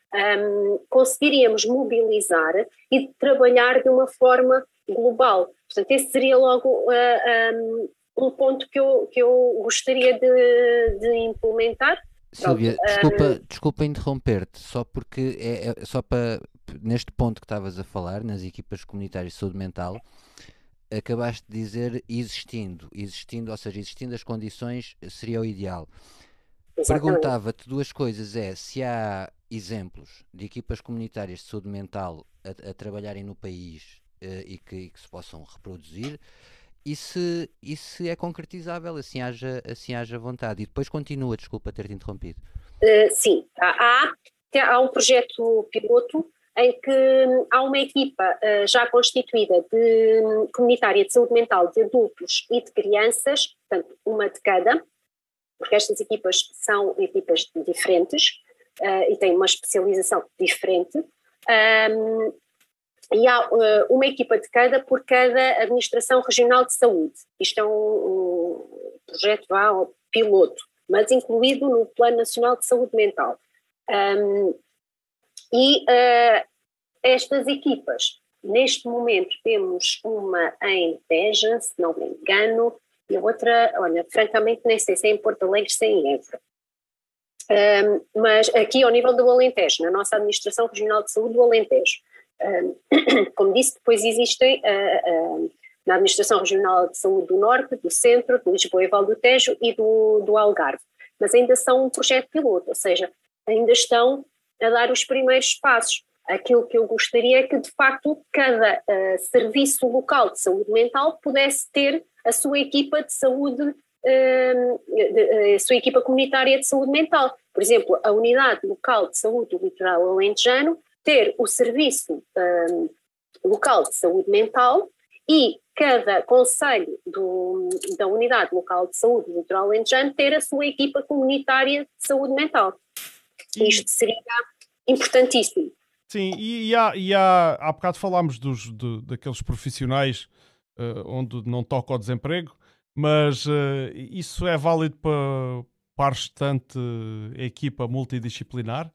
um, conseguiríamos mobilizar e trabalhar de uma forma global. Portanto, esse seria logo uh, um, um ponto que eu, que eu gostaria de, de implementar. Sílvia, Pronto, desculpa, um... desculpa interromper-te, só porque é, é só para, neste ponto que estavas a falar, nas equipas comunitárias de saúde mental, acabaste de dizer existindo, existindo, ou seja, existindo as condições seria o ideal. Perguntava-te duas coisas, é se há exemplos de equipas comunitárias de saúde mental a, a trabalharem no país uh, e, que, e que se possam reproduzir, e se, e se é concretizável, assim haja, assim haja vontade. E depois continua, desculpa ter-te interrompido. Uh, sim, há, há um projeto piloto em que há uma equipa uh, já constituída de um, comunitária de saúde mental de adultos e de crianças, portanto, uma de cada, porque estas equipas são equipas diferentes uh, e têm uma especialização diferente. Um, e há uh, uma equipa de cada por cada Administração Regional de Saúde. Isto é um, um projeto vá, piloto, mas incluído no Plano Nacional de Saúde Mental. Um, e uh, estas equipas, neste momento temos uma em Beja, se não me engano, e a outra, olha, francamente nem sei se é em Porto Alegre, se é em Évora. Um, mas aqui ao nível do Alentejo, na nossa Administração Regional de Saúde do Alentejo. Um, como disse, depois existem uh, uh, na Administração Regional de Saúde do Norte, do Centro, de Lisboa e Val do Tejo e do, do Algarve. Mas ainda são um projeto piloto, ou seja, ainda estão a dar os primeiros passos. Aquilo que eu gostaria é que, de facto, cada uh, serviço local de saúde mental pudesse ter a sua equipa de saúde, uh, de, a sua equipa comunitária de saúde mental. Por exemplo, a Unidade Local de Saúde do Litoral Alentejano ter o serviço uh, local de saúde mental e cada concelho do, da Unidade Local de Saúde do Litoral Alentejano ter a sua equipa comunitária de saúde mental. Isto seria importantíssimo. Sim, e, e, há, e há, há bocado falámos dos, de, daqueles profissionais uh, onde não toca o desemprego, mas uh, isso é válido para, para a restante equipa multidisciplinar?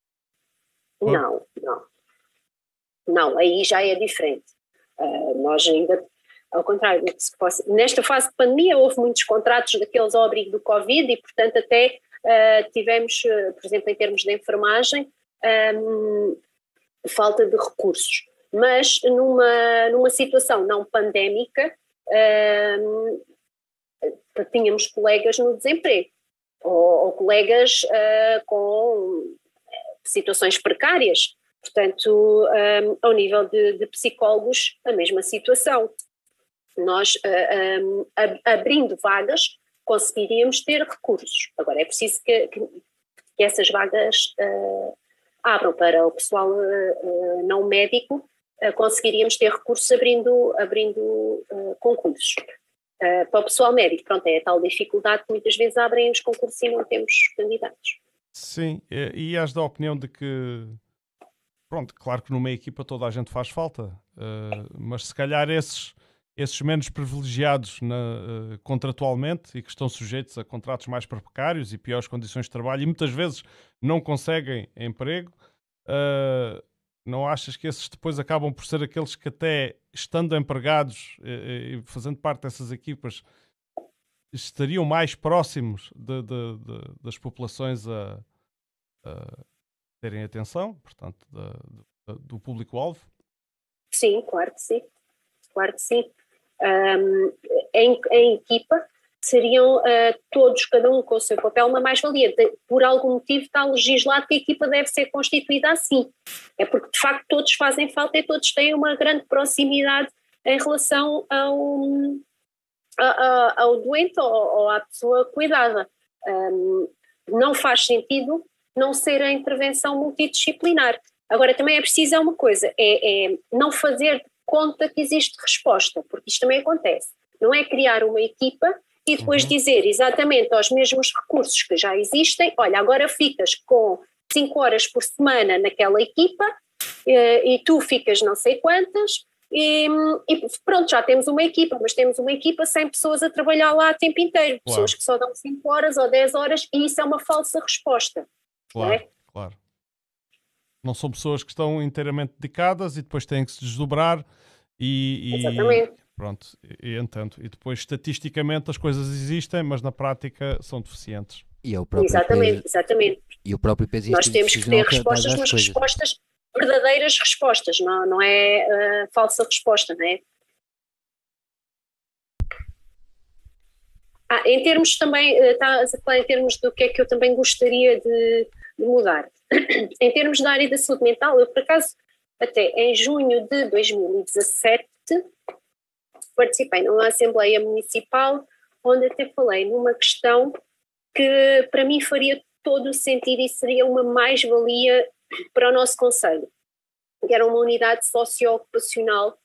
Não, não. Não, aí já é diferente. Uh, nós ainda, ao contrário, se fosse, nesta fase de pandemia houve muitos contratos daqueles ao abrigo do Covid e, portanto, até uh, tivemos, uh, por exemplo, em termos de enfermagem, um, falta de recursos, mas numa, numa situação não pandémica um, tínhamos colegas no desemprego ou, ou colegas uh, com situações precárias, portanto um, ao nível de, de psicólogos a mesma situação. Nós uh, um, ab- abrindo vagas conseguiríamos ter recursos, agora é preciso que, que, que essas vagas uh, abram para o pessoal uh, uh, não médico, uh, conseguiríamos ter recursos abrindo, abrindo uh, concursos. Uh, para o pessoal médico, pronto, é a tal dificuldade que muitas vezes abrem os concursos e não temos candidatos. Sim, e és da opinião de que, pronto, claro que numa equipa toda a gente faz falta, uh, mas se calhar esses, esses menos privilegiados na, uh, contratualmente e que estão sujeitos a contratos mais precários e piores condições de trabalho e muitas vezes não conseguem emprego, uh, não achas que esses depois acabam por ser aqueles que até estando empregados e, e fazendo parte dessas equipas estariam mais próximos de, de, de, das populações a, a terem atenção, portanto, da, da, do público-alvo? Sim, claro que sim. Claro que sim. Um, em, em equipa seriam uh, todos, cada um com o seu papel, uma mais-valia. Por algum motivo está legislado que a equipa deve ser constituída assim. É porque, de facto, todos fazem falta e todos têm uma grande proximidade em relação ao, ao, ao doente ou, ou à pessoa cuidada. Um, não faz sentido não ser a intervenção multidisciplinar. Agora, também é preciso uma coisa, é, é não fazer de conta que existe resposta, porque isto também acontece. Não é criar uma equipa e depois uhum. dizer exatamente aos mesmos recursos que já existem, olha, agora ficas com cinco horas por semana naquela equipa e, e tu ficas não sei quantas e, e pronto, já temos uma equipa, mas temos uma equipa sem pessoas a trabalhar lá o tempo inteiro, claro. Pessoas que só dão cinco horas ou dez horas e isso é uma falsa resposta. Claro, não é? Claro. Não são pessoas que estão inteiramente dedicadas e depois têm que se desdobrar e, e Exatamente. pronto, e, entanto, e depois estatisticamente as coisas existem, mas na prática são deficientes. E, é o próprio Exatamente, peso, exatamente. e o próprio peso Nós temos que ter institucional que dá respostas, às mas coisas. respostas, verdadeiras respostas, não, não é uh, falsa resposta, não é? Ah, em termos também, estás a falar em termos do que é que eu também gostaria de, de mudar. Em termos da área da saúde mental, eu por acaso, até em junho de dois mil e dezassete, participei numa Assembleia Municipal, onde até falei numa questão que para mim faria todo o sentido e seria uma mais-valia para o nosso concelho, que era uma unidade socio-ocupacional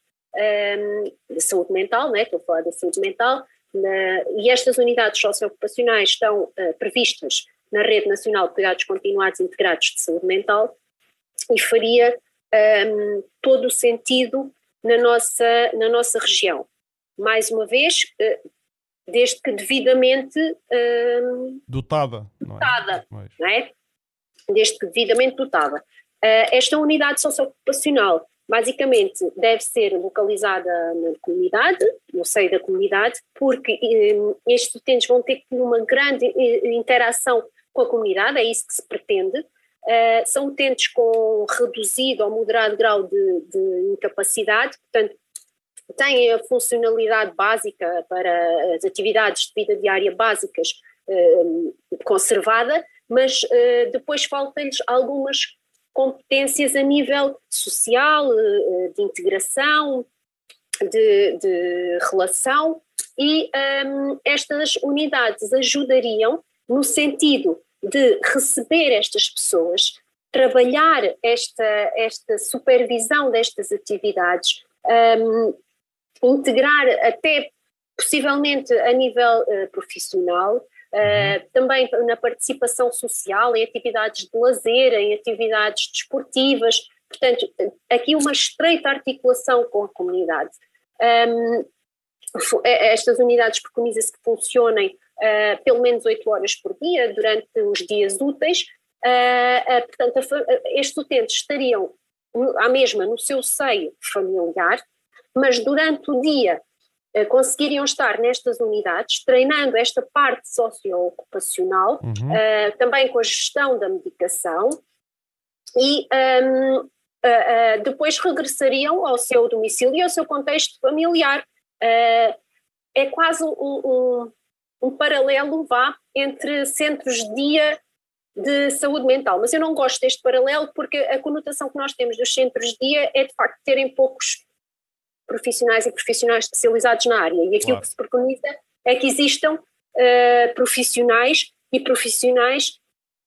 um, de saúde mental, né? Estou a falar da saúde mental, na, e estas unidades socio-ocupacionais estão uh, previstas na Rede Nacional de Cuidados Continuados Integrados de Saúde Mental e faria um, todo o sentido na nossa, na nossa região. Mais uma vez, uh, desde que devidamente um, dotada, dotada, não é? Não é? Desde que devidamente dotada. Uh, esta unidade socioocupacional basicamente deve ser localizada na comunidade, no seio da comunidade, porque um, estes utentes vão ter uma grande interação com a comunidade, é isso que se pretende. Uh, são utentes com reduzido ou moderado grau de, de incapacidade, portanto, têm a funcionalidade básica para as atividades de vida diária básicas uh, conservada, mas uh, depois faltam-lhes algumas competências a nível social, uh, de integração, de, de relação, e um, estas unidades ajudariam no sentido de receber estas pessoas, trabalhar esta, esta supervisão destas atividades, um, integrar até possivelmente a nível uh, profissional, uh, também na participação social, em atividades de lazer, em atividades desportivas, portanto, aqui uma estreita articulação com a comunidade. Um, estas unidades preconiza-se que funcionem uh, pelo menos oito horas por dia, durante os dias úteis, uh, uh, portanto, a, estes utentes estariam à mesma no seu seio familiar, mas durante o dia uh, conseguiriam estar nestas unidades, treinando esta parte socio-ocupacional, Uhum. uh, também com a gestão da medicação, e um, uh, uh, depois regressariam ao seu domicílio e ao seu contexto familiar. Uh, é quase um, um, um paralelo, vá, entre centros de dia de saúde mental, mas eu não gosto deste paralelo porque a conotação que nós temos dos centros de dia é de facto terem poucos profissionais e profissionais especializados na área, e aquilo Claro. que se preconiza é que existam uh, profissionais e profissionais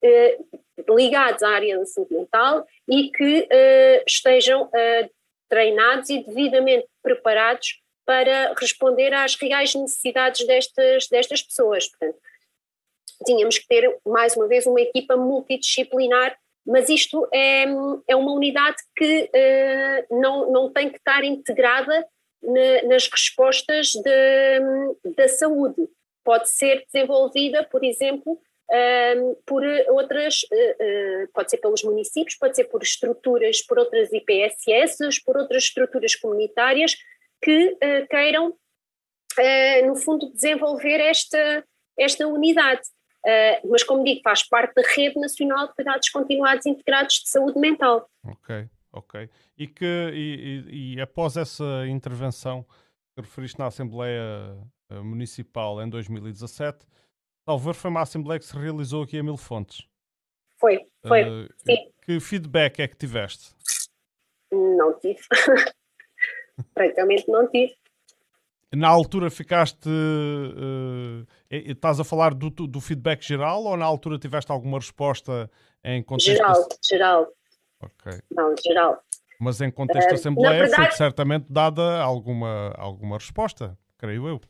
uh, ligados à área da saúde mental e que uh, estejam uh, treinados e devidamente preparados para responder às reais necessidades destas, destas pessoas. Portanto, tínhamos que ter, mais uma vez, uma equipa multidisciplinar, mas isto é, é uma unidade que uh, não, não tem que estar integrada na, nas respostas de, da saúde. Pode ser desenvolvida, por exemplo, uh, por outras, uh, uh, pode ser pelos municípios, pode ser por estruturas, por outras I P S S, por outras estruturas comunitárias que uh, queiram, uh, no fundo, desenvolver esta, esta unidade. Uh, mas, como digo, faz parte da Rede Nacional de Cuidados Continuados Integrados de Saúde Mental. Ok, ok. E, que, e, e, e após essa intervenção que referiste na Assembleia Municipal em dois mil e dezassete, talvez foi uma Assembleia que se realizou aqui em Mil Fontes. Foi, foi, uh, sim. Que feedback é que tiveste? Não tive. Francamente não tive. Na altura ficaste... Uh, estás a falar do, do feedback geral ou na altura tiveste alguma resposta em contexto... Geral, geral. Ok. Não, geral. Mas em contexto de Uh, Assembleia verdade... foi certamente dada alguma, alguma resposta, creio eu.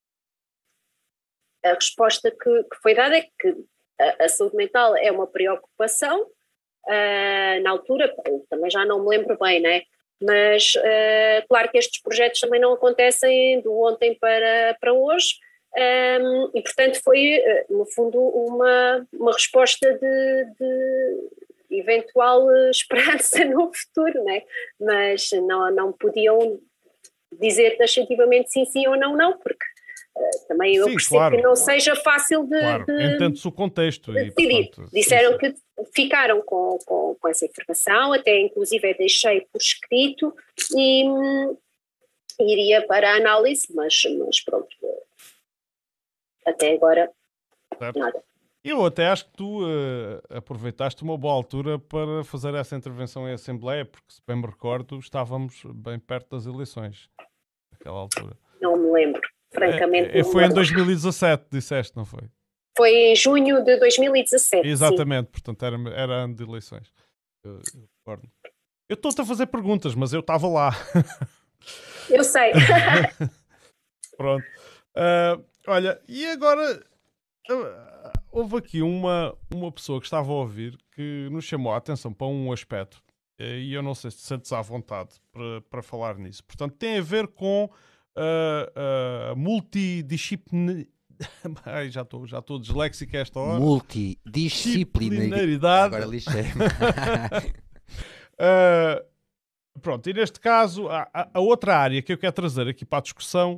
A resposta que, que foi dada é que a, a saúde mental é uma preocupação. Uh, na altura, também já não me lembro bem, né? Mas uh, claro que estes projetos também não acontecem do ontem para, para hoje, um, e portanto foi uh, no fundo uma, uma resposta de, de eventual uh, esperança no futuro, né? Mas não, não podiam dizer taxativamente sim, sim ou não, não, porque uh, também eu Sim, percebo claro, que não seja fácil de, claro. de, Entende-se o contexto. de E, decidir. portanto, Disseram sim, sim. que ficaram com, com, com essa informação, até inclusive deixei por escrito e hum, iria para a análise, mas, mas pronto, até agora Certo. nada. Eu até acho que tu uh, aproveitaste uma boa altura para fazer essa intervenção em Assembleia, porque, se bem me recordo, estávamos bem perto das eleições, naquela altura. Não me lembro, francamente. É, é, não foi me em lembro. dois mil e dezassete, disseste, não foi? Foi em junho de dois mil e dezassete. Exatamente, sim. Portanto era, era ano de eleições. Eu, eu recordo. Eu estou-te a fazer perguntas, mas eu estava lá. Eu sei. Pronto. Uh, olha, e agora... Uh, houve aqui uma, uma pessoa que estava a ouvir que nos chamou a atenção para um aspecto e eu não sei se te sentes à vontade para, para falar nisso. Portanto, tem a ver com a uh, uh, multidisciplina... Ai, já estou já estou disléxico a esta hora. Multidisciplinaridade. Agora lixei-me. uh, pronto, e neste caso, a, a outra área que eu quero trazer aqui para a discussão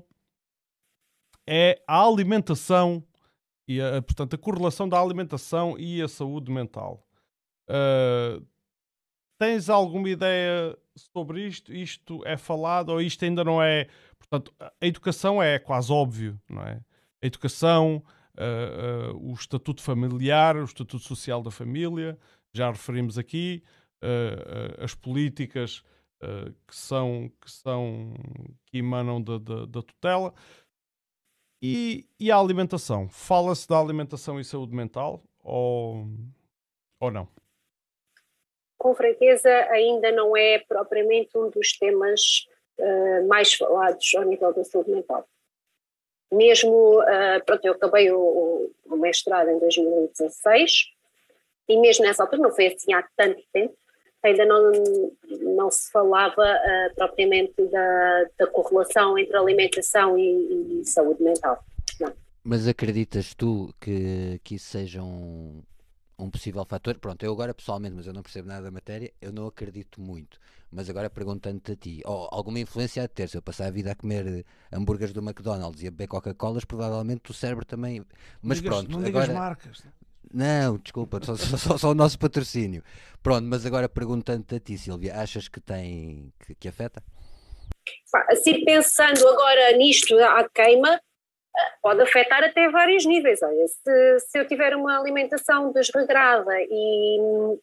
é a alimentação. E, a, portanto, a correlação da alimentação e a saúde mental. Uh, tens alguma ideia sobre isto? Isto é falado ou isto ainda não é... Portanto, a educação é quase óbvio, não é? A educação, uh, uh, o estatuto familiar, o estatuto social da família, já referimos aqui, uh, uh, as políticas uh, que, são, que, são, que emanam da, da, da tutela. E, e a alimentação? Fala-se da alimentação e saúde mental ou, ou não? Com franqueza, ainda não é propriamente um dos temas uh, mais falados ao nível da saúde mental. Mesmo, uh, pronto, eu acabei o, o mestrado em dois mil e dezasseis e mesmo nessa altura, não foi assim há tanto tempo, ainda não, não se falava uh, propriamente da, da correlação entre alimentação e, e saúde mental. Não. Mas acreditas tu que, que isso seja um, um possível fator? Pronto, eu agora pessoalmente, mas eu não percebo nada da matéria, eu não acredito muito. Mas agora perguntando-te a ti, oh, alguma influência há de ter? Se eu passar a vida a comer hambúrgueres do McDonald's e a beber Coca-Colas, provavelmente o cérebro também... Mas digas, pronto, não agora... digas marcas. Não, desculpa, só, só, só o nosso patrocínio. Pronto, mas agora perguntando-te a ti, Sílvia, achas que tem, que, que afeta? Assim, pensando agora nisto à queima, pode afetar até vários níveis. Olha, se, se eu tiver uma alimentação desregrada e,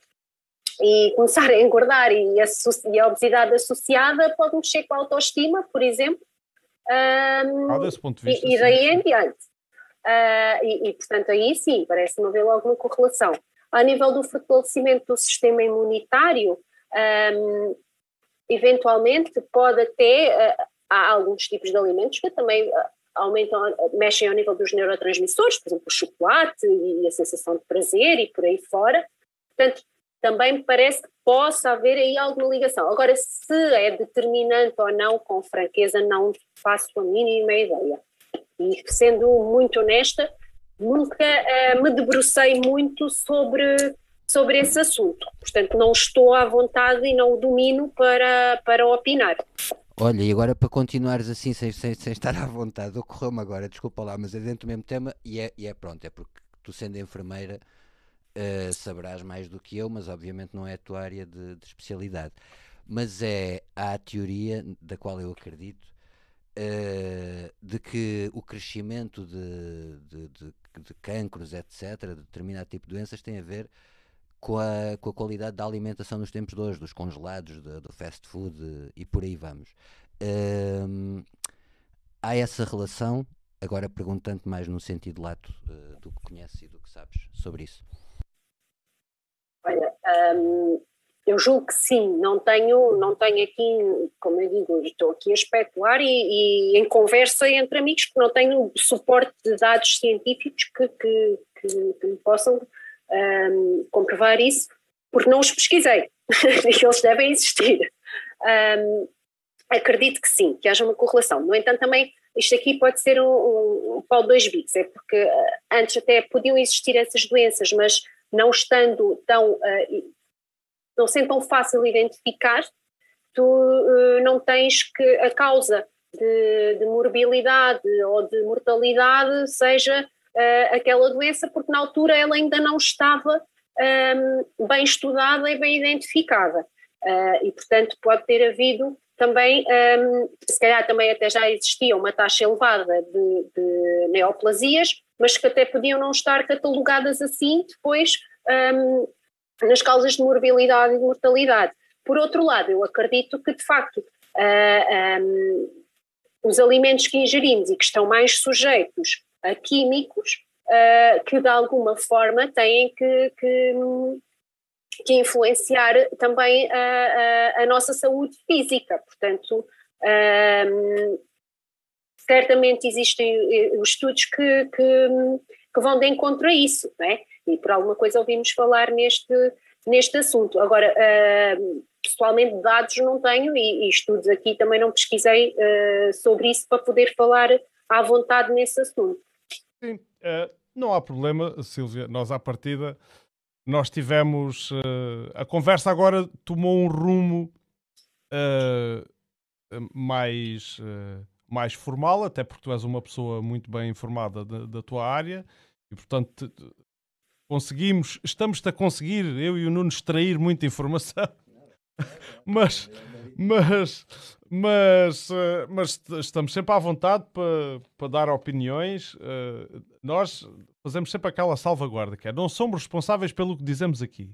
e começar a engordar e a, e a obesidade associada, pode mexer com a autoestima, por exemplo. Um, ah, desse ponto de vista, e, e daí sim, em diante. Uh, e, e, portanto, aí sim, parece-me haver logo uma correlação. A nível do fortalecimento do sistema imunitário, um, eventualmente pode até, uh, há alguns tipos de alimentos que também uh, aumentam, mexem ao nível dos neurotransmissores, por exemplo, o chocolate e a sensação de prazer e por aí fora. Portanto, também me parece que possa haver aí alguma ligação. Agora, se é determinante ou não, com franqueza, não faço a mínima ideia. E, sendo muito honesta, nunca uh, me debrucei muito sobre, sobre esse assunto. Portanto, não estou à vontade e não o domino para, para opinar. Olha, e agora para continuares assim, sem, sem, sem estar à vontade, ocorreu-me agora, desculpa lá, mas é dentro do mesmo tema e é, e é pronto, é porque tu sendo enfermeira uh, saberás mais do que eu, mas obviamente não é a tua área de, de especialidade. Mas é a teoria da qual eu acredito, Uh, de que o crescimento de, de, de, de cancros, etcétera, de determinado tipo de doenças tem a ver com a, com a qualidade da alimentação nos tempos de hoje, dos congelados, de, do fast food de, e por aí vamos. Uh, há essa relação, agora perguntando mais no sentido lato uh, do que conheces e do que sabes sobre isso. Olha, um... eu julgo que sim, não tenho, não tenho aqui, como eu digo, estou aqui a especular e, e em conversa entre amigos que não tenho suporte de dados científicos que, que, que, que me possam um, comprovar isso, porque não os pesquisei, e eles devem existir. Um, acredito que sim, que haja uma correlação. No entanto, também isto aqui pode ser um, um, um pau de dois bicos, é porque uh, antes até podiam existir essas doenças, mas não estando tão... Uh, não sendo tão fácil identificar, tu uh, não tens que a causa de, de morbilidade ou de mortalidade seja uh, aquela doença, porque na altura ela ainda não estava um, bem estudada e bem identificada. Uh, e, portanto, pode ter havido também, um, se calhar também até já existia uma taxa elevada de, de neoplasias, mas que até podiam não estar catalogadas assim depois um, nas causas de morbilidade e de mortalidade. Por outro lado, eu acredito que, de facto, uh, um, os alimentos que ingerimos e que estão mais sujeitos a químicos, uh, que de alguma forma têm que, que, que influenciar também a, a, a nossa saúde física. Portanto, um, certamente existem estudos que, que, que vão de encontro a isso, não é? E por alguma coisa ouvimos falar neste, neste assunto. Agora, uh, pessoalmente dados não tenho e, e estudos aqui também não pesquisei uh, sobre isso para poder falar à vontade nesse assunto. Sim, uh, não há problema, Sílvia. Nós à partida, nós tivemos, uh, a conversa agora tomou um rumo uh, mais, uh, mais formal, até porque tu és uma pessoa muito bem informada da, da tua área e, portanto, conseguimos, estamos-te a conseguir, eu e o Nuno, extrair muita informação. Mas, mas, mas, mas estamos sempre à vontade para, para dar opiniões. Nós fazemos sempre aquela salvaguarda, que é, não somos responsáveis pelo que dizemos aqui.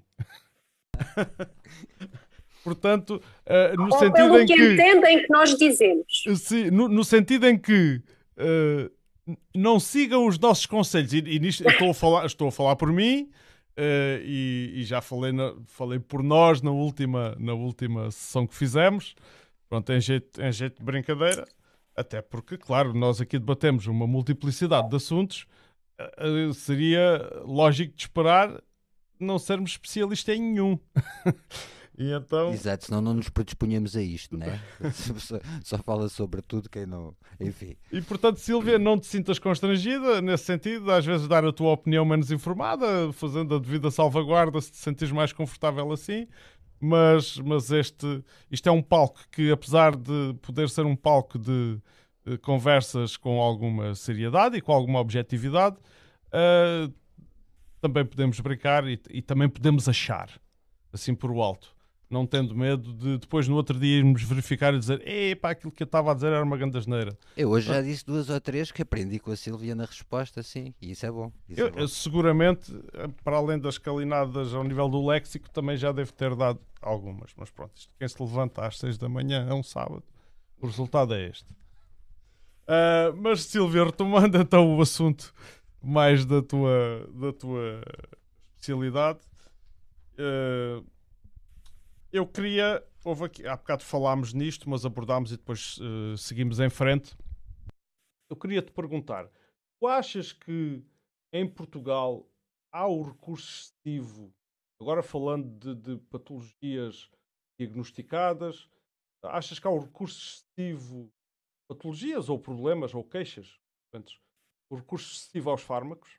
Portanto, no Ou sentido pelo em que, que entendem que nós dizemos. Sim, no, no sentido em que uh, não sigam os nossos conselhos, e, e nisto eu estou a falar, estou a falar por mim. Uh, e, e já falei, na, falei por nós na última, na última sessão que fizemos, pronto, em jeito, em jeito de brincadeira, até porque, claro, nós aqui debatemos uma multiplicidade de assuntos, uh, uh, seria lógico de esperar não sermos especialistas em nenhum. E então... Exato, senão não nos predispunhamos a isto, né? só, só fala sobre tudo quem não... Enfim. E portanto, Sílvia, não te sintas constrangida nesse sentido, às vezes dar a tua opinião menos informada, fazendo a devida salvaguarda se te sentires mais confortável assim, mas, mas este, isto é um palco que, apesar de poder ser um palco de, de conversas com alguma seriedade e com alguma objetividade, uh, também podemos brincar e, e também podemos achar, assim por o alto. Não tendo medo de depois no outro dia irmos verificar e dizer epá, aquilo que eu estava a dizer era uma grande asneira. Eu hoje já disse duas ou três que aprendi com a Sílvia na resposta, sim, e isso é bom. Isso eu, é bom. Eu, seguramente, para além das calinadas ao nível do léxico, também já devo ter dado algumas, mas pronto, isto, quem se levanta às seis da manhã é um sábado, o resultado é este. Uh, mas Sílvia, retomando então o assunto mais da tua, da tua especialidade, uh, eu queria, houve aqui, há bocado falámos nisto, mas abordámos e depois uh, seguimos em frente. Eu queria te perguntar, tu achas que em Portugal há o recurso excessivo, agora falando de, de patologias diagnosticadas, achas que há o recurso excessivo, patologias ou problemas ou queixas, portanto, o recurso excessivo aos fármacos?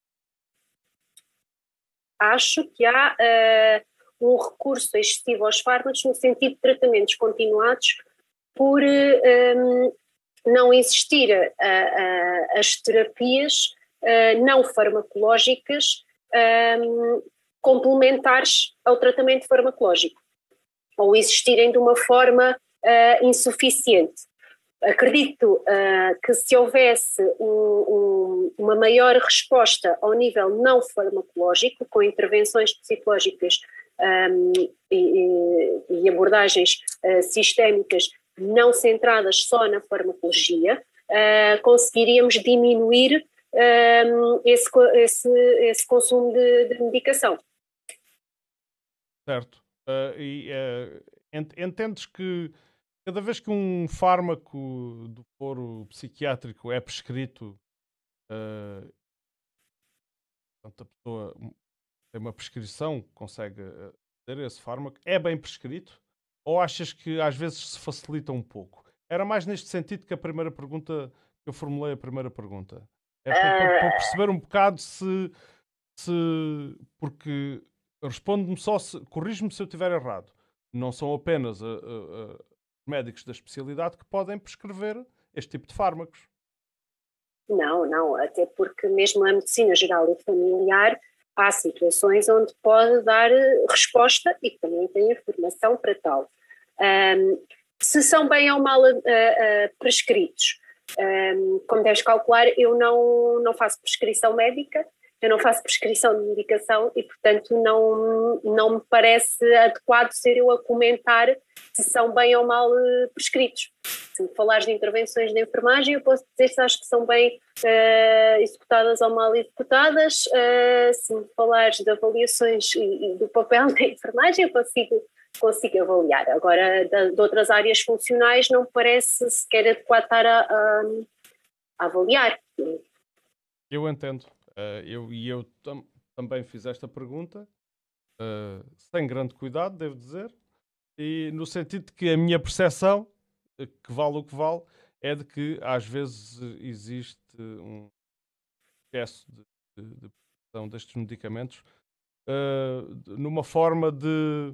Acho que há... Uh... um recurso excessivo aos fármacos no sentido de tratamentos continuados por um, não existir a, a, as terapias uh, não farmacológicas um, complementares ao tratamento farmacológico, ou existirem de uma forma uh, insuficiente. Acredito uh, que se houvesse um, um, uma maior resposta ao nível não farmacológico, com intervenções psicológicas Um, e, e abordagens uh, sistémicas não centradas só na farmacologia, uh, conseguiríamos diminuir um, esse, esse, esse consumo de, de medicação. Certo. Uh, e uh, ent entendes que cada vez que um fármaco do foro psiquiátrico é prescrito, uh, portanto, a pessoa tem uma prescrição, consegue ter esse fármaco, é bem prescrito? Ou achas que às vezes se facilita um pouco? Era mais neste sentido que a primeira pergunta, que eu formulei a primeira pergunta. É para, para, para perceber um bocado se, se... Porque responde-me só se, corrige-me se eu estiver errado. Não são apenas a, a, a médicos da especialidade que podem prescrever este tipo de fármacos. Não, não, até porque mesmo a medicina geral e familiar há situações onde pode dar resposta e que também tem informação para tal. Um, se são bem ou mal uh, uh, prescritos, um, como deves calcular, eu não, não faço prescrição médica, eu não faço prescrição de medicação e, portanto, não, não me parece adequado ser eu a comentar se são bem ou mal uh, prescritos. Se me falares de intervenções de enfermagem, eu posso dizer se acho que são bem uh, executadas ou mal executadas. Uh, se me falares de avaliações e, e do papel da enfermagem, eu consigo, consigo avaliar. Agora, de, de outras áreas funcionais, não me parece sequer adequado estar a, a, a avaliar. Eu entendo. Uh, eu, e eu tam, também fiz esta pergunta, uh, sem grande cuidado, devo dizer, e no sentido de que a minha percepção, que vale o que vale, é de que às vezes existe um excesso de, de, de produção destes medicamentos uh, numa forma de,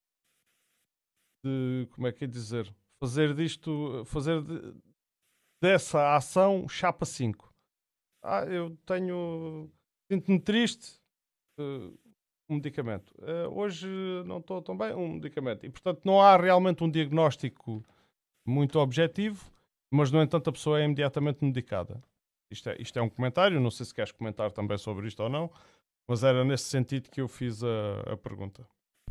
de, como é que é dizer, fazer disto, fazer de, dessa ação chapa cinco. Ah, eu tenho, sinto-me triste, uh, um medicamento. Uh, hoje não estou tão bem, um medicamento. E, portanto, não há realmente um diagnóstico muito objetivo, mas, no entanto, a pessoa é imediatamente medicada. Isto é, isto é um comentário, não sei se queres comentar também sobre isto ou não, mas era nesse sentido que eu fiz a, a pergunta.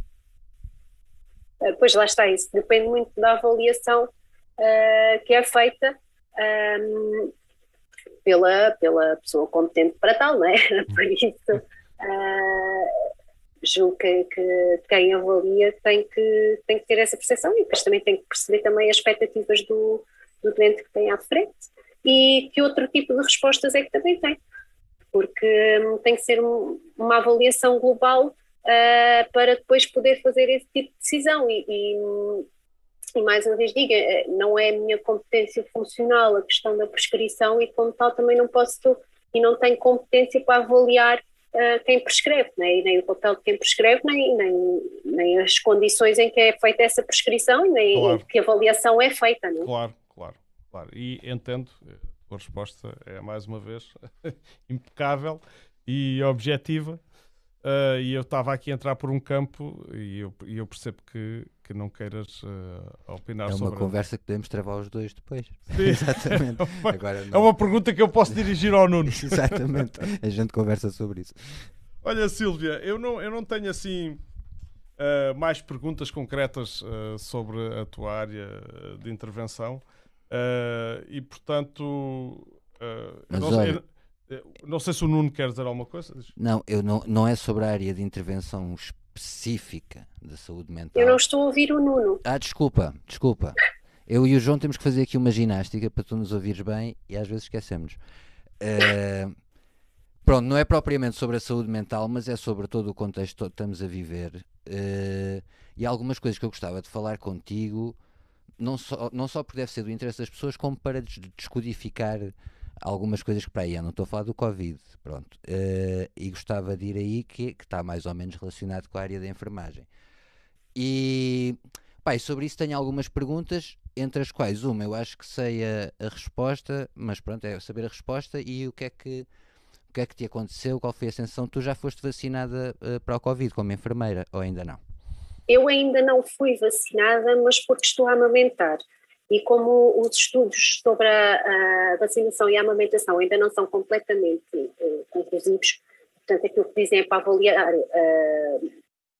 Uh, pois lá está, isso depende muito da avaliação uh, que é feita. Um, Pela, pela pessoa competente para tal, não é? Por isso, uh, julgo que, que quem avalia tem que, tem que ter essa percepção e depois também tem que perceber também as expectativas do, do doente que tem à frente e que outro tipo de respostas é que também tem, porque um, tem que ser um, uma avaliação global uh, para depois poder fazer esse tipo de decisão e, e E mais uma vez digo, não é a minha competência funcional a questão da prescrição e como tal também não posso e não tenho competência para avaliar uh, quem prescreve, né? Nem o papel de quem prescreve, nem, nem, nem as condições em que é feita essa prescrição, nem Claro. que avaliação é feita. Né? Claro, claro, claro. E entendo, a resposta é mais uma vez impecável e objetiva. Uh, e eu estava aqui a entrar por um campo e eu, e eu percebo que, que não queiras uh, opinar sobre... É uma conversa que podemos travar os dois depois. Sim. Exatamente. É uma, Agora é uma pergunta que eu posso dirigir ao Nuno. Exatamente. A gente conversa sobre isso. Olha, Sílvia, eu não, eu não tenho assim uh, mais perguntas concretas uh, sobre a tua área de intervenção uh, e, portanto... Uh, Mas não, olha... eu, Não sei se o Nuno quer dizer alguma coisa. Não, eu não, não é sobre a área de intervenção específica da saúde mental. Eu não estou a ouvir o Nuno. Ah, desculpa, desculpa. Eu e o João temos que fazer aqui uma ginástica para tu nos ouvires bem e às vezes esquecemos. Uh, pronto, não é propriamente sobre a saúde mental, mas é sobre todo o contexto que estamos a viver. Uh, e há algumas coisas que eu gostava de falar contigo, não só, não só porque deve ser do interesse das pessoas, como para descodificar algumas coisas que para aí, eu não estou a falar do Covid, pronto, uh, e gostava de ir aí que, que está mais ou menos relacionado com a área da enfermagem. E, pá, e sobre isso tenho algumas perguntas, entre as quais uma eu acho que sei a, a resposta, mas pronto, é saber a resposta e o que é que, o que é que te aconteceu, qual foi a sensação. Tu já foste vacinada uh, para o Covid como enfermeira ou ainda não? Eu ainda não fui vacinada, mas porque estou a amamentar. E como os estudos sobre a, a vacinação e a amamentação ainda não são completamente uh, conclusivos, portanto aquilo que dizem é para avaliar uh,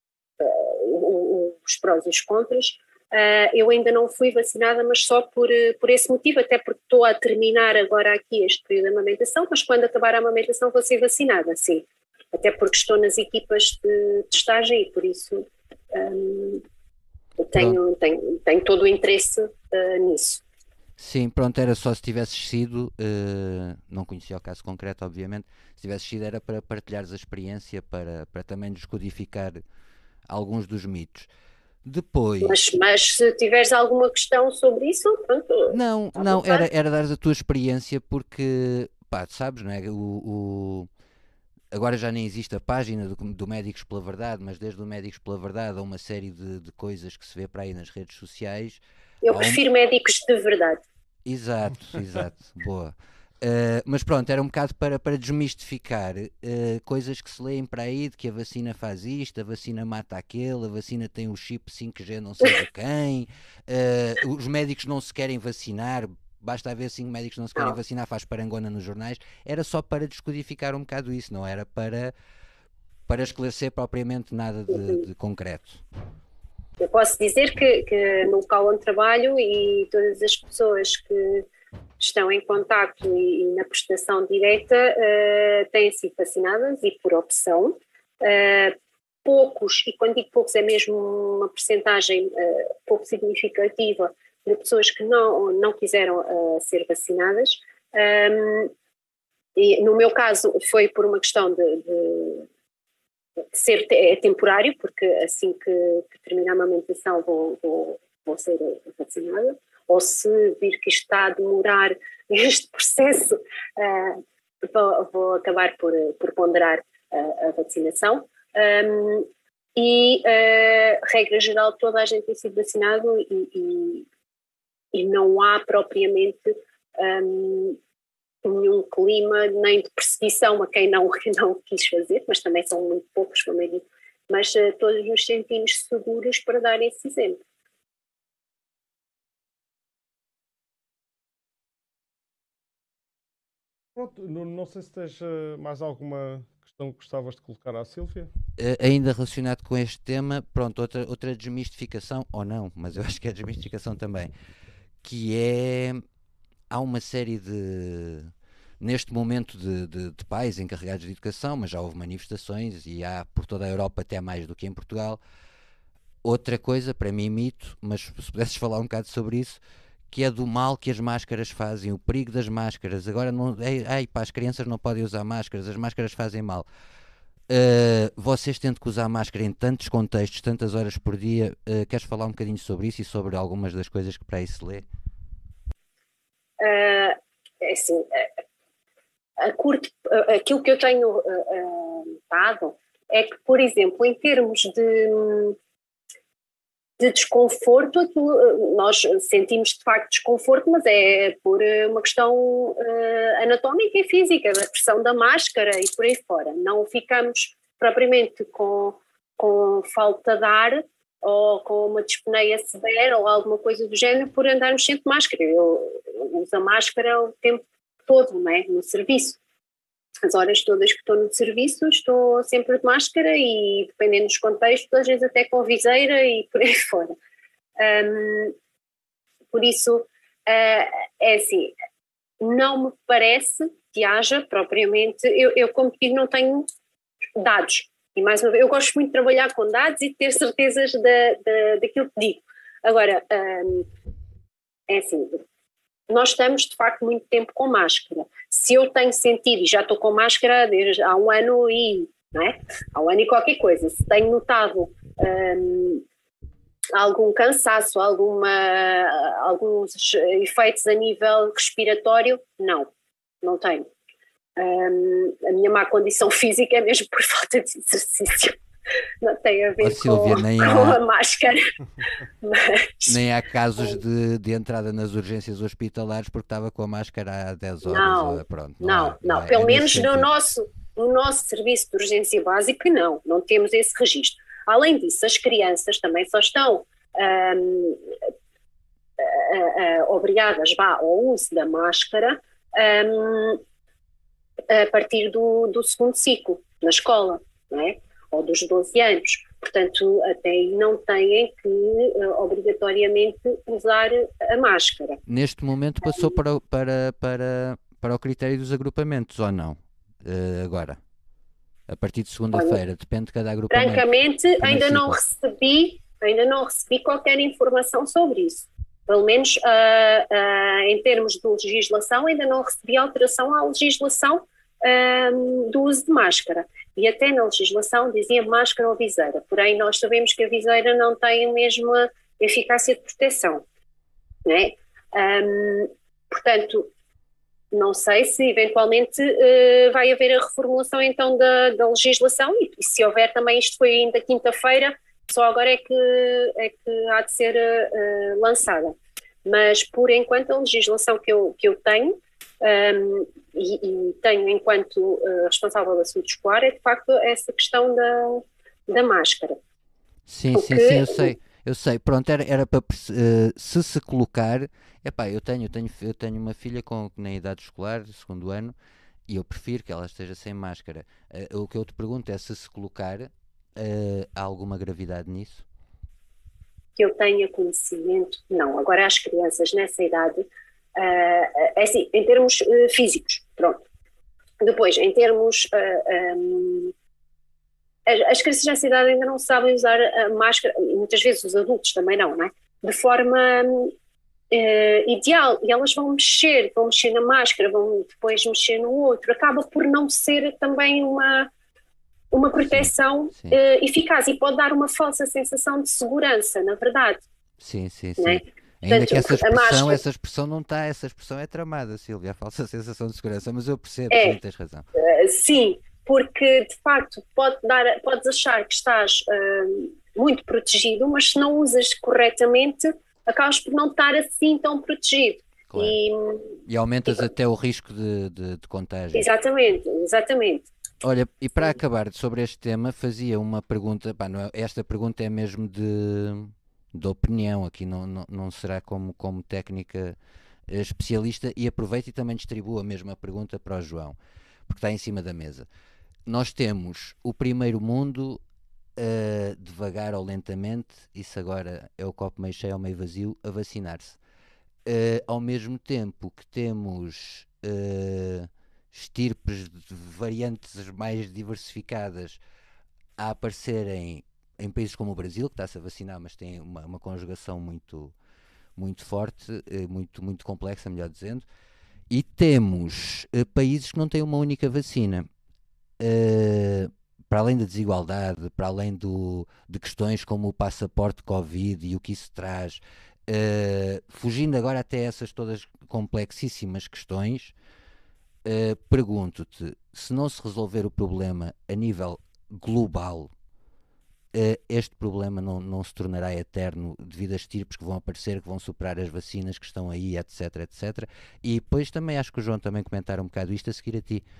uh, os prós e os contras, uh, eu ainda não fui vacinada, mas só por, uh, por esse motivo, até porque estou a terminar agora aqui este período de amamentação, mas quando acabar a amamentação vou ser vacinada, sim. Até porque estou nas equipas de testagem e por isso... Um, Tenho, tenho, tenho todo o interesse uh, nisso. Sim, pronto, era só se tivesses sido, uh, não conhecia o caso concreto, obviamente, se tivesses sido era para partilhares a experiência, para, para também descodificar alguns dos mitos. Depois... Mas, mas se tiveres alguma questão sobre isso, pronto. Não, não, era, era dares a tua experiência porque, pá, sabes, não é? O, o, agora já nem existe a página do, do Médicos pela Verdade, mas desde o Médicos pela Verdade há uma série de, de coisas que se vê para aí nas redes sociais. Eu Há um- prefiro médicos de verdade. Exato, exato, boa. Uh, mas pronto, era um bocado para, para desmistificar uh, coisas que se leem para aí, de que a vacina faz isto, a vacina mata aquele, a vacina tem o chip cinco G não sei de quem, uh, os médicos não se querem vacinar, basta haver cinco médicos que não se querem Não. vacinar, faz parangona nos jornais. Era só para descodificar um bocado isso, não era para, para esclarecer propriamente nada de, de concreto. Eu posso dizer que, que no local onde trabalho e todas as pessoas que estão em contacto e, e na prestação direta uh, têm sido vacinadas e por opção. Uh, poucos, e quando digo poucos é mesmo uma percentagem uh, pouco significativa de pessoas que não, não quiseram uh, ser vacinadas. Um, e no meu caso foi por uma questão de, de ser é temporário, porque assim que, que terminar a amamentação vou, vou, vou ser vacinada, ou se vir que isto está a demorar este processo, uh, vou, vou acabar por, por ponderar uh, a vacinação. Um, e, uh, regra geral, toda a gente tem sido vacinado e, e, e não há propriamente um, nenhum clima nem de perseguição a quem não, não quis fazer, mas também são muito poucos, como eu digo, mas uh, todos nos sentimos seguros para dar esse exemplo. Pronto, não, não sei se tens uh, mais alguma questão que gostavas de colocar à Sílvia. Uh, ainda relacionado com este tema, pronto, outra, outra desmistificação, ou não, mas eu acho que é desmistificação também, que é, há uma série de, neste momento de, de, de pais encarregados de educação, mas já houve manifestações e há por toda a Europa até mais do que em Portugal. Outra coisa, para mim mito, mas se pudesses falar um bocado sobre isso, que é do mal que as máscaras fazem, o perigo das máscaras. Agora, não, ai, ai, pá, as crianças não podem usar máscaras, as máscaras fazem mal. Uh, vocês tendo que usar máscara em tantos contextos, tantas horas por dia, uh, queres falar um bocadinho sobre isso e sobre algumas das coisas que para aí se lê? Uh, é assim, uh, a curto, uh, aquilo que eu tenho uh, uh, dado é que, por exemplo, em termos de... de desconforto, nós sentimos de facto desconforto, mas é por uma questão uh, anatómica e física, da pressão da máscara e por aí fora. Não ficamos propriamente com, com falta de ar ou com uma dispneia severa ou alguma coisa do género por andarmos sempre de máscara. Eu, eu uso a máscara o tempo todo, não é? No serviço. As horas todas que estou no serviço estou sempre de máscara e, dependendo dos contextos, às vezes até com viseira e por aí fora. Um, por isso, uh, é assim, não me parece que haja propriamente, eu, eu como digo, não tenho dados. E mais uma vez, eu gosto muito de trabalhar com dados e de ter certezas da, da, daquilo que digo. Agora, um, é assim, nós estamos de facto muito tempo com máscara. Se eu tenho sentido, e já estou com máscara desde há um ano e, não é? Há um ano e qualquer coisa, se tenho notado hum, algum cansaço, alguma, alguns efeitos a nível respiratório, não, não tenho. Hum, a minha má condição física é mesmo por falta de exercício. Não tem a ver oh, Sílvia, com, com há, a máscara. Mas, nem há casos de, de entrada nas urgências hospitalares porque estava com a máscara há dez horas. Não, ou, pronto, não, não, não, não é, pelo é menos no nosso, no nosso serviço de urgência básica não, não temos esse registro. Além disso, as crianças também só estão hum, a, a, obrigadas vá, ao uso da máscara hum, a partir do, do segundo ciclo, na escola, não é? Ou dos doze anos, portanto até aí não têm que uh, obrigatoriamente usar a máscara. Neste momento passou um, para, para, para, para o critério dos agrupamentos ou não? Uh, agora, a partir de segunda-feira, depende de cada agrupamento. Francamente ainda não recebi, ainda não recebi qualquer informação sobre isso. Pelo menos uh, uh, em termos de legislação ainda não recebi alteração à legislação uh, do uso de máscara. E até na legislação dizia máscara ou viseira, porém nós sabemos que a viseira não tem a mesma eficácia de proteção, não é? Um, portanto, não sei se eventualmente uh, vai haver a reformulação então da, da legislação e, e se houver também, isto foi ainda quinta-feira, só agora é que, é que há de ser uh, lançada. Mas por enquanto a legislação que eu, que eu tenho um, e, e tenho enquanto uh, responsável da saúde escolar é de facto essa questão da, da máscara. Sim, sim, sim, eu sei. Eu sei, pronto, era, era para uh, se se colocar, epá, eu tenho, eu tenho, eu tenho uma filha com, na idade escolar, segundo ano, e eu prefiro que ela esteja sem máscara. Uh, o que eu te pergunto é se se colocar, uh, há alguma gravidade nisso? Que eu tenha conhecimento, não. Agora as crianças nessa idade, uh, é assim, em termos uh, físicos, pronto. Depois, em termos... Uh, um, as crianças nessa idade ainda não sabem usar a máscara, e muitas vezes os adultos também não, não é? De forma uh, ideal, e elas vão mexer, vão mexer na máscara, vão depois mexer no outro, acaba por não ser também uma, uma proteção sim, sim. Uh, eficaz, e pode dar uma falsa sensação de segurança, na verdade. Sim, sim, sim. É? Ainda Portanto, que essa expressão, máscara... essa expressão não está, essa expressão é tramada, Sílvia, a falsa sensação de segurança, mas eu percebo, é, sim, tens razão. Uh, sim, porque de facto pode dar, podes achar que estás uh, muito protegido, mas se não usas corretamente, acabas por não estar assim tão protegido. Claro. E, e aumentas e, até o risco de, de, de contágio. Exatamente, exatamente. Olha, e para acabar sobre este tema, fazia uma pergunta, pá, não é, esta pergunta é mesmo de, de opinião, aqui não, não, não será como, como técnica especialista, e aproveito e também distribuo a mesma pergunta para o João, porque está em cima da mesa. Nós temos o primeiro mundo, uh, devagar ou lentamente, isso agora é o copo meio cheio ou meio vazio, a vacinar-se. Uh, ao mesmo tempo que temos uh, estirpes de variantes mais diversificadas a aparecerem em países como o Brasil, que está-se a vacinar, mas tem uma, uma conjugação muito, muito forte, uh, muito, muito complexa, melhor dizendo, e temos uh, países que não têm uma única vacina. Uh, para além da desigualdade, para além do, de questões como o passaporte Covid e o que isso traz, uh, fugindo agora até essas todas complexíssimas questões, uh, pergunto-te, se não se resolver o problema a nível global, uh, este problema não, não se tornará eterno devido a estirpes que vão aparecer, que vão superar as vacinas que estão aí, etc, etcétera. E depois também acho que o João também comentar um bocado isto a seguir a ti.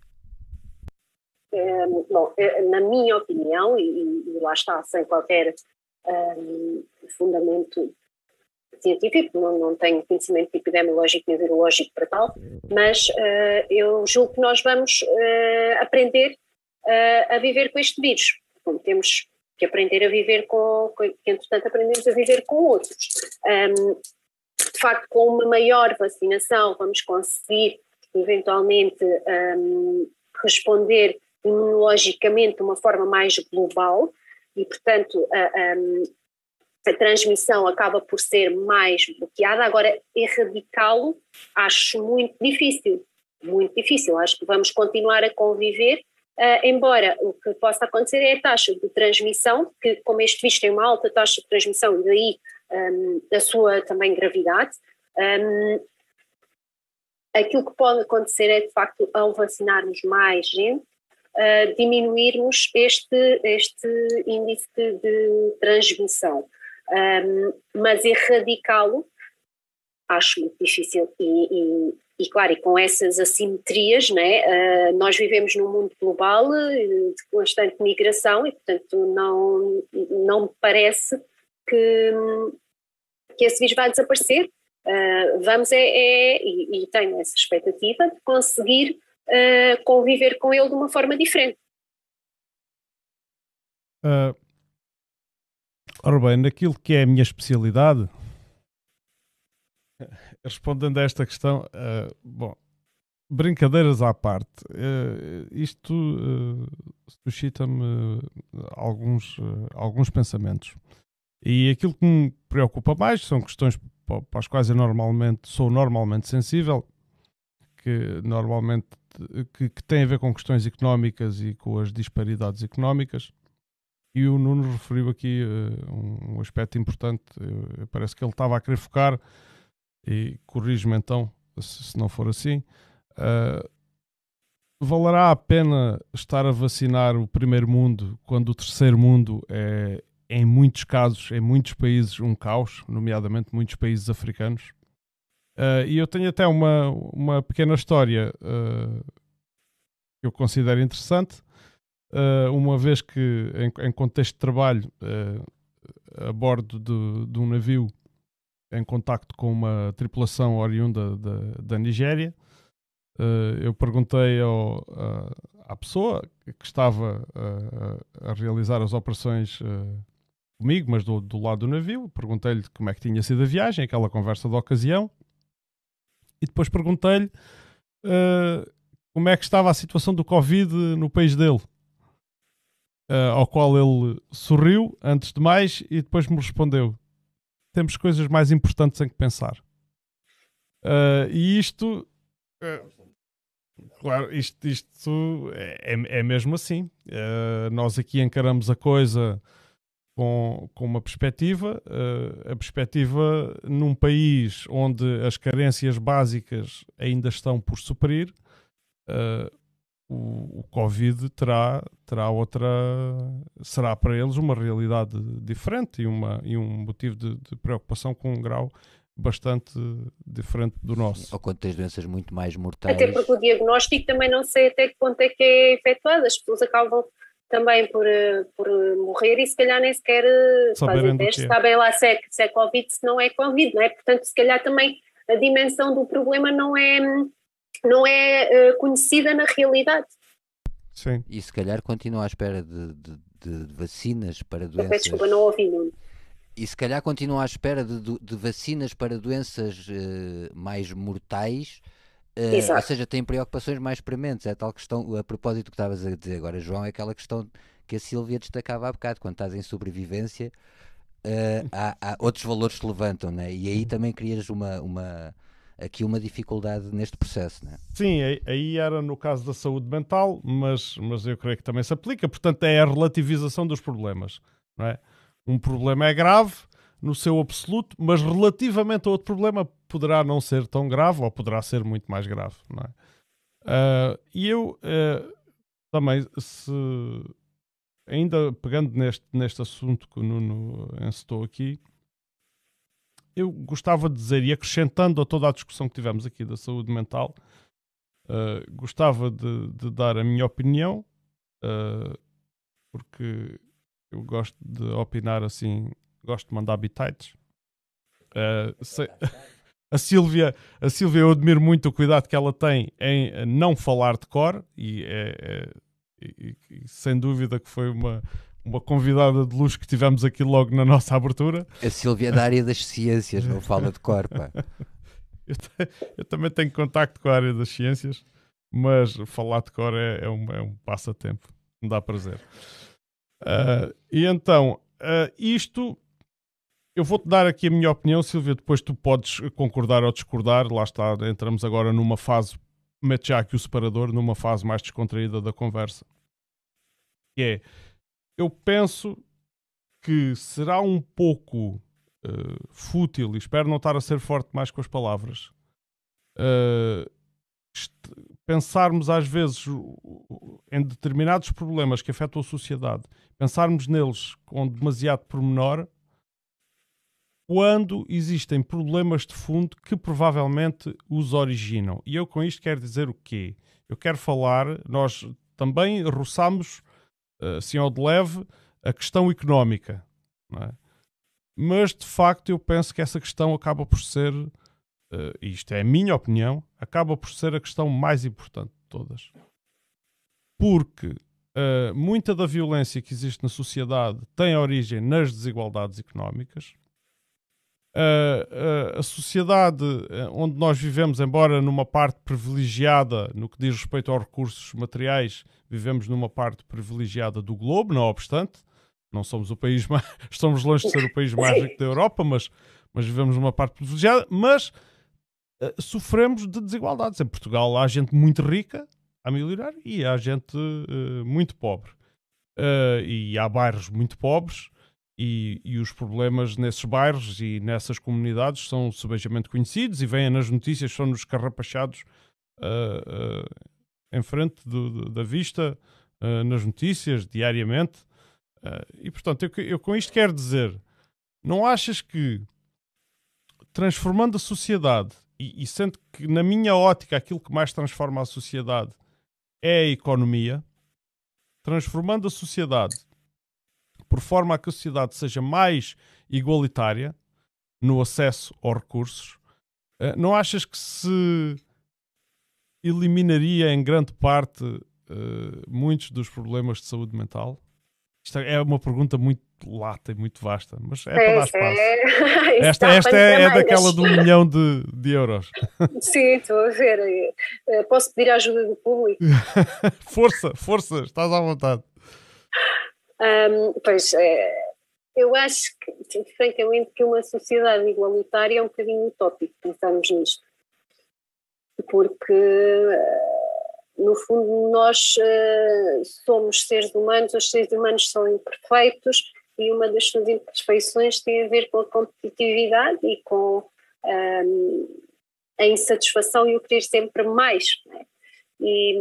É, bom, na minha opinião, e, e lá está, sem qualquer um, fundamento científico, não, não tenho conhecimento epidemiológico nem virológico para tal, mas uh, eu julgo que nós vamos uh, aprender uh, a viver com este vírus. Bom, temos que aprender a viver com, com, que entretanto aprendemos a viver com outros. Um, de facto, com uma maior vacinação vamos conseguir eventualmente um, responder imunologicamente de uma forma mais global e, portanto, a, a, a transmissão acaba por ser mais bloqueada. Agora, erradicá-lo acho muito difícil, muito difícil. Acho que vamos continuar a conviver, uh, embora o que possa acontecer é a taxa de transmissão, que como este vírus tem uma alta taxa de transmissão e daí um, a sua também gravidade, um, aquilo que pode acontecer é, de facto, ao vacinarmos mais gente, Uh, diminuirmos este, este índice de, de transmissão. Um, mas erradicá-lo acho muito difícil e, e, e, claro, e com essas assimetrias, né, uh, nós vivemos num mundo global de constante migração e, portanto, não, não me parece que, que esse vírus vai desaparecer. Uh, vamos é, é e, e tenho essa expectativa de conseguir Uh, conviver com ele de uma forma diferente. Uh, ora bem, naquilo que é a minha especialidade, respondendo a esta questão, uh, bom, brincadeiras à parte, uh, isto uh, suscita-me alguns, uh, alguns pensamentos. E aquilo que me preocupa mais são questões para as quais eu normalmente, sou normalmente sensível, que normalmente que, que tem a ver com questões económicas e com as disparidades económicas, e o Nuno referiu aqui uh, um, um aspecto importante. Uh, parece que ele estava a querer focar, e corrijo-me então se, se não for assim, uh, valerá a pena estar a vacinar o primeiro mundo quando o terceiro mundo é, em muitos casos, em muitos países, um caos, nomeadamente muitos países africanos? Uh, e eu tenho até uma, uma pequena história uh, que eu considero interessante, uh, uma vez que, em, em contexto de trabalho, uh, a bordo de, de um navio, em contacto com uma tripulação oriunda da, da Nigéria, uh, eu perguntei ao, uh, à pessoa que estava uh, a realizar as operações uh, comigo, mas do, do lado do navio, perguntei-lhe como é que tinha sido a viagem, aquela conversa da ocasião, e depois perguntei-lhe uh, como é que estava a situação do Covid no país dele, uh, ao qual ele sorriu, antes de mais, e depois me respondeu: temos coisas mais importantes em que pensar. Uh, e isto, uh, claro, isto, isto é, é mesmo assim. Uh, nós aqui encaramos a coisa com, com uma perspectiva, uh, a perspectiva num país onde as carências básicas ainda estão por suprir, uh, o, o Covid terá, terá outra, será para eles uma realidade diferente e, uma, e um motivo de, de preocupação com um grau bastante diferente do nosso. Ou quando tens doenças muito mais mortais. Até porque o diagnóstico também não sei até que ponto é que é efetuado, as pessoas acabam também por, por morrer e se calhar nem sequer fazem teste, sabem lá se é, se é Covid, se não é Covid, não é? Portanto, se calhar também a dimensão do problema não é, não é uh, conhecida na realidade. Sim. E se calhar continua à espera de, de, de vacinas para doenças... Peço desculpa, não ouvi, não. E se calhar continua à espera de, de, de vacinas para doenças uh, mais mortais... Uh, ou seja, tem preocupações mais prementes. É a tal questão, a propósito do que estavas a dizer agora, João, é aquela questão que a Sílvia destacava há bocado. Quando estás em sobrevivência, uh, há, há outros valores que se levantam, né? E aí também crias uma, uma, aqui uma dificuldade neste processo, né? Sim, aí era no caso da saúde mental, mas, mas eu creio que também se aplica. Portanto, é a relativização dos problemas, não é? Um problema é grave no seu absoluto, mas relativamente a outro problema poderá não ser tão grave ou poderá ser muito mais grave, não é? Uh, e eu uh, também, se ainda pegando neste, neste assunto que o Nuno encetou aqui, eu gostava de dizer, e acrescentando a toda a discussão que tivemos aqui da saúde mental, uh, gostava de, de dar a minha opinião, uh, porque eu gosto de opinar assim, gosto de mandar bitites. Uh, se, a, Sílvia, a Sílvia, eu admiro muito o cuidado que ela tem em não falar de cor, e, é, é, e, e sem dúvida que foi uma, uma convidada de luxo que tivemos aqui logo na nossa abertura. A Sílvia é da área das ciências, não fala de cor, pá. eu, te, eu também tenho contacto com a área das ciências, mas falar de cor é, é, um, é um passatempo, me dá prazer. Uh, e então, uh, isto... Eu vou-te dar aqui a minha opinião, Sílvia, depois tu podes concordar ou discordar. Lá está, entramos agora numa fase, mete já aqui o separador, numa fase mais descontraída da conversa. Que é, eu penso que será um pouco uh, fútil, e espero não estar a ser forte mais com as palavras, uh, pensarmos às vezes em determinados problemas que afetam a sociedade, pensarmos neles com demasiado pormenor, quando existem problemas de fundo que provavelmente os originam. E eu com isto quero dizer o quê? Eu quero falar, nós também roçamos, assim ao de leve, a questão económica, não é? Mas de facto eu penso que essa questão acaba por ser, e isto é a minha opinião, acaba por ser a questão mais importante de todas. Porque uh, muita da violência que existe na sociedade tem origem nas desigualdades económicas. Uh, uh, a sociedade onde nós vivemos, embora numa parte privilegiada no que diz respeito aos recursos materiais, vivemos numa parte privilegiada do globo, não obstante, não somos o país mais, estamos longe de ser o país mais rico da Europa, mas, mas vivemos numa parte privilegiada, mas uh, sofremos de desigualdades. Em Portugal há gente muito rica a melhorar e há gente uh, muito pobre. Uh, e há bairros muito pobres e, e os problemas nesses bairros e nessas comunidades são subejamente conhecidos e vêm nas notícias, são-nos carrapachados uh, uh, em frente do, do, da vista, uh, nas notícias, diariamente. Uh, e, portanto, eu, eu com isto quero dizer, não achas que transformando a sociedade, e, e sendo que na minha ótica aquilo que mais transforma a sociedade é a economia, transformando a sociedade por forma a que a sociedade seja mais igualitária no acesso aos recursos, não achas que se eliminaria em grande parte uh, muitos dos problemas de saúde mental? Isto é uma pergunta muito lata e muito vasta, mas é, é para dar espaço. É... esta esta é, é daquela de um milhão de, de euros. Sim, estou a ver. Posso pedir a ajuda do público? Força, força, estás à vontade. Um, pois, é, eu acho que, francamente, que uma sociedade igualitária é um bocadinho utópico, pensarmos nisto. Porque, no fundo, nós uh, somos seres humanos, os seres humanos são imperfeitos e uma das suas imperfeições tem a ver com a competitividade e com um, a insatisfação e o querer sempre mais, não é? E,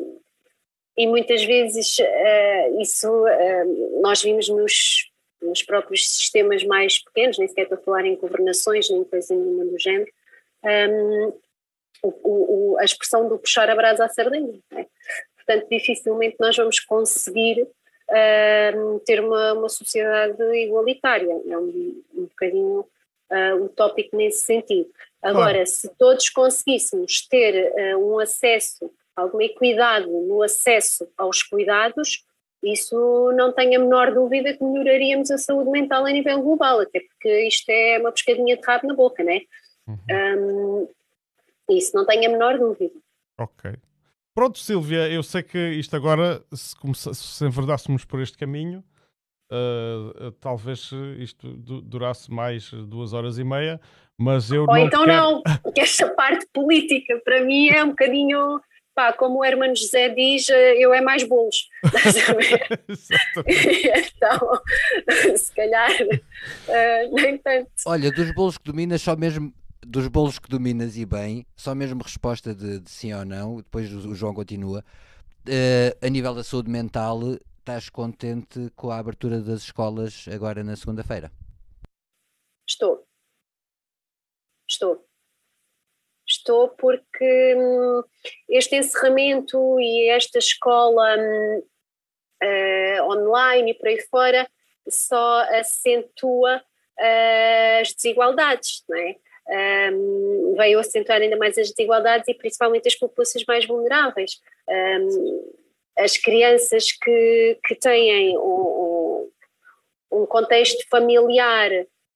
e muitas vezes uh, isso uh, nós vimos nos, nos próprios sistemas mais pequenos, nem sequer estou a falar em governações, nem coisa nenhuma do género, um, o, o, a expressão do puxar a brasa à sardinha, não é? Portanto, dificilmente nós vamos conseguir uh, ter uma, uma sociedade igualitária, é um, um bocadinho uh, utópico nesse sentido. Agora, claro, se todos conseguíssemos ter uh, um acesso, alguma equidade no acesso aos cuidados, isso não tenho a menor dúvida que melhoraríamos a saúde mental a nível global, até porque isto é uma pescadinha de rabo na boca, não é? Uhum. Um, isso não tenho a menor dúvida. Ok. Pronto, Sílvia, eu sei que isto agora, se, se enverdássemos por este caminho, uh, uh, talvez isto du durasse mais duas horas e meia, mas eu Ou não então quero... não, porque esta parte política para mim é um bocadinho, pá, como o Hermano José diz, eu é mais bolos. Então, se calhar, uh, nem tanto. Olha, dos bolos que dominas, só mesmo... Dos bolos que dominas e bem, só mesmo resposta de, de sim ou não, depois o João continua. Uh, a nível da saúde mental, estás contente com a abertura das escolas agora na segunda-feira? Estou. Estou. Estou porque hum, este encerramento e esta escola hum, uh, online e por aí fora só acentua uh, as desigualdades, não é? Um, veio acentuar ainda mais as desigualdades e principalmente as populações mais vulneráveis. Um, as crianças que, que têm um, um contexto familiar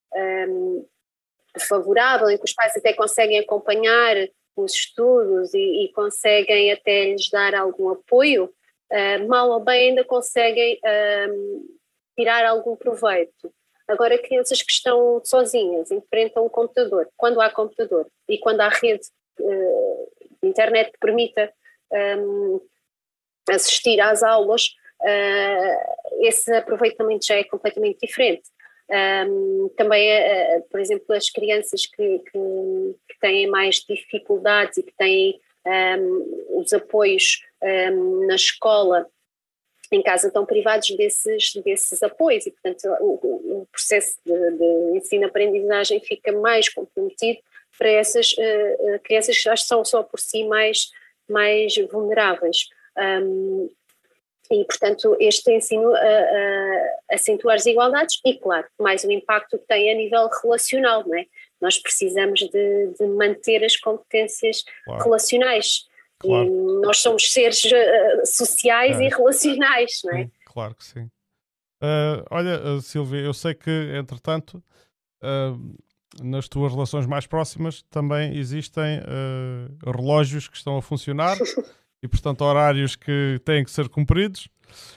um, favorável, em que os pais até conseguem acompanhar os estudos e, e conseguem até lhes dar algum apoio, uh, mal ou bem ainda conseguem um, tirar algum proveito. Agora, crianças que estão sozinhas, enfrentam um computador, quando há computador e quando há rede uh, de internet que permita um, assistir às aulas, uh, esse aproveitamento já é completamente diferente. Um, também, uh, por exemplo, as crianças que, que, que têm mais dificuldades e que têm um, os apoios um, na escola, em casa, estão privados desses, desses apoios e, portanto, o, o processo de, de ensino-aprendizagem fica mais comprometido para essas uh, crianças que já estão só por si mais, mais vulneráveis. Um, e, portanto, este ensino uh, uh, acentua as desigualdades e, claro, mais o impacto que tem a nível relacional, não é? Nós precisamos de, de manter as competências claro. relacionais. Claro. E nós somos seres uh, sociais é. e relacionais, não é? Sim, claro que sim. Uh, olha, uh, Sílvia, eu sei que, entretanto, uh, nas tuas relações mais próximas também existem uh, relógios que estão a funcionar e, portanto, horários que têm que ser cumpridos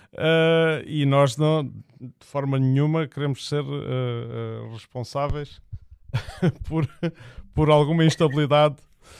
uh, e nós, não, de forma nenhuma, queremos ser uh, uh, responsáveis por, por alguma instabilidade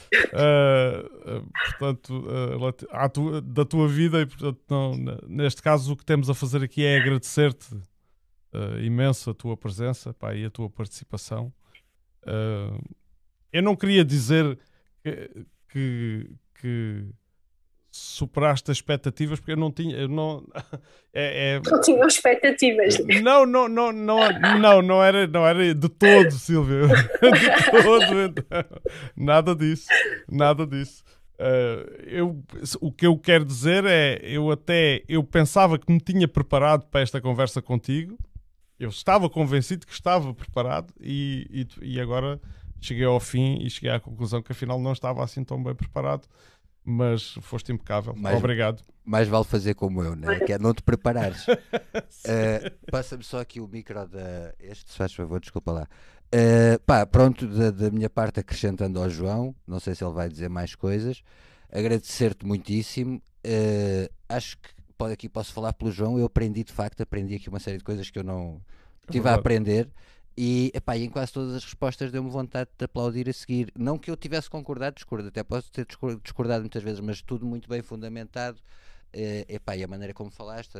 Uh, uh, portanto, uh, tua, da tua vida e, portanto, não, neste caso o que temos a fazer aqui é agradecer-te uh, imenso a tua presença, pá, e a tua participação. Uh, eu não queria dizer que, que, que superaste as expectativas, porque eu não tinha... Eu não, é, é... não tinham expectativas. Não, não, não, não, não, não, era, não era de todo, Sílvia. De todo. Então. Nada disso. Nada disso. Uh, eu, o que eu quero dizer é, eu até eu pensava que me tinha preparado para esta conversa contigo. Eu estava convencido que estava preparado e, e, e agora cheguei ao fim e cheguei à conclusão que afinal não estava assim tão bem preparado. Mas foste impecável. Mais, Obrigado. Mais vale fazer como eu, né? Que é não te preparares. uh, Passa-me só aqui o micro da... Este, se faz favor, desculpa lá. Uh, pá, pronto, da, da minha parte, acrescentando ao João, não sei se ele vai dizer mais coisas. Agradecer-te muitíssimo. Uh, acho que pode, aqui posso falar pelo João. Eu aprendi, de facto, aprendi aqui uma série de coisas que eu não tive é a aprender. E, epá, e em quase todas as respostas deu-me vontade de aplaudir a seguir. Não que eu tivesse concordado, discordo, até posso ter discordado muitas vezes, mas tudo muito bem fundamentado. Uh, epá, e a maneira como falaste,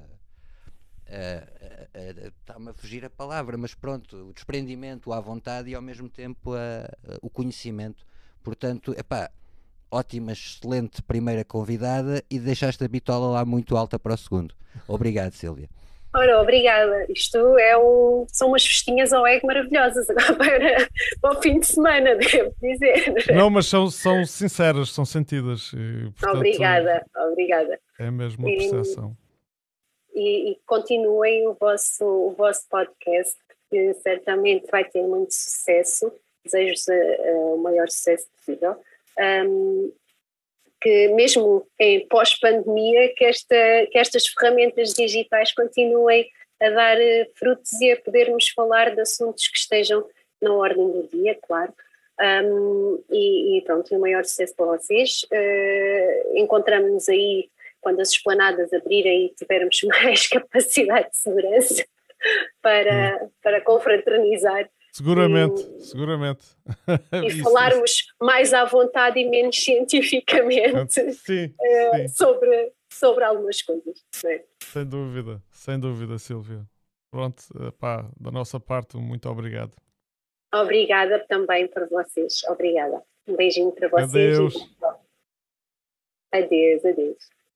está-me a fugir a palavra, mas pronto, o desprendimento, a vontade e ao mesmo tempo a, a, o conhecimento. Portanto, epá, ótima, excelente primeira convidada e deixaste a bitola lá muito alta para o segundo. Obrigado, Sílvia. Ora, obrigada. Isto é um, são umas festinhas ao egg maravilhosas agora para, para o fim de semana, devo dizer. Não, mas são, são sinceras, são sentidas. E, portanto, obrigada, obrigada. É mesmo uma percepção. E, e continuem o vosso, o vosso podcast, que certamente vai ter muito sucesso. Desejo-vos uh, o maior sucesso possível. Um, que mesmo em pós-pandemia, que, esta, que estas ferramentas digitais continuem a dar uh, frutos e a podermos falar de assuntos que estejam na ordem do dia, claro. Um, e, e pronto, o maior sucesso para vocês. Uh, encontramos-nos aí quando as esplanadas abrirem e tivermos mais capacidade de segurança para, hum. para confraternizar. Seguramente, e, seguramente. E isso, falarmos isso. mais à vontade e menos cientificamente sim, uh, sim. Sobre, sobre algumas coisas. É? Sem dúvida, sem dúvida, Sílvia. Pronto, pá, da nossa parte, muito obrigado. Obrigada também para vocês. Obrigada. Um beijinho para vocês. Adeus. E... Adeus, adeus.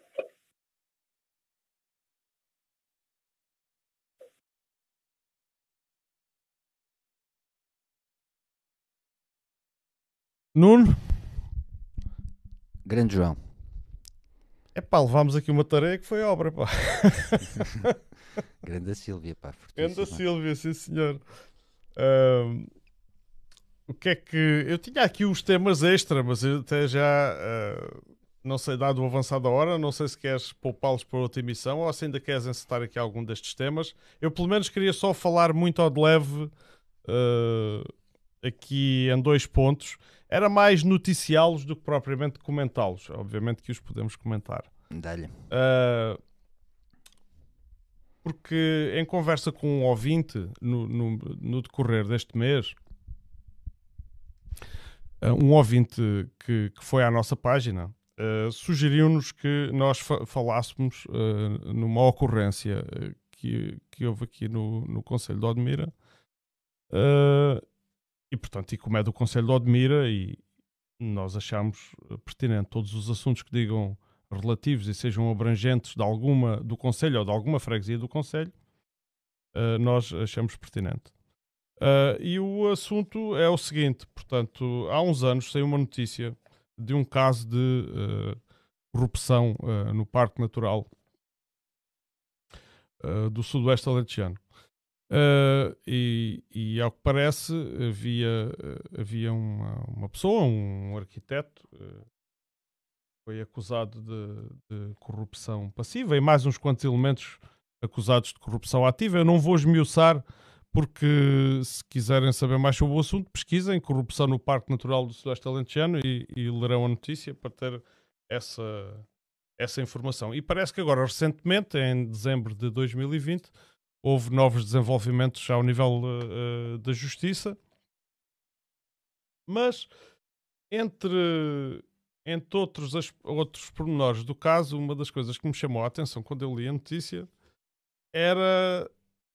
Nuno? Grande João. É pá, levámos aqui uma tarefa que foi obra, pá. Grande Sílvia, pá. Grande Sílvia, sim senhor. Um, o que é que... Eu tinha aqui os temas extra, mas eu até já... Uh, não sei, dado o avançado da hora, não sei se queres poupá-los para outra emissão ou se ainda queres encetar aqui algum destes temas. Eu pelo menos queria só falar muito ao de leve... Uh, aqui em dois pontos. Era mais noticiá-los do que propriamente comentá-los. Obviamente que os podemos comentar. Dá-lhe. Uh, porque em conversa com um ouvinte no, no, no decorrer deste mês, uh, um ouvinte que, que foi à nossa página uh, sugeriu-nos que nós fa falássemos uh, numa ocorrência que, que houve aqui no, no Concelho de Odmira. Uh, E, portanto, e como é do Concelho de Odmira, e nós achamos pertinente todos os assuntos que digam relativos e sejam abrangentes de alguma, do Concelho ou de alguma freguesia do Concelho, uh, nós achamos pertinente. Uh, e o assunto é o seguinte, portanto, há uns anos saiu uma notícia de um caso de uh, corrupção uh, no Parque Natural uh, do Sudoeste Alentejano. Uh, e, e ao que parece havia, uh, havia uma, uma pessoa, um arquiteto, uh, foi acusado de, de corrupção passiva e mais uns quantos elementos acusados de corrupção ativa. Eu não vou esmiuçar porque se quiserem saber mais sobre o assunto, pesquisem corrupção no Parque Natural do Sudoeste Alentejano e, e lerão a notícia para ter essa, essa informação. E parece que agora recentemente, em dezembro de dois mil e vinte, houve novos desenvolvimentos ao nível uh, uh, da justiça, mas entre, entre outros, as, outros pormenores do caso, uma das coisas que me chamou a atenção quando eu li a notícia era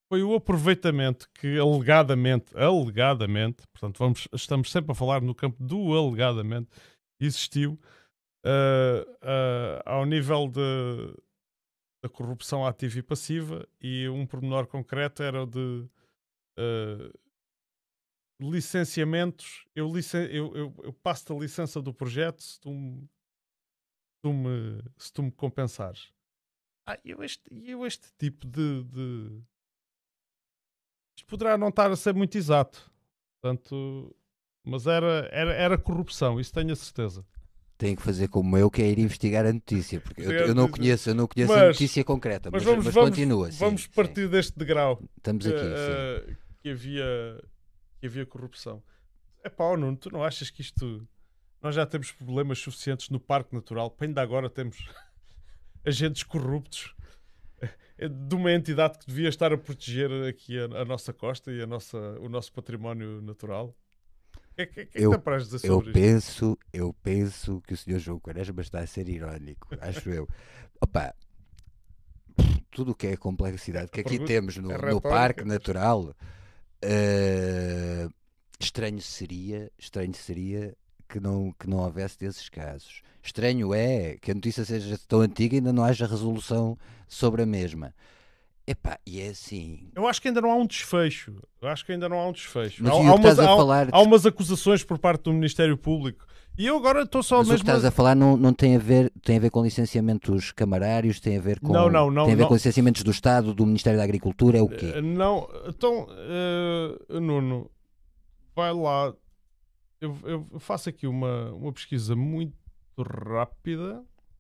foi o aproveitamento que alegadamente, alegadamente, portanto vamos, estamos sempre a falar no campo do alegadamente, existiu uh, uh, ao nível de, da corrupção ativa e passiva, e um pormenor concreto era o de uh, licenciamentos. Eu, licen eu, eu, eu passo-te a licença do projeto se tu me, tu me, se tu me compensares. Ah, eu este, eu este tipo de, de... Isto poderá não estar a ser muito exato. Portanto, mas era, era, era corrupção, isso tenho a certeza. Tenho que fazer como eu, que é ir investigar a notícia, porque eu, eu não conheço, eu não conheço mas, a notícia concreta, mas, mas, vamos, mas continua. Vamos, vamos sim, partir sim. deste degrau. Estamos que, aqui, uh, sim. Que havia, que havia corrupção. É pá, oh, Nuno, tu não achas que isto... Nós já temos problemas suficientes no Parque Natural, para ainda agora temos agentes corruptos de uma entidade que devia estar a proteger aqui a, a nossa costa e a nossa, o nosso património natural? O que é que, que, eu, que te apraz dizer eu sobre penso, isto? Eu penso que o senhor João Quaresma está a ser irónico, acho eu. Opa, tudo o que é a complexidade que aqui temos no, é no Parque Natural, uh, estranho seria, estranho seria que não, que não houvesse desses casos. Estranho é que a notícia seja tão antiga e ainda não haja resolução sobre a mesma. Epá, e é assim... Eu acho que ainda não há um desfecho. Eu acho que ainda não há um desfecho. Mas há, e há, o que umas, estás a há, falar... há umas acusações por parte do Ministério Público. E eu agora estou só Mas mesmo... o que estás a falar não, não tem a ver, tem a ver com licenciamentos camarários, tem a ver com... Não, não, não. Tem a ver não. com licenciamentos do Estado, do Ministério da Agricultura, é o quê? Uh, não, então, uh, Nuno, vai lá. Eu, eu faço aqui uma, uma pesquisa muito rápida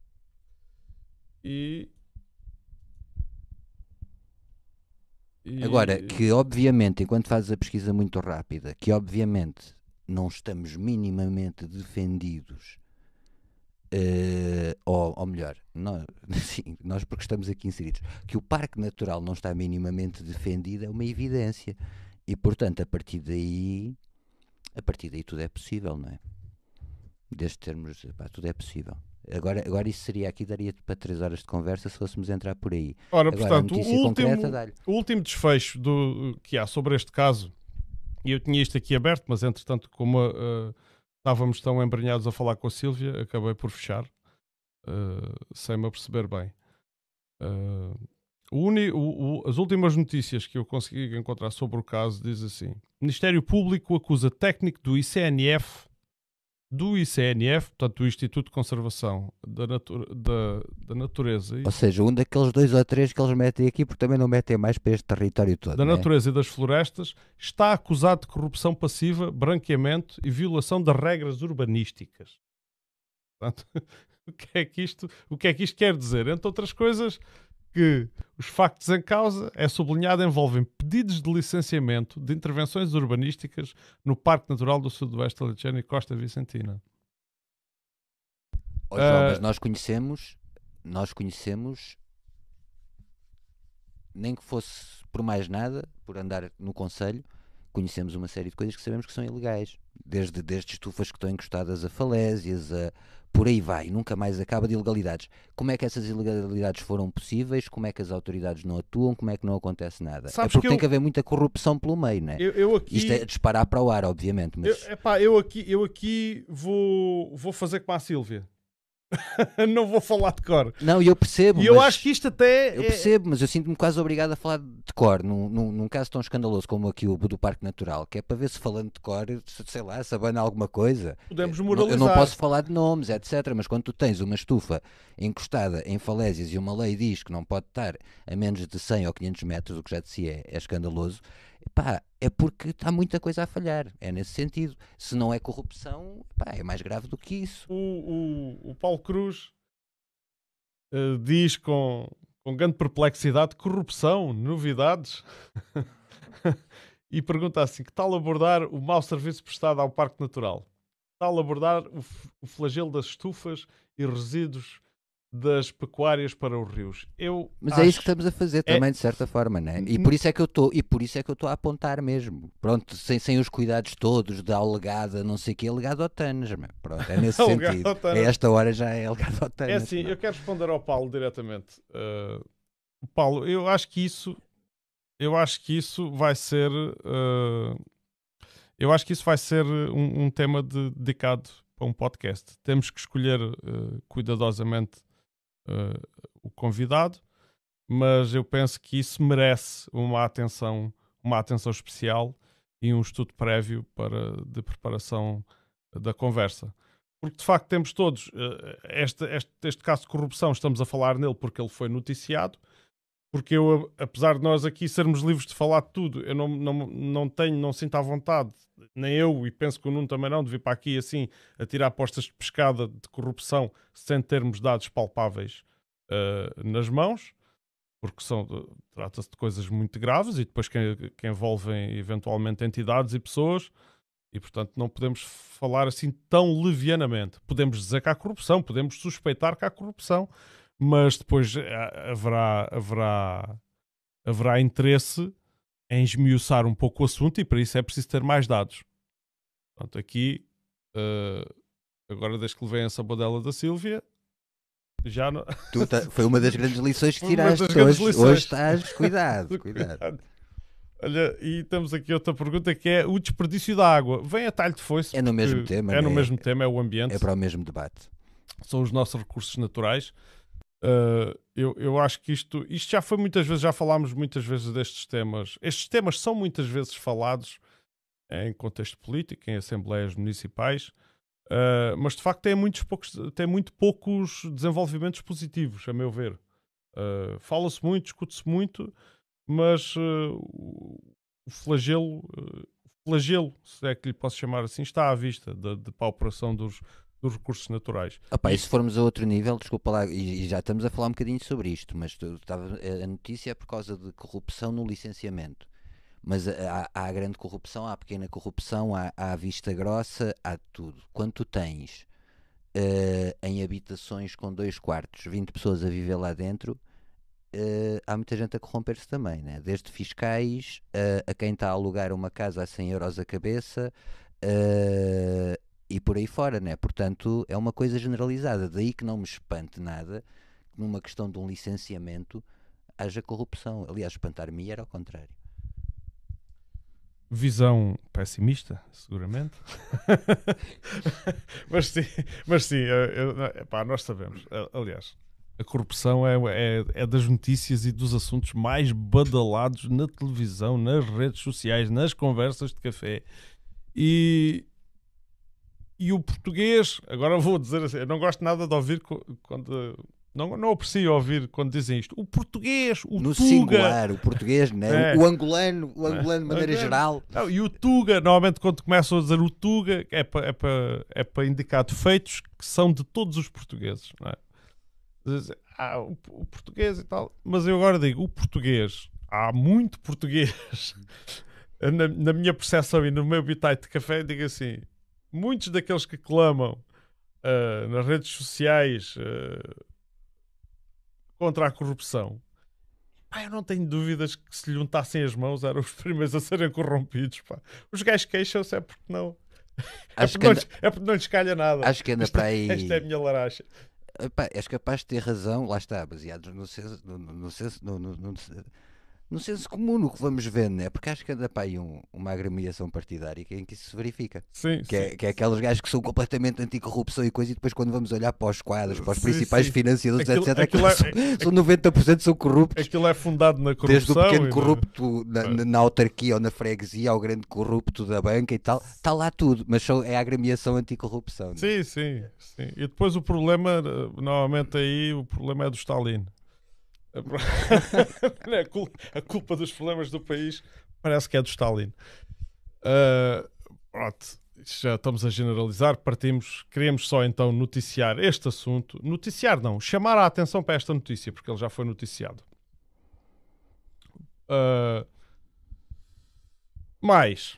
e... E... Agora, que obviamente, enquanto fazes a pesquisa muito rápida, que obviamente não estamos minimamente defendidos, uh, ou, ou melhor, nós, sim, nós porque estamos aqui inseridos, que o Parque Natural não está minimamente defendido é uma evidência. E portanto, a partir daí, a partir daí tudo é possível, não é? Desde termos, pá, tudo é possível. Agora, agora isso seria aqui, daria para três horas de conversa se fôssemos entrar por aí. Ora, agora, portanto, a notícia o concreta, último, dá-lhe. o último desfecho do, que há sobre este caso, e eu tinha isto aqui aberto, mas entretanto, como uh, estávamos tão embrenhados a falar com a Sílvia, acabei por fechar, uh, sem me aperceber bem. Uh, o uni, o, o, as últimas notícias que eu consegui encontrar sobre o caso diz assim: o Ministério Público acusa técnico do I C N F do I C N F, portanto do Instituto de Conservação da, Natu da, da Natureza. Ou seja, um daqueles dois ou três que eles metem aqui, porque também não metem mais para este território todo. Da né? Natureza e das Florestas, está acusado de corrupção passiva, branqueamento e violação das regras urbanísticas. Portanto, o que é que isto, o que é que isto quer dizer? Entre outras coisas, que os factos em causa, é sublinhado, envolvem pedidos de licenciamento de intervenções urbanísticas no Parque Natural do Sudoeste Alentejano e Costa Vicentina. Oh, João, uh... mas nós conhecemos, nós conhecemos, nem que fosse por mais nada, por andar no concelho, conhecemos uma série de coisas que sabemos que são ilegais. Desde, desde estufas que estão encostadas a falésias, a... por aí vai, nunca mais acaba de ilegalidades. Como é que essas ilegalidades foram possíveis? Como é que as autoridades não atuam? Como é que não acontece nada? Sabes é porque que tem eu... que haver muita corrupção pelo meio, né? Eu, eu aqui... Isto é disparar para o ar, obviamente. Mas... Eu, epá, eu aqui, eu aqui vou, vou fazer como a Sílvia. Não vou falar de cor. Não, eu percebo. E eu mas... acho que isto até... Eu percebo, é... mas eu sinto-me quase obrigado a falar de cor, num, num, num caso tão escandaloso como aqui o do Parque Natural, que é para ver se falando de cor, sei lá, se abana alguma coisa. Podemos moralizar. Eu não posso falar de nomes, etcétera. Mas quando tu tens uma estufa encostada em falésias e uma lei diz que não pode estar a menos de cem ou quinhentos metros, o que já de si é, é escandaloso, pá, é porque está muita coisa a falhar. É nesse sentido. Se não é corrupção, pá, é mais grave do que isso. O, o, o Paulo Cruz uh, diz com, com grande perplexidade: corrupção, novidades. E pergunta assim: que tal abordar o mau serviço prestado ao Parque Natural? Que tal abordar o, o flagelo das estufas e resíduos das pecuárias para os rios? Eu Mas acho... é isso que estamos a fazer também, é... de certa forma, né? E por isso é que eu estou, e por isso é que eu estou a apontar mesmo. Pronto, sem, sem os cuidados todos da alegada, não sei o que, alegado ao Tanas, pronto, é nesse sentido. A esta hora já é alegado ao Tanas. É assim, não. Eu quero responder ao Paulo diretamente. Uh, Paulo, eu acho que isso eu acho que isso vai ser uh, eu acho que isso vai ser um, um tema de, dedicado para um podcast. Temos que escolher uh, cuidadosamente uh, o convidado, mas eu penso que isso merece uma atenção, uma atenção especial e um estudo prévio para, de preparação da conversa. Porque de facto temos todos uh, este, este, este caso de corrupção, estamos a falar nele porque ele foi noticiado. Porque eu, apesar de nós aqui sermos livres de falar de tudo, eu não, não, não tenho, não sinto à vontade, nem eu, e penso que o Nuno também não, de vir para aqui assim a tirar apostas de pescada de corrupção sem termos dados palpáveis uh, nas mãos, porque são, trata-se de coisas muito graves e depois que, que envolvem eventualmente entidades e pessoas, e portanto não podemos falar assim tão levianamente. Podemos dizer que há corrupção, podemos suspeitar que há corrupção, mas depois haverá, haverá, haverá interesse em esmiuçar um pouco o assunto e para isso é preciso ter mais dados. Portanto, aqui, uh, agora desde que levei a sabadela da Sílvia, já não... Tu tá, foi uma das grandes lições que Foi uma das tiraste grandes hoje. lições. Hoje estás, cuidado, cuidado. Cuidado. Olha, e temos aqui outra pergunta que é o desperdício da água. Vem a talho de foice. É no porque mesmo tema, É no né? mesmo tema, é o ambiente. É para o mesmo debate. São os nossos recursos naturais. Uh, eu, eu acho que isto, isto já foi muitas vezes, já falámos muitas vezes destes temas. Estes temas são muitas vezes falados em contexto político, em assembleias municipais, uh, mas de facto tem, muitos poucos, tem muito poucos desenvolvimentos positivos, a meu ver. Uh, Fala-se muito, discute-se muito, mas uh, o flagelo, uh, flagelo, se é que lhe posso chamar assim, está à vista da depauperação dos dos recursos naturais. Opa, e e se formos a outro nível, desculpa lá, e, e já estamos a falar um bocadinho sobre isto, mas tu, tava, a notícia é por causa de corrupção no licenciamento. Mas há, há grande corrupção, há pequena corrupção, há, há vista grossa, há tudo. Quando tu tens uh, em habitações com dois quartos, vinte pessoas a viver lá dentro, uh, há muita gente a corromper-se também, né? Desde fiscais uh, a quem está a alugar uma casa a cem euros a cabeça, uh, e por aí fora, né? Portanto, é uma coisa generalizada. Daí que não me espante nada que numa questão de um licenciamento haja corrupção. Aliás, espantar-me era ao contrário. Visão pessimista, seguramente. mas sim, mas sim eu, eu, pá, nós sabemos. Aliás, a corrupção é, é, é das notícias e dos assuntos mais badalados na televisão, nas redes sociais, nas conversas de café. E... E o português, agora vou dizer assim, eu não gosto nada de ouvir quando, não, não aprecio ouvir quando dizem isto. O português, o no Tuga. Singular, o português, né? É. o angolano, o angolano de maneira é. geral. Não, e o Tuga, normalmente quando começam a dizer o Tuga, é para é para é para indicar defeitos que são de todos os portugueses. Não é? Dizem, ah, o, o português e tal. Mas eu agora digo, o português, há muito português. na, na minha percepção e no meu habitat de café, digo assim, muitos daqueles que clamam uh, nas redes sociais uh, contra a corrupção, pá, eu não tenho dúvidas que se lhe untassem as mãos eram os primeiros a serem corrompidos. Pá. Os gajos queixam-se é porque não. É porque, anda... não é porque não lhes calha nada. Acho que anda para aí. Esta é a minha laracha. Epá, és capaz de ter razão, lá está, baseados no senso, no, no, no, senso, no, no, no, no senso comum, no que vamos vendo, né? Porque acho que anda para aí um, uma agremiação partidária em que isso se verifica. Sim, que, sim. É, que é aqueles gajos que são completamente anticorrupção e coisa, e depois quando vamos olhar para os quadros, para os Sim, principais sim. financiadores, Aquilo- etcétera, aquilo é- são, são noventa por cento são corruptos. Aquilo é fundado na corrupção. Desde o pequeno e na- corrupto na, na, na autarquia ou na freguesia ao grande corrupto da banca e tal, está lá tudo, mas só é a agremiação anticorrupção. Né? Sim, sim, sim. E depois o problema, eh, novamente aí, o problema é do Stalin. A pro- a cul- a culpa dos problemas do país parece que é do Stalin. Ah, pronto, já estamos a generalizar, partimos, queremos só então noticiar este assunto. Noticiar não, chamar a atenção para esta notícia, porque ele já foi noticiado. Ah, mais.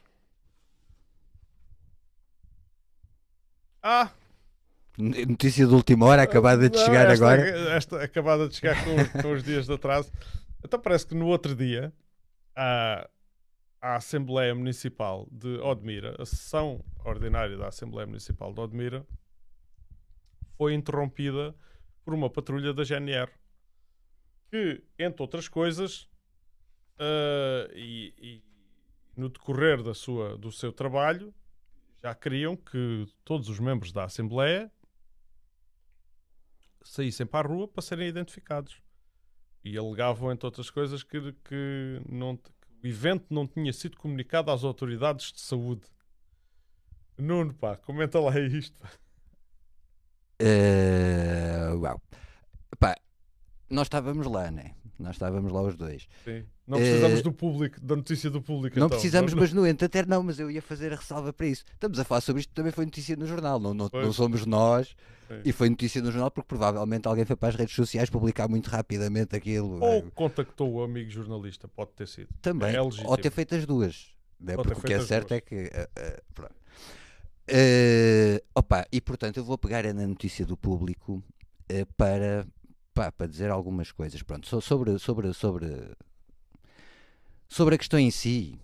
Ah, Notícia de última hora, acabada de não, chegar esta, agora. Esta acabada de chegar com, com os dias de atraso. Então parece que no outro dia a, a Assembleia Municipal de Odmira, a sessão ordinária da Assembleia Municipal de Odmira, foi interrompida por uma patrulha da G N R que, entre outras coisas, uh, e, e no decorrer da sua, do seu trabalho já queriam que todos os membros da Assembleia saíssem para a rua para serem identificados. E alegavam, entre outras coisas, que, que, não, que o evento não tinha sido comunicado às autoridades de saúde. Nuno, pá, comenta lá isto. Uh, uau. Pá, nós estávamos lá, né? Nós estávamos lá os dois. Sim. Não precisamos uh, do público, da notícia do público. Não então. precisamos, não, mas no entanto, até não, mas eu ia fazer a ressalva para isso. Estamos a falar sobre isto, também foi notícia no jornal, não, não, não somos nós. Sim. E foi notícia no jornal porque provavelmente alguém foi para as redes sociais publicar muito rapidamente aquilo. Ou contactou o amigo jornalista, pode ter sido. Também, é ou ter feito as duas. Né? Porque o que é certo duas. é que... Uh, uh, pronto. Uh, opa, e portanto eu vou pegar na notícia do público uh, para, pá, para dizer algumas coisas. Pronto, so, sobre, sobre, sobre, sobre a questão em si,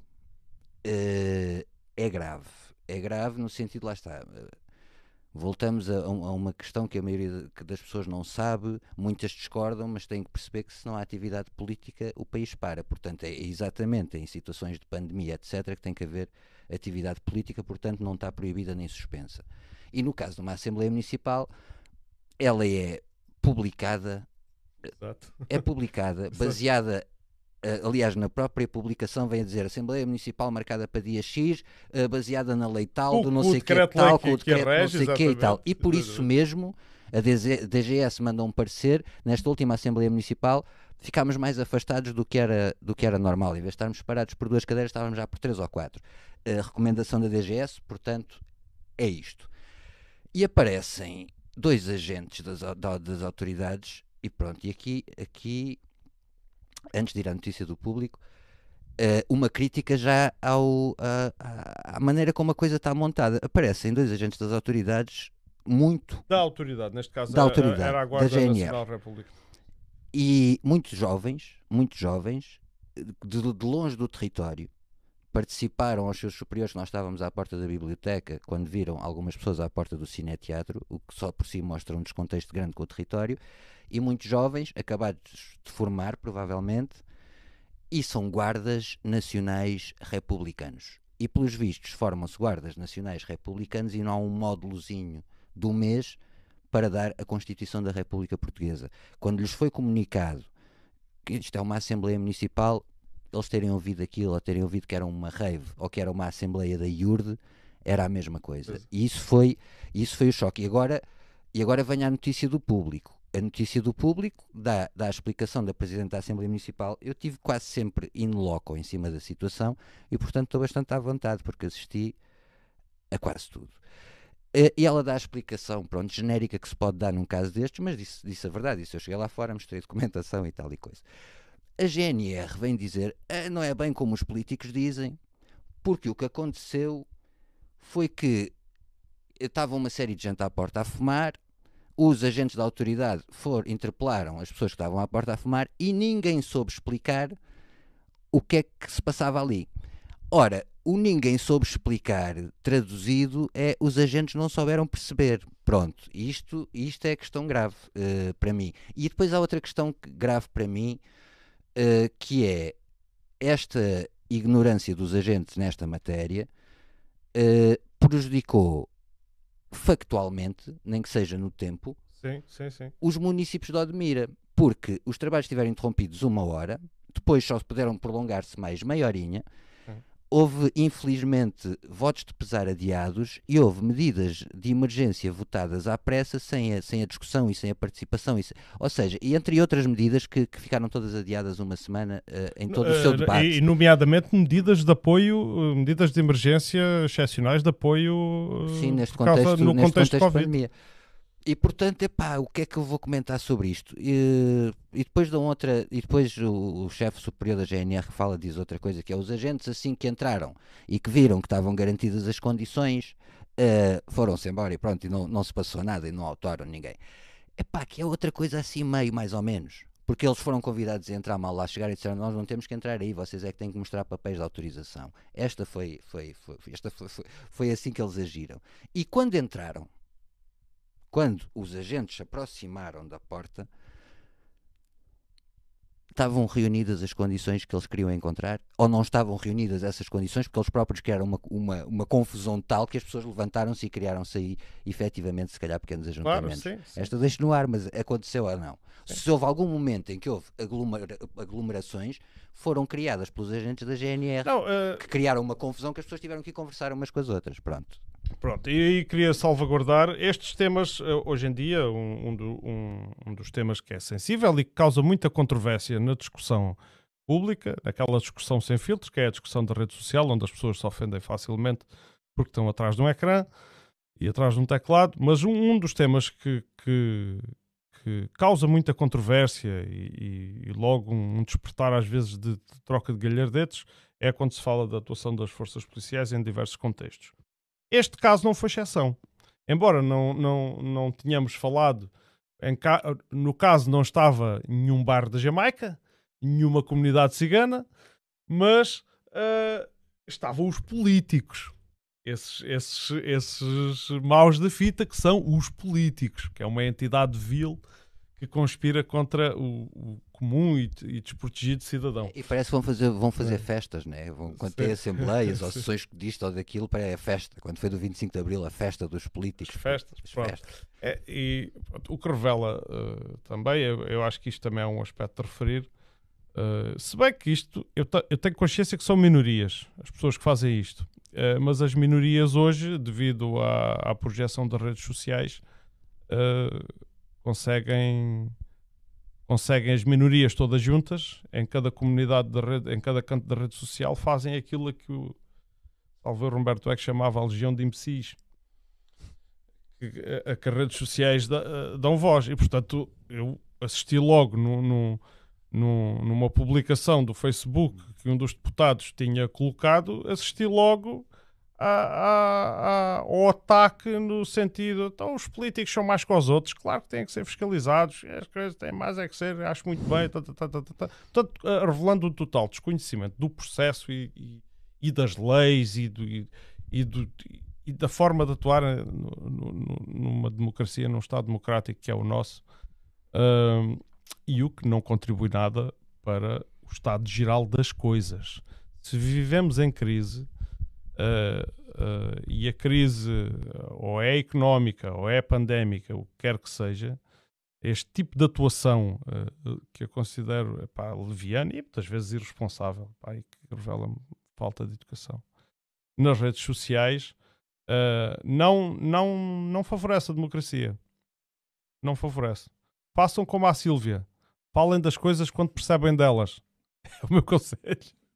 uh, é grave. É grave no sentido, lá está. Uh, voltamos a, a uma questão que a maioria das pessoas não sabe, muitas discordam, mas têm que perceber que se não há atividade política, o país para. Portanto, é exatamente em situações de pandemia, etcétera, que tem que haver atividade política, portanto não está proibida nem suspensa. E no caso de uma Assembleia Municipal, ela é publicada, Exato. é publicada, baseada, uh, aliás, na própria publicação vem a dizer Assembleia Municipal marcada para dia X, uh, baseada na lei tal, o, do não o sei o que tal, com o decreto não sei o que e tal. E por isso mesmo, a D G S manda um parecer, nesta última Assembleia Municipal, ficámos mais afastados do que era, do que era normal. Em vez de estarmos parados por duas cadeiras, estávamos já por três ou quatro. A recomendação da D G S, portanto, é isto. E aparecem dois agentes das, das autoridades, e pronto, e aqui, aqui, antes de ir à notícia do público, uma crítica já ao, à, à maneira como a coisa está montada. Aparecem dois agentes das autoridades muito... Da autoridade, neste caso da era, autoridade, era a Guarda da G N R. Nacional República. E muitos jovens, muitos jovens, de, de longe do território, participaram aos seus superiores. Nós estávamos à porta da biblioteca quando viram algumas pessoas à porta do cineteatro, o que só por si mostra um descontexto grande com o território, e muitos jovens, acabados de formar, provavelmente, e são guardas nacionais republicanos. E pelos vistos formam-se guardas nacionais republicanos e não há um módulozinho do mês para dar a Constituição da República Portuguesa. Quando lhes foi comunicado que isto é uma Assembleia Municipal, eles terem ouvido aquilo, ou terem ouvido que era uma rave, ou que era uma Assembleia da I U R D, era a mesma coisa. E isso foi, isso foi o choque. E agora, e agora vem a notícia do público. A notícia do público dá, dá a explicação da Presidente da Assembleia Municipal. Eu tive quase sempre in loco em cima da situação e, portanto, estou bastante à vontade, porque assisti a quase tudo. E ela dá a explicação, pronto, genérica que se pode dar num caso destes, mas disse, disse a verdade. Disse, eu cheguei lá fora, mostrei documentação e tal e coisa. A G N R vem dizer, ah, não é bem como os políticos dizem, porque o que aconteceu foi que estava uma série de gente à porta a fumar, os agentes da autoridade for, interpelaram as pessoas que estavam à porta a fumar e ninguém soube explicar o que é que se passava ali. Ora, o ninguém soube explicar, traduzido, é os agentes não souberam perceber. Pronto, isto, isto é a questão grave uh, para mim. E depois há outra questão grave para mim, uh, que é esta ignorância dos agentes nesta matéria uh, prejudicou factualmente, nem que seja no tempo, sim, sim, sim. os municípios de Odmira, porque os trabalhos estiveram interrompidos uma hora, depois só puderam prolongar-se mais meia horinha. Houve, infelizmente, votos de pesar adiados e houve medidas de emergência votadas à pressa sem a, sem a discussão e sem a participação. E se, ou seja, e entre outras medidas que, que ficaram todas adiadas uma semana uh, em todo uh, o seu debate. E, nomeadamente, medidas de apoio, medidas de emergência excepcionais de apoio uh, Sim, neste contexto, causa, no neste contexto, contexto de pandemia. E portanto, epá, o que é que eu vou comentar sobre isto? E, e depois dão outra, e depois o, o chefe superior da G N R fala, diz outra coisa, que é os agentes assim que entraram e que viram que estavam garantidas as condições, uh, foram-se embora e pronto, e não, não se passou nada e não autuaram ninguém. Epá, que é outra coisa assim meio, mais ou menos. Porque eles foram convidados a entrar, mal lá chegaram e disseram, nós não temos que entrar aí, vocês é que têm que mostrar papéis de autorização. Esta foi, foi, foi, esta foi, foi, foi assim que eles agiram. E quando entraram, quando os agentes se aproximaram da porta, estavam reunidas as condições que eles queriam encontrar, ou não estavam reunidas essas condições, porque eles próprios criaram uma, uma, uma confusão tal que as pessoas levantaram-se e criaram-se aí, efetivamente, se calhar pequenos ajuntamentos. Claro, sim, sim. Esta deixo no ar, mas aconteceu ou não? Sim. Se houve algum momento em que houve aglomera, aglomerações, foram criadas pelos agentes da G N R, Não, uh, que criaram uma confusão que as pessoas tiveram que ir conversar umas com as outras. Pronto. Pronto, e aí queria salvaguardar estes temas, hoje em dia, um, um, do, um, um dos temas que é sensível e que causa muita controvérsia na discussão pública, naquela discussão sem filtros, que é a discussão da rede social, onde as pessoas se ofendem facilmente porque estão atrás de um ecrã e atrás de um teclado, mas um, um dos temas que, que, que causa muita controvérsia e, e, e logo um, um despertar às vezes de, de troca de galhardetes é quando se fala da atuação das forças policiais em diversos contextos. Este caso não foi exceção. Embora não, não, não tenhamos falado, em ca... no caso não estava nenhum bar da Jamaica, nenhuma comunidade cigana, mas uh, estavam os políticos. Esses, esses, esses maus da fita que são os políticos, que é uma entidade vil que conspira contra o, o comum e, e desprotegido cidadão. E parece que vão fazer, vão fazer festas, né? Vão, quando tem assembleias ou Sim. sessões disto ou daquilo, para a festa. Quando foi do vinte e cinco de Abril, a festa dos políticos. As festas. As Pronto. festas. É, e pronto, o que revela uh, também, eu, eu acho que isto também é um aspecto de referir, uh, se bem que isto, eu, eu tenho consciência que são minorias, as pessoas que fazem isto, uh, mas as minorias hoje, devido à, à projeção das redes sociais, uh, conseguem... conseguem as minorias todas juntas, em cada comunidade, da rede, em cada canto da rede social, fazem aquilo a que o Salvador Humberto Eco chamava a legião de imbecis, que, a, a que as redes sociais da, dão voz. E, portanto, eu assisti logo no, no, no, numa publicação do Facebook que um dos deputados tinha colocado, assisti logo A, a, a, ao ataque no sentido, então os políticos são mais que os outros, claro que têm que ser fiscalizados, as coisas têm mais é que ser, acho muito bem, tá, tá, tá, tá, tá. Portanto, uh, revelando um total desconhecimento do processo e, e, e das leis e, do, e, e, do, e da forma de atuar no, no, numa democracia, num Estado democrático que é o nosso, uh, e o que não contribui nada para o estado geral das coisas. Se vivemos em crise, Uh, uh, e a crise uh, ou é económica ou é pandémica, o que quer que seja, este tipo de atuação uh, que eu considero epá, leviana e muitas vezes irresponsável, epá, e que revela falta de educação nas redes sociais, uh, não, não, não favorece a democracia. Não favorece. Façam como a Sílvia, falem das coisas quando percebem delas. É o meu conselho.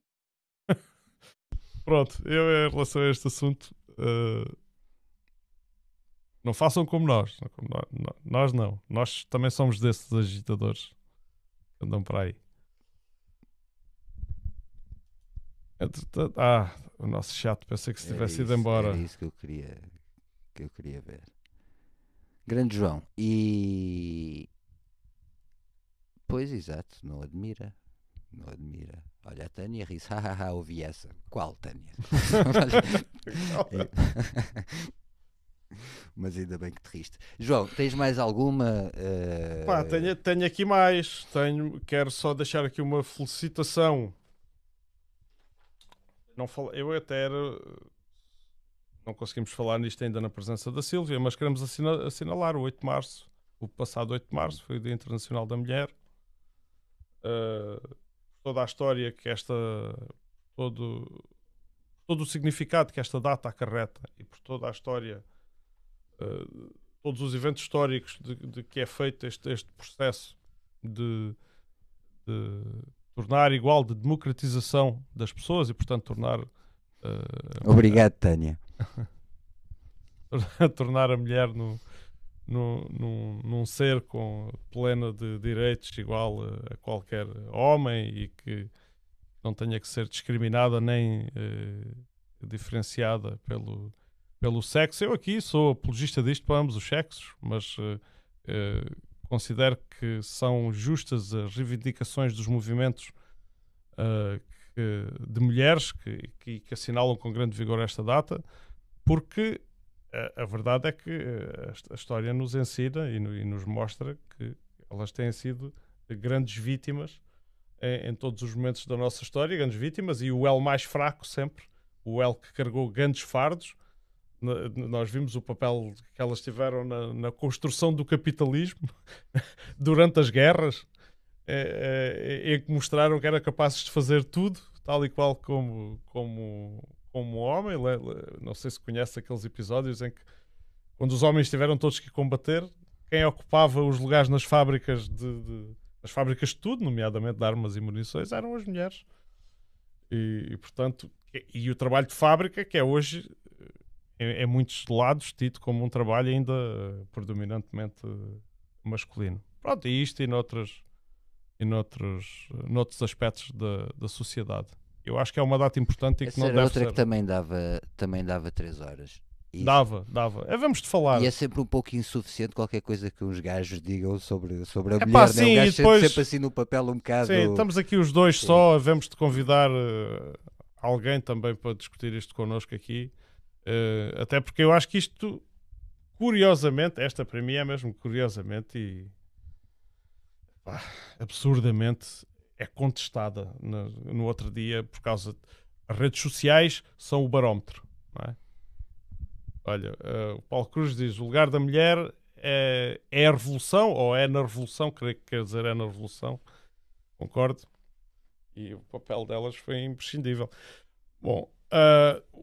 Pronto, eu em relação a este assunto, uh, não façam como nós. Como nós. Nós não. Nós também somos desses agitadores que andam para aí. Ah, o nosso chato, pensei que se tivesse ido embora. Era isso que eu queria, que eu queria ver. Grande João. E... Pois, exato, não admira. Não admira. Olha, a Tânia ri-se. Hahaha, ouvi essa. Qual, Tânia? Mas ainda bem que te riste. João, tens mais alguma? Uh... Pá, tenho, tenho aqui mais. Tenho, quero só deixar aqui uma felicitação. Não falo, eu até era... Não conseguimos falar nisto ainda na presença da Sílvia, mas queremos assina, assinalar o oito de março. O passado oito de março foi o Dia Internacional da Mulher. Uh, toda a história que esta... Todo, todo o significado que esta data acarreta e por toda a história... Uh, todos os eventos históricos de, de que é feito este, este processo de, de tornar igual, de democratização das pessoas e, portanto, tornar... Uh, Obrigado, a, Tânia. tornar a mulher no, no, no, num ser com plena de direitos igual a, a qualquer homem e que não tenha que ser discriminada nem uh, diferenciada pelo... pelo sexo. Eu aqui sou apologista disto para ambos os sexos, mas uh, uh, considero que são justas as reivindicações dos movimentos uh, que, de mulheres que, que, que assinalam com grande vigor esta data, porque a, a verdade é que a, a história nos ensina e, no, e nos mostra que elas têm sido grandes vítimas em, em todos os momentos da nossa história, grandes vítimas, e o elo mais fraco sempre, o elo que carregou grandes fardos. Nós vimos o papel que elas tiveram na, na construção do capitalismo durante as guerras, é, é, em que mostraram que eram capazes de fazer tudo, tal e qual como, como, como homem. Não sei se conhece aqueles episódios em que, quando os homens tiveram todos que combater, quem ocupava os lugares nas fábricas de, de, nas fábricas de tudo, nomeadamente de armas e munições, eram as mulheres. E, e portanto, e, e o trabalho de fábrica, que é hoje, em, em muitos lados, tido como um trabalho ainda uh, predominantemente uh, masculino. Pronto, e isto e noutras, e noutros, uh, noutros aspectos da, da sociedade. Eu acho que é uma data importante e Essa que não era deve outra ser... que também dava, também dava três horas. E Dava, dava. É, vamos de falar. E é sempre um pouco insuficiente qualquer coisa que uns gajos digam sobre, sobre a Epá, mulher, sim, né? O gajo e depois... sempre, sempre assim no papel um bocado... Sim, estamos aqui os dois Sim. só, devemos de convidar uh, alguém também para discutir isto connosco aqui, uh, até porque eu acho que isto, curiosamente, esta para mim é mesmo curiosamente e pá, absurdamente é contestada no, no outro dia por causa de... As redes sociais são o barómetro, não é? Olha, uh, o Paulo Cruz diz: o lugar da mulher é, é a revolução, ou é na revolução, creio que quer dizer é na revolução, concordo, e o papel delas foi imprescindível. Bom, uh,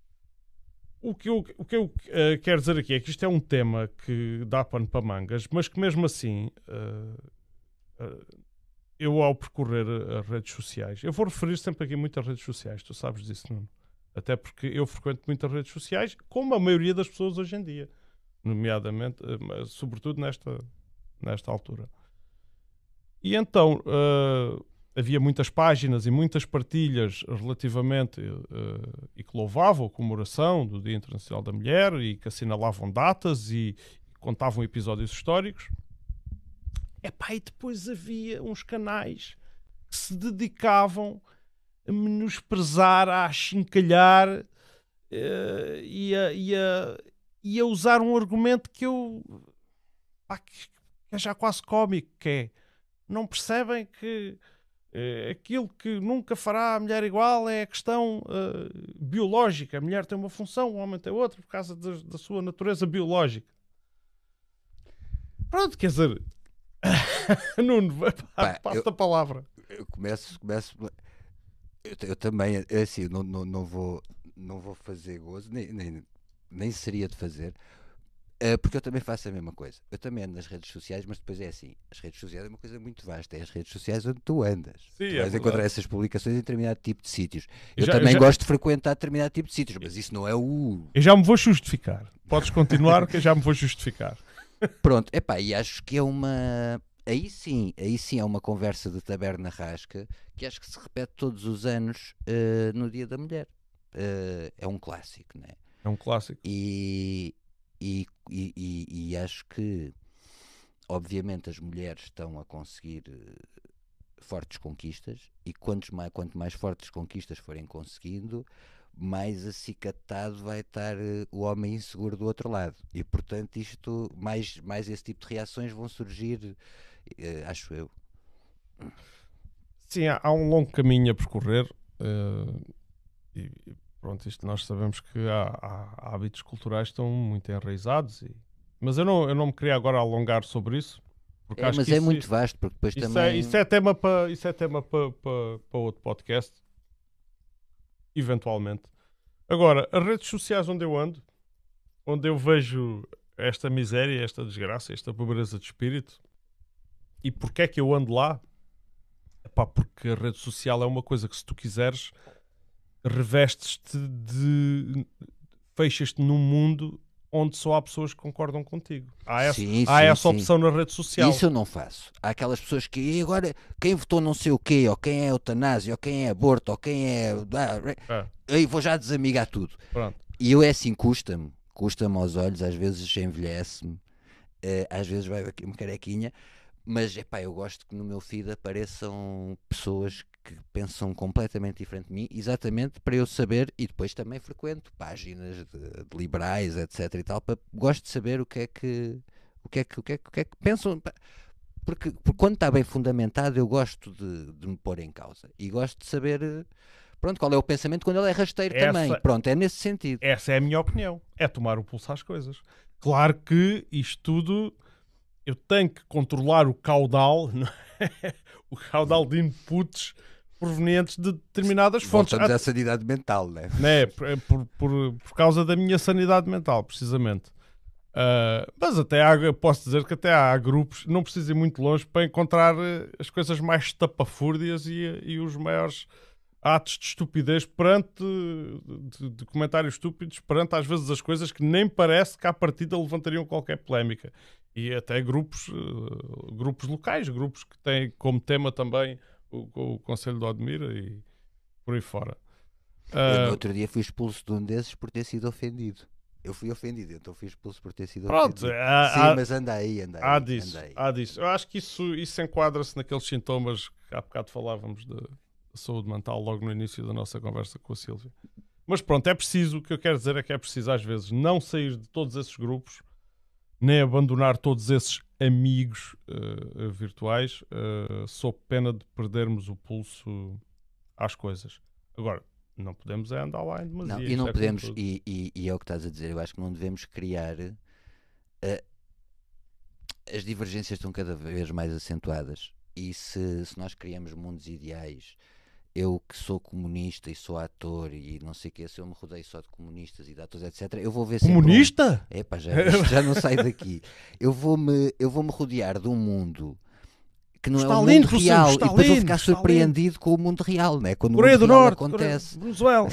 o que eu, o que eu uh, quero dizer aqui é que isto é um tema que dá pano para mangas, mas que mesmo assim, uh, uh, eu ao percorrer as redes sociais, eu vou referir sempre aqui muito às redes sociais, tu sabes disso, Nuno. Até porque eu frequento muitas redes sociais, como a maioria das pessoas hoje em dia, nomeadamente, mas sobretudo nesta, nesta altura. E então uh, havia muitas páginas e muitas partilhas relativamente uh, e que louvavam a comemoração do Dia Internacional da Mulher e que assinalavam datas e, e contavam episódios históricos. Epá, e depois havia uns canais que se dedicavam a menosprezar, a achincalhar uh, e, a, e, a, e a usar um argumento que eu pá, que é já quase cómico, que é: não percebem que uh, aquilo que nunca fará a mulher igual é a questão uh, biológica. A mulher tem uma função, o homem tem outra, por causa de, da sua natureza biológica. Pronto, quer dizer... Nuno, passa-te a palavra. Eu começo... começo... Eu, eu também, é assim, não, não, não, vou, não vou fazer gozo, nem, nem, nem seria de fazer, uh, porque eu também faço a mesma coisa. Eu também ando nas redes sociais, mas depois é assim, as redes sociais é uma coisa muito vasta, é as redes sociais onde tu andas. Sim, tu é vais encontrar essas publicações em determinado tipo de sítios. Eu já, também já... gosto de frequentar determinado tipo de sítios, mas isso não é o... Eu já me vou justificar. Podes continuar que eu já me vou justificar. Pronto, epá, e acho que é uma... Aí sim, aí sim é uma conversa de taberna rasca que acho que se repete todos os anos uh, no Dia da Mulher. Uh, é um clássico, não é? É um clássico. E, e, e, e, e acho que, obviamente, as mulheres estão a conseguir uh, fortes conquistas, e quantos mais, quanto mais fortes conquistas forem conseguindo, mais acicatado vai estar uh, o homem inseguro do outro lado. E, portanto, isto, mais, mais esse tipo de reações vão surgir... Uh, acho eu. Sim, há, há um longo caminho a percorrer uh, e pronto, isto nós sabemos que há, há hábitos culturais que estão muito enraizados, e... mas eu não, eu não me queria agora alongar sobre isso, porque É, acho mas que é isso, muito vasto, porque depois isso, também... é, isso é tema para isso é tema para, para, para outro podcast, eventualmente. Agora, as redes sociais onde eu ando, onde eu vejo esta miséria, esta desgraça, esta pobreza de espírito. E porquê é que eu ando lá? Epá, porque a rede social é uma coisa que, se tu quiseres, revestes-te de... fechas-te num mundo onde só há pessoas que concordam contigo. Há essa, sim, há sim, essa sim. opção na rede social. Isso eu não faço. Há aquelas pessoas que e agora quem votou não sei o quê, ou quem é eutanásia, ou quem é aborto, ou quem é... É. Aí vou já desamigar tudo. Pronto. E eu é assim, custa-me. Custa-me aos olhos, às vezes envelhece-me, uh, às vezes vai aqui uma carequinha. Mas, epá, eu gosto que no meu feed apareçam pessoas que pensam completamente diferente de mim, exatamente para eu saber, e depois também frequento páginas de, de liberais, etc e tal, para, gosto de saber o que é que o que é que, o que, é que, o que, é que pensam. porque, porque quando está bem fundamentado eu gosto de, de me pôr em causa e gosto de saber pronto, qual é o pensamento quando ele é rasteiro Essa, também. Pronto, é nesse sentido. Essa é a minha opinião. É tomar o pulso às coisas. Claro que isto tudo eu tenho que controlar o caudal, o caudal de inputs provenientes de determinadas fontes. Voltamos à sanidade mental, né? né? Por, por, por, por causa da minha sanidade mental, precisamente. Uh, mas até há, posso dizer que até há grupos, não preciso ir muito longe para encontrar as coisas mais tapafúrdias e, e os maiores atos de estupidez perante de, de comentários estúpidos perante às vezes as coisas que nem parece que à partida levantariam qualquer polémica. E até grupos, uh, grupos locais, grupos que têm como tema também o, o Conselho de Odmira e por aí fora. Uh, Eu no outro dia fui expulso de um desses por ter sido ofendido. Eu fui ofendido, então fui expulso por ter sido pronto, ofendido. Há, Sim, há, mas anda aí, anda aí. Há disso, anda aí. há disso. Eu acho que isso, isso enquadra-se naqueles sintomas que há bocado falávamos de saúde mental logo no início da nossa conversa com a Sílvia. Mas pronto, é preciso, o que eu quero dizer é que é preciso às vezes não sair de todos esses grupos, nem abandonar todos esses amigos uh, virtuais, uh, sob pena de perdermos o pulso às coisas. Agora, não podemos é andar lá em demasia. Não, e não é podemos, e, e, e é o que estás a dizer, eu acho que não devemos criar... Uh, as divergências estão cada vez mais acentuadas e se, se nós criamos mundos ideais, eu que sou comunista e sou ator e não sei o que, se eu me rodeio só de comunistas e de atores, etcétera, eu vou ver sempre... Comunista? Um... Epá, já, já não saio daqui. Eu vou-me eu vou-me rodear de um mundo que não está é o lindo, mundo real está e depois lindo, vou ficar surpreendido lindo. Com o mundo real, não é? Quando Coreia o mundo do real Norte, acontece. Coreia, Venezuela.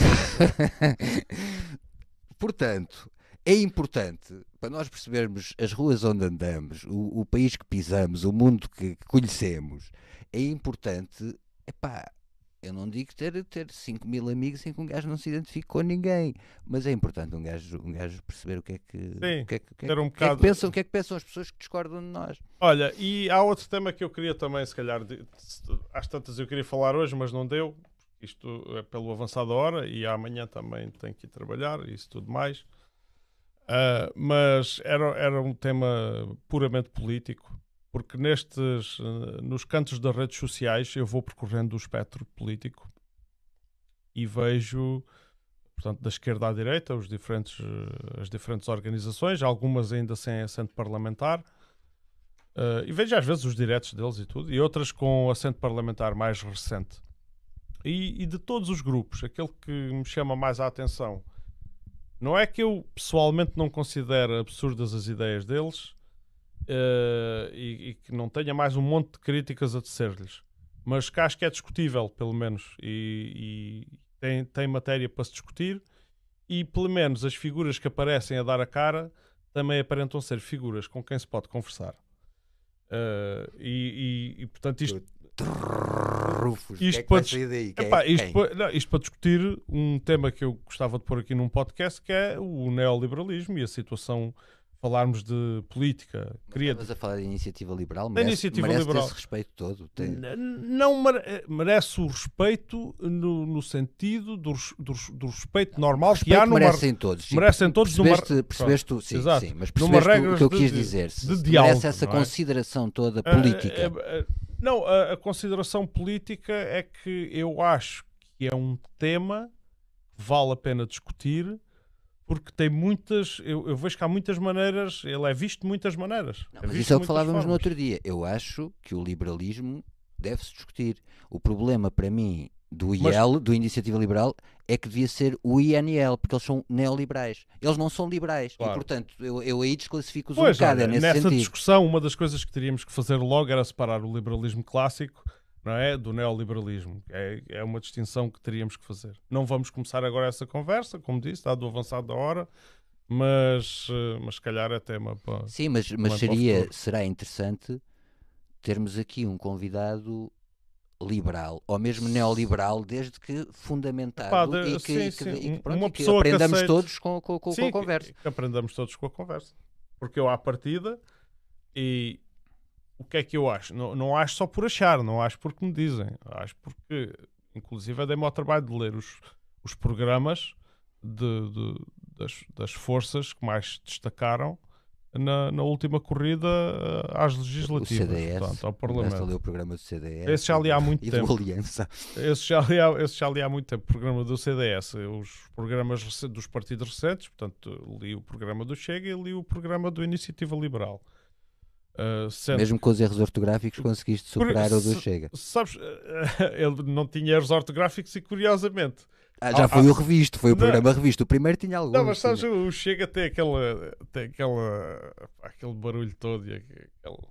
Portanto, é importante para nós percebermos as ruas onde andamos, o, o país que pisamos, o mundo que, que conhecemos, é importante, epá, eu não digo ter, ter cinco mil amigos em que um gajo não se identifique com ninguém, mas é importante um gajo, um gajo perceber o que é que, Sim, o que, é que, que, ter um que, é bocado... que pensam, o que é que pensam as pessoas que discordam de nós. Olha, e há outro tema que eu queria também, se calhar, de, às tantas eu queria falar hoje, mas não deu, isto é pelo avançado da hora e amanhã também tenho que ir trabalhar e isso tudo mais. Uh, mas era, era um tema puramente político, porque nestes, uh, nos cantos das redes sociais eu vou percorrendo o espectro político e vejo, portanto, da esquerda à direita, os diferentes, uh, as diferentes organizações, algumas ainda sem assento parlamentar, uh, e vejo às vezes os diretos deles e tudo, e outras com assento parlamentar mais recente. E, e de todos os grupos, aquele que me chama mais a atenção, não é que eu pessoalmente não considere absurdas as ideias deles uh, e, e que não tenha mais um monte de críticas a tecer-lhes, mas que acho que é discutível, pelo menos, e, e tem, tem matéria para se discutir, e pelo menos as figuras que aparecem a dar a cara também aparentam ser figuras com quem se pode conversar. Uh, e, e, e portanto isto... Rufus, isto, que é que para, sair daí? epá, é isto, para, não, isto para discutir um tema que eu gostava de pôr aqui num podcast, que é o neoliberalismo e a situação, falarmos de política. Queria... Estavas a falar de iniciativa liberal, da merece, iniciativa merece liberal. esse respeito todo. Tem... Não mere... merece o respeito no, no sentido do, do, do respeito normal respeito que há numa... merecem todos. Sim. Merecem todos percebeste, numa... percebeste tu, sim, Exato. sim, mas numa percebeste o que eu de, quis de, dizer. Se de se diálogo, merece essa é? consideração toda política. É, é, é, não, a, a consideração política é que eu acho que é um tema que vale a pena discutir, porque tem muitas, eu, eu vejo que há muitas maneiras, ele é visto de muitas maneiras. Não, é mas visto isso é o de que muitas falávamos formas. no outro dia. Eu acho que o liberalismo deve-se discutir. O problema para mim do I L, mas... do Iniciativa Liberal, é que devia ser o I N L, porque eles são neoliberais. Eles não são liberais. Claro. E, portanto, eu, eu aí desclassifico-os um bocado. Olha, é nesse nessa sentido. discussão, uma das coisas que teríamos que fazer logo era separar o liberalismo clássico, não é, do neoliberalismo. É, é uma distinção que teríamos que fazer. Não vamos começar agora essa conversa, como disse, dado o avançado da hora, mas, mas se calhar é tema para... Sim, mas, mas seria, será interessante termos aqui um convidado liberal, ou mesmo neoliberal, desde que fundamentado. Pá, de, e que, sim, e que, sim. e que, pronto, uma e que pessoa aprendamos que aceite... todos com, com, com, sim, com a conversa. Que, que aprendamos todos com a conversa. Porque eu, à partida, e o que é que eu acho? Não, não acho só por achar, não acho porque me dizem. Acho porque, inclusive, dei-me ao trabalho de ler os, os programas de, de, das, das forças que mais destacaram na, na última corrida uh, às legislativas, o C D S, portanto, ao Parlamento. Ali o programa do C D S. Esse já li há muito e tempo. do Aliança. Esse já, li há, esse já li há muito tempo, o programa do C D S. Os programas dos partidos recentes, portanto, li o programa do Chega e li o programa do Iniciativa Liberal. Uh, sendo... Mesmo com os erros ortográficos conseguiste superar Por, o do Chega. Sabes, ele não tinha erros ortográficos e curiosamente... Ah, já ah, foi ah, o revisto, foi o não, programa revisto. O primeiro tinha alguns. Não, mas sabes, tinha. O Chega tem aquela, tem aquela, aquele barulho todo e aquele...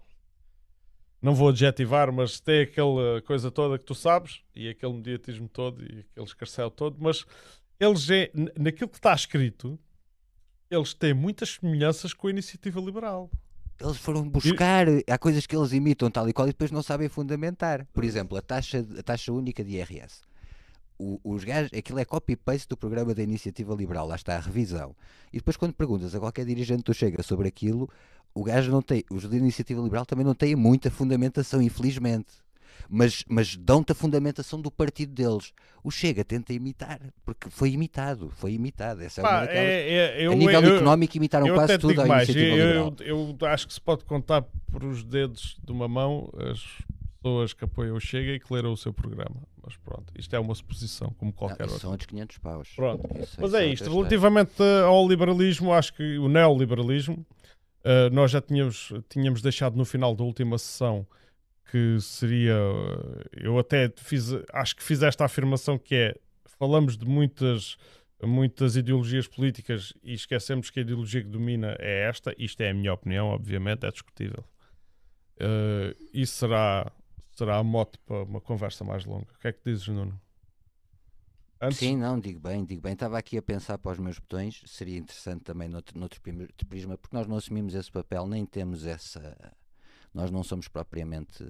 Não vou adjetivar, mas tem aquela coisa toda que tu sabes e aquele mediatismo todo e aquele escarcéu todo, mas eles, é, naquilo que está escrito, eles têm muitas semelhanças com a Iniciativa Liberal. Eles foram buscar, e... há coisas que eles imitam tal e qual e depois não sabem fundamentar. Por exemplo, a taxa, a taxa única de I R S. O, os gajos, aquilo é copy-paste do programa da Iniciativa Liberal, lá está a revisão. E depois quando perguntas a qualquer dirigente do Chega sobre aquilo, o gajo não tem, os da Iniciativa Liberal também não têm muita fundamentação, infelizmente. Mas, mas dão-te a fundamentação do partido deles. O Chega tenta imitar, porque foi imitado, foi imitado. Essa é uma daquelas... é, é, eu, a nível eu, económico imitaram eu quase tudo a Iniciativa eu, Liberal. Eu, eu acho que se pode contar por os dedos de uma mão as pessoas que apoiam o Chega e que leram o seu programa. Mas pronto, isto é uma suposição, como qualquer outra. São outros quinhentos paus. Pronto, isso, mas é isto. Relativamente ao liberalismo, acho que o neoliberalismo, uh, nós já tínhamos, tínhamos deixado no final da última sessão que seria, eu até fiz, acho que fiz esta afirmação que é, falamos de muitas, muitas ideologias políticas e esquecemos que a ideologia que domina é esta. Isto é a minha opinião, obviamente, é discutível. Uh, isso será... será a mote para uma conversa mais longa. O que é que dizes, Nuno? Antes... Sim, não, digo bem, digo bem. Estava aqui a pensar para os meus botões, seria interessante também noutro, noutro prisma, porque nós não assumimos esse papel, nem temos essa... Nós não somos propriamente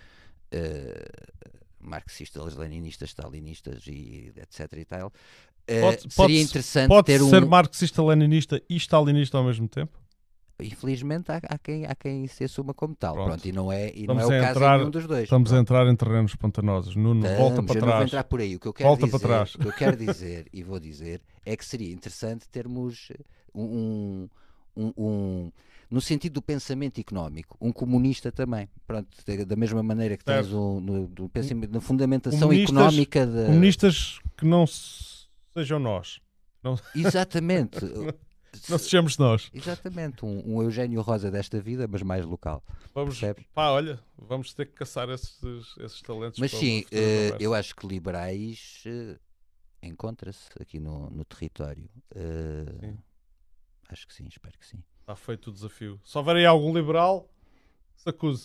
uh, marxistas, leninistas, stalinistas e etc e tal. Uh, pode, seria pode, interessante pode ter ser um... marxista, leninista e stalinista ao mesmo tempo? Infelizmente há, há, quem, há quem se assuma como tal. Pronto. Pronto, e não é, e não é o entrar, caso de nenhum dos dois. Estamos Pronto. a entrar em terrenos pantanosos. Nuno, Estamos, volta para eu trás. Não vou entrar por aí. O que eu quero volta dizer, para trás. O que eu quero dizer, e vou dizer, é que seria interessante termos um, um, um no sentido do pensamento económico, um comunista também. Pronto, da mesma maneira que tens um, no, do pensamento, na fundamentação comunistas, económica de... Comunistas que não sejam nós. Não... Exatamente. Não sejamos nós. Exatamente, um, um Eugénio Rosa desta vida, mas mais local. Vamos, pá, olha, vamos ter que caçar esses, esses talentos. Mas sim, uh, eu acho que liberais uh, encontra-se aqui no, no território. Uh, acho que sim, espero que sim. Está feito o desafio. Se houver aí algum liberal, se acuse.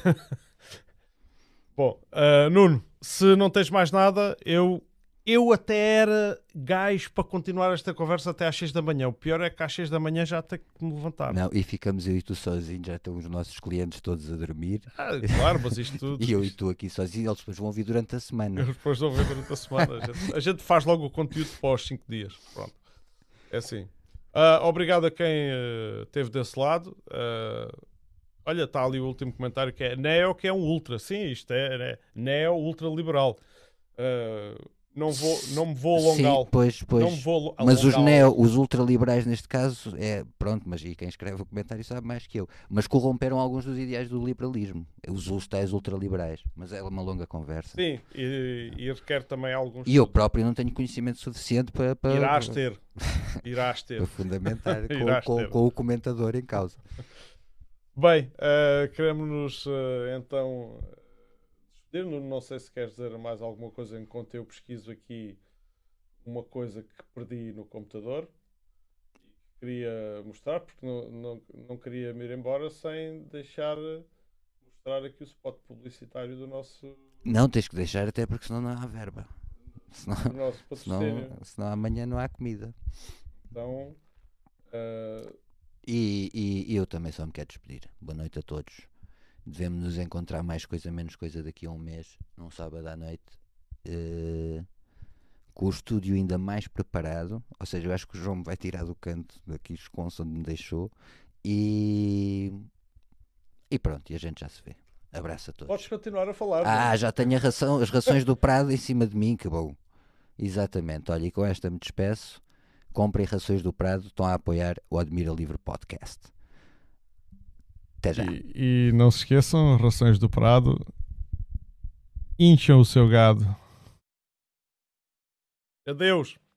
Bom, uh, Nuno, se não tens mais nada, eu... Eu até era gajo para continuar esta conversa até às seis da manhã. O pior é que às seis da manhã já tenho que me levantar. Não, e ficamos eu e tu sozinhos, já estão os nossos clientes todos a dormir. Ah, claro, mas isto tudo... e eu e tu aqui sozinhos, eles depois vão ouvir durante a semana. Eles depois vão ouvir durante a semana. A gente, a gente faz logo o conteúdo para os cinco dias. Pronto. É assim. Uh, obrigado a quem uh, esteve desse lado. Uh, olha, está ali o último comentário que é Neo, que é um ultra. Sim, isto é, é Neo ultra liberal. Uh, Não, vou, não me vou alongá-lo. Sim, pois, pois. Não me vou mas os neo, os ultraliberais neste caso, é pronto, mas e quem escreve o comentário sabe mais que eu. Mas corromperam alguns dos ideais do liberalismo, os, os tais ultraliberais. Mas é uma longa conversa. Sim, e, e requer também alguns. E eu próprio não tenho conhecimento suficiente para. para Irás ter. Irás ter. para fundamentar com, com, com o comentador em causa. Bem, uh, queremos-nos uh, então. Não sei se queres dizer mais alguma coisa enquanto eu pesquiso aqui uma coisa que perdi no computador e queria mostrar, porque não, não, não queria me ir embora sem deixar mostrar aqui o spot publicitário do nosso... Não, tens que deixar até porque senão não há verba. Senão, nosso senão, senão amanhã não há comida. Então... Uh... E, e, e eu também só me quero despedir. Boa noite a todos. Devemos nos encontrar mais coisa, menos coisa daqui a um mês, num sábado à noite, uh, com o estúdio ainda mais preparado. Ou seja, eu acho que o João me vai tirar do canto daqui esconso onde me deixou. E, e pronto, e a gente já se vê. Abraço a todos. Podes continuar a falar. Ah, não? já tenho a ração, as rações do Prado em cima de mim, que bom. Exatamente, olha, e com esta me despeço. Comprem rações do Prado, estão a apoiar o Admira Livre Podcast. Até já. E, e não se esqueçam, Rações do Prado, incham o seu gado. Adeus.